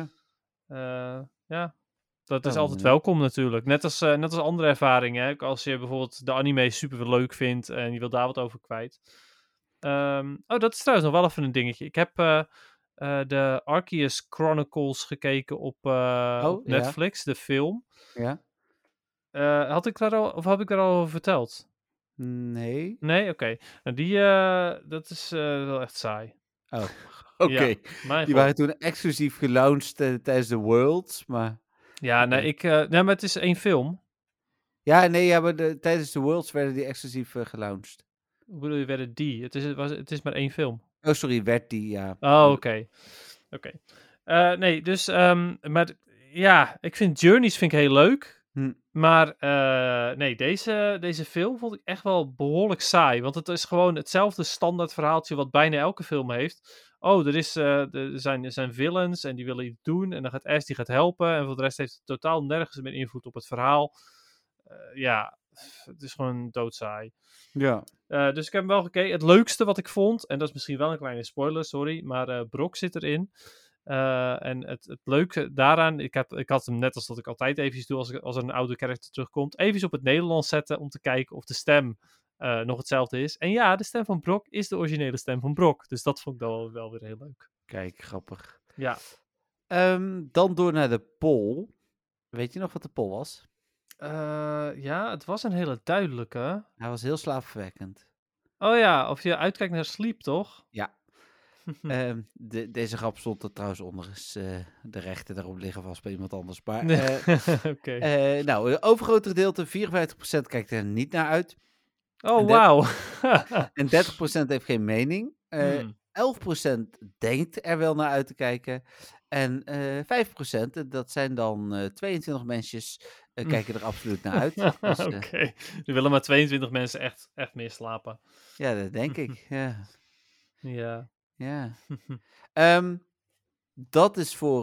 Ja. Dat is altijd welkom natuurlijk. Net als andere ervaringen. Hè? Als je bijvoorbeeld de anime super leuk vindt en je wil daar wat over kwijt. Dat is trouwens nog wel even een dingetje. Ik heb de Arceus Chronicles gekeken op Netflix, de film. Ja. Heb ik daar al over verteld? Nee. Nee? Oké. Nou, dat is wel echt saai. Oh, oké. Ja, die waren toen exclusief gelaunched tijdens de Worlds, maar... Ja, nee, maar het is 1 film. Ja, nee, maar tijdens de Worlds werden die exclusief gelaunched. Hoe bedoel je, werden die? Het is maar 1 film. Oh, sorry, werd die, ja. Oh, oké. Nee, dus, maar ja, ik vind Journeys heel leuk. Maar nee, deze film vond ik echt wel behoorlijk saai. Want het is gewoon hetzelfde standaard verhaaltje wat bijna elke film heeft. Oh, er zijn villains en die willen iets doen. En dan gaat Ash die gaat helpen. En voor de rest heeft het totaal nergens meer invloed op het verhaal. Het is gewoon doodsaai. Ja. Dus ik heb hem wel gekeken. Het leukste wat ik vond, en dat is misschien wel een kleine spoiler, sorry, maar Brock zit erin. En het leuke daaraan, ik had hem net als dat ik altijd eventjes doe als er een oude karakter terugkomt, even op het Nederlands zetten om te kijken of de stem nog hetzelfde is. En ja, de stem van Brock is de originele stem van Brock. Dus dat vond ik dan wel weer heel leuk. Kijk, grappig. Ja. Dan door naar de poll. Weet je nog wat de poll was? Ja, het was een hele duidelijke. Hij was heel slaapverwekkend. Oh ja, of je uitkijkt naar Sleep, toch? Ja. Deze grap stond er trouwens onder. Dus de rechten daarop liggen vast bij iemand anders. Maar, Oké. Nou, het overgrote gedeelte, 54% kijkt er niet naar uit. Oh, wauw. En 30% heeft geen mening. 11% denkt er wel naar uit te kijken. En 5%, dat zijn dan 22 mensjes, kijken er absoluut naar uit. Dus, Oké. Er willen maar 22 mensen echt meer slapen. Ja, dat denk ik. Ja. Ja. Dat is voor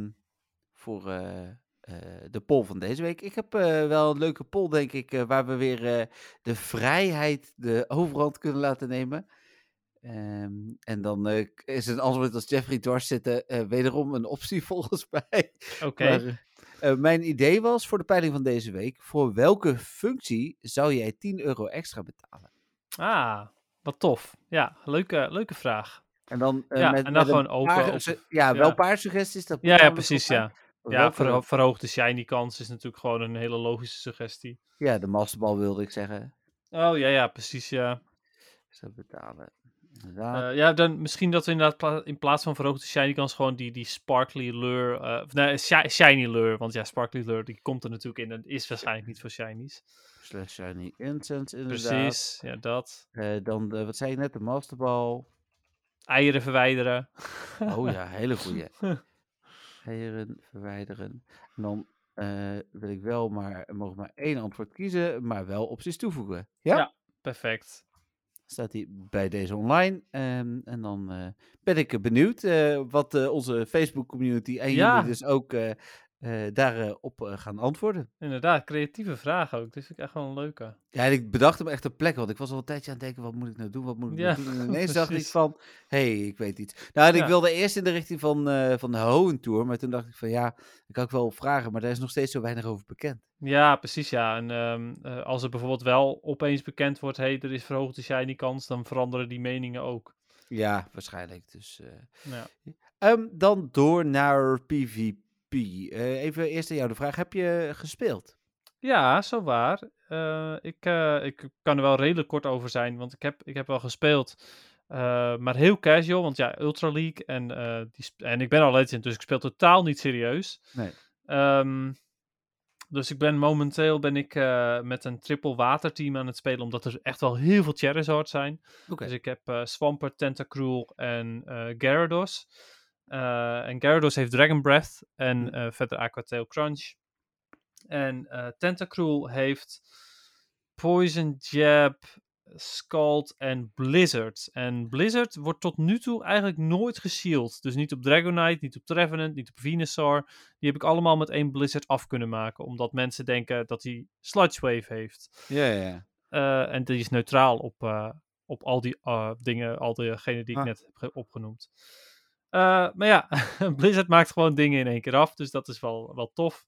de poll van deze week. Ik heb wel een leuke poll, denk ik, waar we weer de vrijheid de overhand kunnen laten nemen. En dan is een antwoord als Jeffrey dwars zitten wederom een optie volgens mij. Oké. Mijn idee was voor de peiling van deze week, voor welke functie zou jij €10 extra betalen? Ah, wat tof. Ja, leuke vraag. En dan, gewoon open. Wel een paar suggesties. Dat ja, precies, ja. Ja, verhoogde shiny kans is natuurlijk gewoon een hele logische suggestie. Ja, de masterbal wilde ik zeggen. Oh, ja, precies, ja. Zou betalen. Dan misschien dat we inderdaad in plaats van verhoogde shiny kans gewoon die sparkly lure, shiny lure, want ja, sparkly lure die komt er natuurlijk in en is waarschijnlijk niet voor shinies. / shiny incense inderdaad. Precies, ja dat. Dan, wat zei je net, de masterbal. Eieren verwijderen. Oh ja, hele goeie. Eieren verwijderen. En dan wil ik wel mogen maar 1 antwoord kiezen, maar wel opties toevoegen. Ja, perfect. Staat die bij deze online. En dan ben ik benieuwd wat onze Facebook community en jullie dus ook daarop gaan antwoorden. Inderdaad, creatieve vraag ook. Dat vind ik echt wel een leuke. Ja, en ik bedacht hem echt ter plekke, want ik was al een tijdje aan het denken, wat moet ik nou doen, wat moet ik nou doen? En ineens dacht ik precies. van, ik weet iets. Nou, en ik Ja. wilde eerst in de richting van de Hoenn Tour, maar toen dacht ik van, ja, ik kan ook wel vragen, maar daar is nog steeds zo weinig over bekend. Ja, precies, ja. En als het bijvoorbeeld wel opeens bekend wordt, er is verhoogde shiny kans, dan veranderen die meningen ook. Ja, waarschijnlijk. Dus, Ja. dan door naar PvP. Even eerst aan jou de vraag, heb je gespeeld? Ja, zo waar. Ik kan er wel redelijk kort over zijn, want ik heb wel gespeeld. Maar heel casual, want ja, Ultra League en ik ben al legend, dus ik speel totaal niet serieus. Nee. Dus momenteel ben ik met een triple waterteam aan het spelen, omdat er echt wel heel veel Charizards zijn. Oké. Dus ik heb Swampert, Tentacruel en Gyarados. En Gyarados heeft Dragon Breath en verder Aquatail Crunch. En Tentacruel heeft Poison Jab, Scald en Blizzard. En Blizzard wordt tot nu toe eigenlijk nooit geshield. Dus niet op Dragonite, niet op Trevenant, niet op Venusaur. Die heb ik allemaal met 1 Blizzard af kunnen maken. Omdat mensen denken dat hij Sludge Wave heeft. Ja. En die is neutraal op al die dingen, al diegenen die ik net heb opgenoemd. Maar ja, Blizzard maakt gewoon dingen in 1 keer af. Dus dat is wel tof.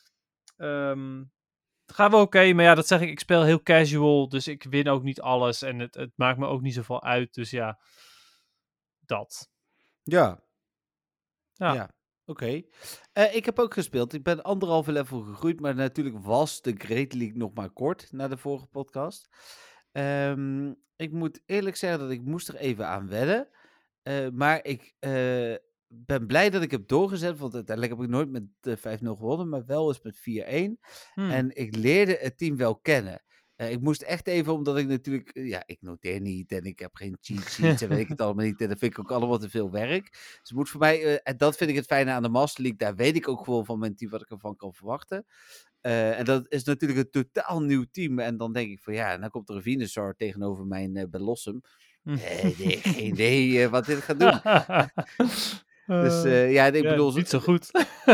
Het gaat wel oké, maar ja, dat zeg ik speel heel casual, dus ik win ook niet alles en het maakt me ook niet zoveel uit, dus ja, dat. Ja. Ja. Oké. Ik heb ook gespeeld. Ik ben 1,5 level gegroeid, maar natuurlijk was de Great League nog maar kort na de vorige podcast. Ik moet eerlijk zeggen dat ik moest er even aan wennen, maar ik ben blij dat ik heb doorgezet, want uiteindelijk heb ik nooit met 5-0 gewonnen, maar wel eens met 4-1. En ik leerde het team wel kennen. Ik moest echt even, omdat ik natuurlijk, ik noteer niet en ik heb geen cheat sheets en weet ik het allemaal niet. En dat vind ik ook allemaal te veel werk. Dus het moet voor mij, en dat vind ik het fijne aan de Master League, daar weet ik ook gewoon van mijn team wat ik ervan kan verwachten. En dat is natuurlijk een totaal nieuw team. En dan denk ik van dan komt er een Venusaur tegenover mijn Bellossom. Geen idee wat dit gaat doen. Dus ik bedoel... Niet zo goed.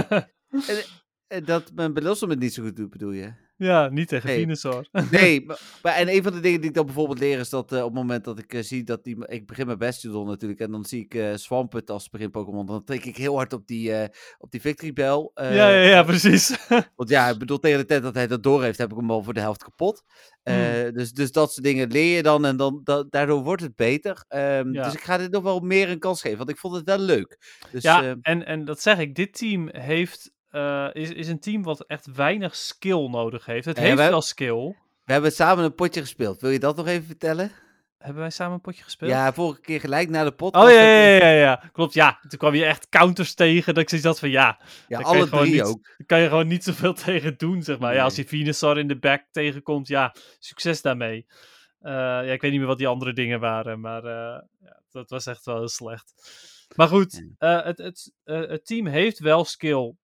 Dat mijn Bellossom het niet zo goed doet, bedoel je? Ja, niet tegen Venusaur. Nee, maar en een van de dingen die ik dan bijvoorbeeld leer is dat op het moment dat ik zie dat ik begin met Bastiodon natuurlijk en dan zie ik Swampert als begin Pokémon, dan trek ik heel hard op die Victory Bell. Ja, precies. Want ik bedoel, tegen de tijd dat hij dat door heeft, heb ik hem al voor de helft kapot. Dus dat soort dingen leer je dan en dan daardoor wordt het beter. Dus ik ga dit nog wel meer een kans geven, want ik vond het wel leuk. Dus, en dat zeg ik, dit team heeft... is een team wat echt weinig skill nodig heeft. Het heeft wel skill. We hebben samen een potje gespeeld. Wil je dat nog even vertellen? Hebben wij samen een potje gespeeld? Ja, vorige keer gelijk na de podcast. Oh ja. Klopt, ja. Toen kwam je echt counters tegen. Dat ik zoiets had van Ja, alle 3 ook. Daar kan je gewoon niet zoveel tegen doen, zeg maar. Nee. Ja, als je Venusaur in de back tegenkomt, succes daarmee. Ik weet niet meer wat die andere dingen waren, maar dat was echt wel heel slecht. Maar goed, het team heeft wel skill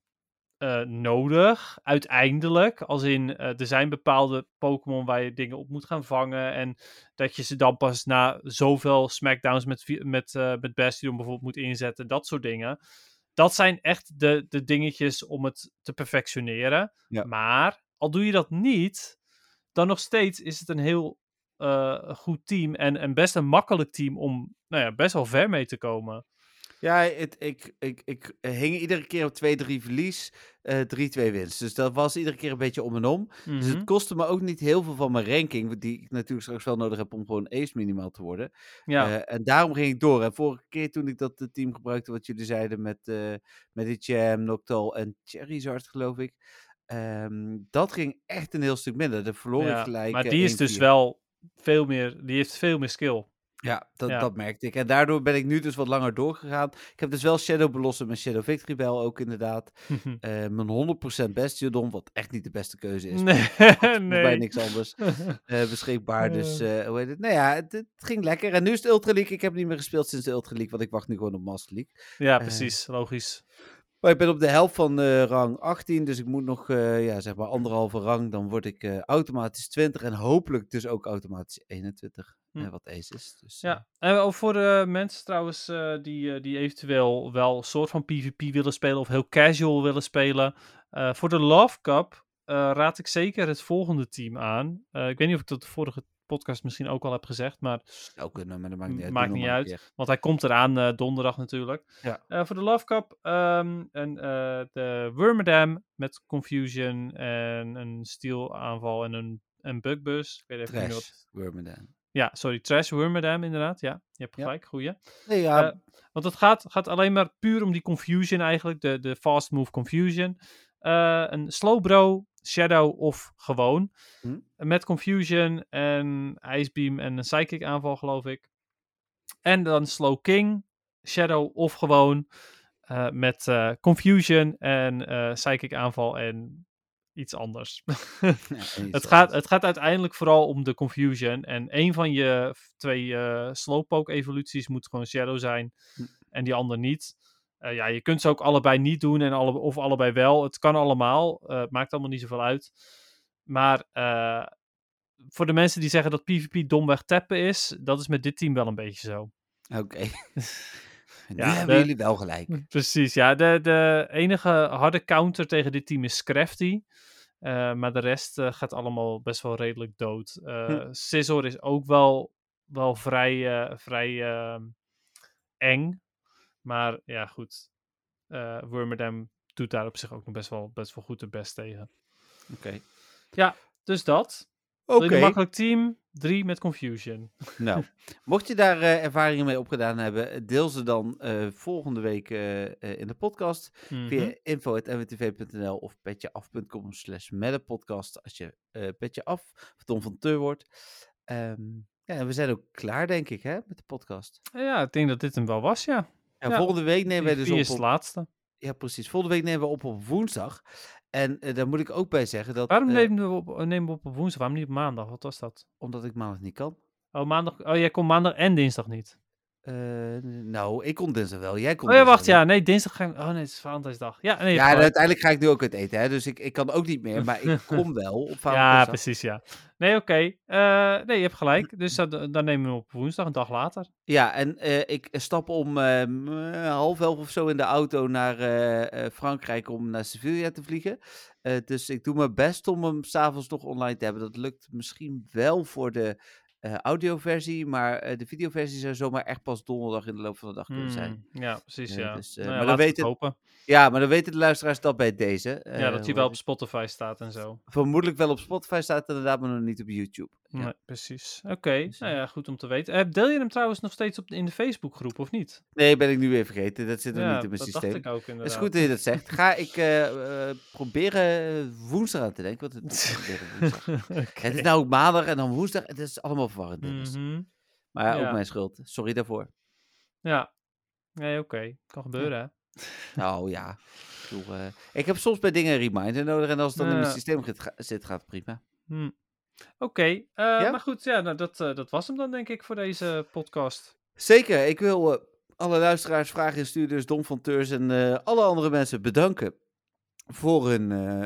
nodig, uiteindelijk. Als in, er zijn bepaalde Pokémon waar je dingen op moet gaan vangen. En dat je ze dan pas na zoveel smackdowns met Bastion bijvoorbeeld moet inzetten. Dat soort dingen. Dat zijn echt de dingetjes om het te perfectioneren. Ja. Maar, al doe je dat niet, dan nog steeds is het een heel goed team. En best een makkelijk team om best wel ver mee te komen. Ja, ik hing iedere keer op 2-3 verlies, 3-2 winst. Dus dat was iedere keer een beetje om en om. Dus het kostte me ook niet heel veel van mijn ranking, die ik natuurlijk straks wel nodig heb om gewoon ace minimaal te worden. Ja. En daarom ging ik door. En vorige keer toen ik dat team gebruikte, wat jullie zeiden met die Jam, Noctowl en Charizard, geloof ik. Dat ging echt een heel stuk minder. De verloor ik gelijk. Maar die is dus wel die heeft veel meer skill. Ja, dat merkte ik. En daardoor ben ik nu dus wat langer doorgegaan. Ik heb dus wel Shadow Blossom en Shadow Victory Bell ook inderdaad. Mijn 100% Bastiodon, wat echt niet de beste keuze is. Nee. Bij niks anders beschikbaar. Dus hoe heet het? Nou ja, het ging lekker. En nu is het Ultra League. Ik heb niet meer gespeeld sinds de Ultra League, want ik wacht nu gewoon op Master League. Ja, precies. Logisch. Maar ik ben op de helft van rang 18, dus ik moet nog zeg maar 1,5 rang. Dan word ik automatisch 20 en hopelijk dus ook automatisch 21. wat Ace is. Dus, Ja, en ook voor de mensen trouwens die eventueel wel een soort van PvP willen spelen of heel casual willen spelen. Voor de Love Cup raad ik zeker het volgende team aan. Ik weet niet of ik dat de vorige podcast misschien ook al heb gezegd, maar zou kunnen, maar dat maakt niet uit. maakt niet uit, want hij komt eraan donderdag natuurlijk. Ja. Voor de Love Cup de Wormadam met Confusion en een Steel aanval en een Bugbus. Ik weet even niet wat... Wormadam. Ja, sorry, Trash Wormadam inderdaad. Ja, je hebt gelijk, goeie. Nee, ja. Want het gaat alleen maar puur om die Confusion eigenlijk, de Fast Move Confusion. Een Slowbro, Shadow of gewoon. Met Confusion en Ice Beam en een Psychic aanval geloof ik. En dan Slow King, Shadow of gewoon. Met Confusion en Psychic aanval en iets anders. Het gaat uiteindelijk vooral om de Confusion. En een van je 2 Slowpoke evoluties moet gewoon Shadow zijn. En die ander niet. Je kunt ze ook allebei niet doen en of allebei wel. Het kan allemaal. Het maakt allemaal niet zoveel uit. Maar voor de mensen die zeggen dat PvP domweg tappen is, dat is met dit team wel een beetje zo. Oké. Nu hebben jullie wel gelijk. Precies, ja. De enige harde counter tegen dit team is Scrafty. Maar de rest gaat allemaal best wel redelijk dood. Scizor is ook wel vrij eng. Maar ja, goed. Wormadam doet daar op zich ook nog best wel goed de best tegen. Oké. Ja, dus dat. Een makkelijk team. 3 met Confusion. Nou, mocht je daar ervaringen mee opgedaan hebben, deel ze dan volgende week in de podcast via info@mwtv.nl of petjeaf.com/medepodcast als je Petje Af of Don van Teur wordt. En we zijn ook klaar, denk ik, hè, met de podcast. Ja, ik denk dat dit hem wel was, ja. Volgende week nemen wij dus op... is het laatste. Ja, precies. Volgende week nemen we op woensdag. En daar moet ik ook bij zeggen dat... Waarom nemen we op woensdag? Waarom niet op maandag? Wat was dat? Omdat ik maandag niet kan. Oh, maandag. Oh, jij kon maandag en dinsdag niet. Nou, ik kon dinsdag wel. Jij kon dinsdag wacht, ja. Nee, dinsdag ga ik... Oh nee, het is Valentijnsdag. Ja, nee, uiteindelijk ga ik nu ook uit eten, hè. Dus ik kan ook niet meer, maar ik kom wel op Valentijnsdag. Ja, precies, ja. Nee, oké. Nee, je hebt gelijk. Dus dan nemen we hem op woensdag, een dag later. Ja, en ik stap om 10:30 of zo in de auto naar Frankrijk om naar Sevilla te vliegen. Dus ik doe mijn best om hem 's avonds nog online te hebben. Dat lukt misschien wel voor de audioversie, maar de videoversie zou zomaar echt pas donderdag in de loop van de dag kunnen zijn. Ja, precies, ja. Dus, maar dan weten hopen. Ja, maar dan weten de luisteraars dat bij deze. Dat hij wel op Spotify staat en zo. Vermoedelijk wel op Spotify staat, inderdaad, maar nog niet op YouTube. Ja. Nee, precies. Oké, dus, nou ja, goed om te weten. Deel je hem trouwens nog steeds in de Facebookgroep, of niet? Nee, ben ik nu weer vergeten. Dat zit nog niet in mijn systeem. Dat dacht ik ook inderdaad. Het is goed dat je dat zegt. Ga ik proberen woensdag aan te denken. Want het is nou ook maandag en dan woensdag. Het is allemaal verwarrend. Maar ook mijn schuld. Sorry daarvoor. Ja. Nee, oké. Kan gebeuren, hè? Nou ja. Ik heb soms bij dingen een reminder nodig. En als het dan in mijn systeem zit, gaat het prima. Oké. Maar goed, ja, nou, dat was hem dan, denk ik, voor deze podcast. Zeker. Ik wil alle luisteraars, vraaginstuurders, Don van Teurs en alle andere mensen bedanken voor hun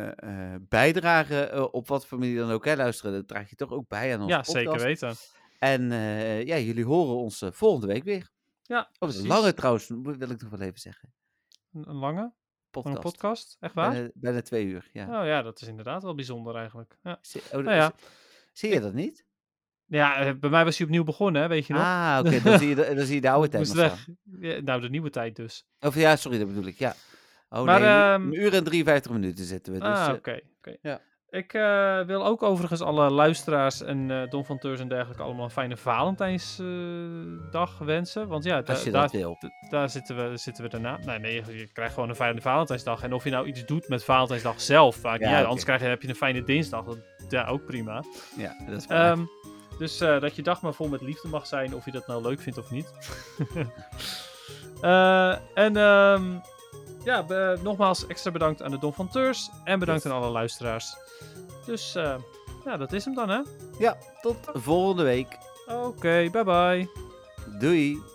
bijdrage op wat voor manier dan ook. Hè, luisteren, dat draag je toch ook bij aan onze podcast. Ja, zeker weten. En jullie horen ons volgende week weer. Ja, een lange trouwens, wil ik nog wel even zeggen. Een lange podcast? Echt waar? Bijna 2 uur, ja. Oh ja, dat is inderdaad wel bijzonder eigenlijk. Ja. Zie je dat niet? Ja, bij mij was hij opnieuw begonnen, hè, weet je nog? Ah, oké, dan zie je de oude tijd nog staan. Ja, nou, de nieuwe tijd dus. Of ja, sorry, dat bedoel ik, ja. Maar, een uur en 53 minuten zitten we. Dus, oké. Ja. Ik wil ook overigens alle luisteraars en Don van Teurs en dergelijke allemaal een fijne Valentijnsdag wensen. Want ja, daar zitten we daarna. Nee, je krijgt gewoon een fijne Valentijnsdag. En of je nou iets doet met Valentijnsdag zelf, anders heb je een fijne dinsdag. Ja, ook prima. Ja, dat is waar. Dus dat je dag maar vol met liefde mag zijn, of je dat nou leuk vindt of niet. Nogmaals extra bedankt aan de Don van Teurs. En bedankt aan alle luisteraars. Dus dat is hem dan, hè? Ja, tot volgende week. Oké, bye bye. Doei.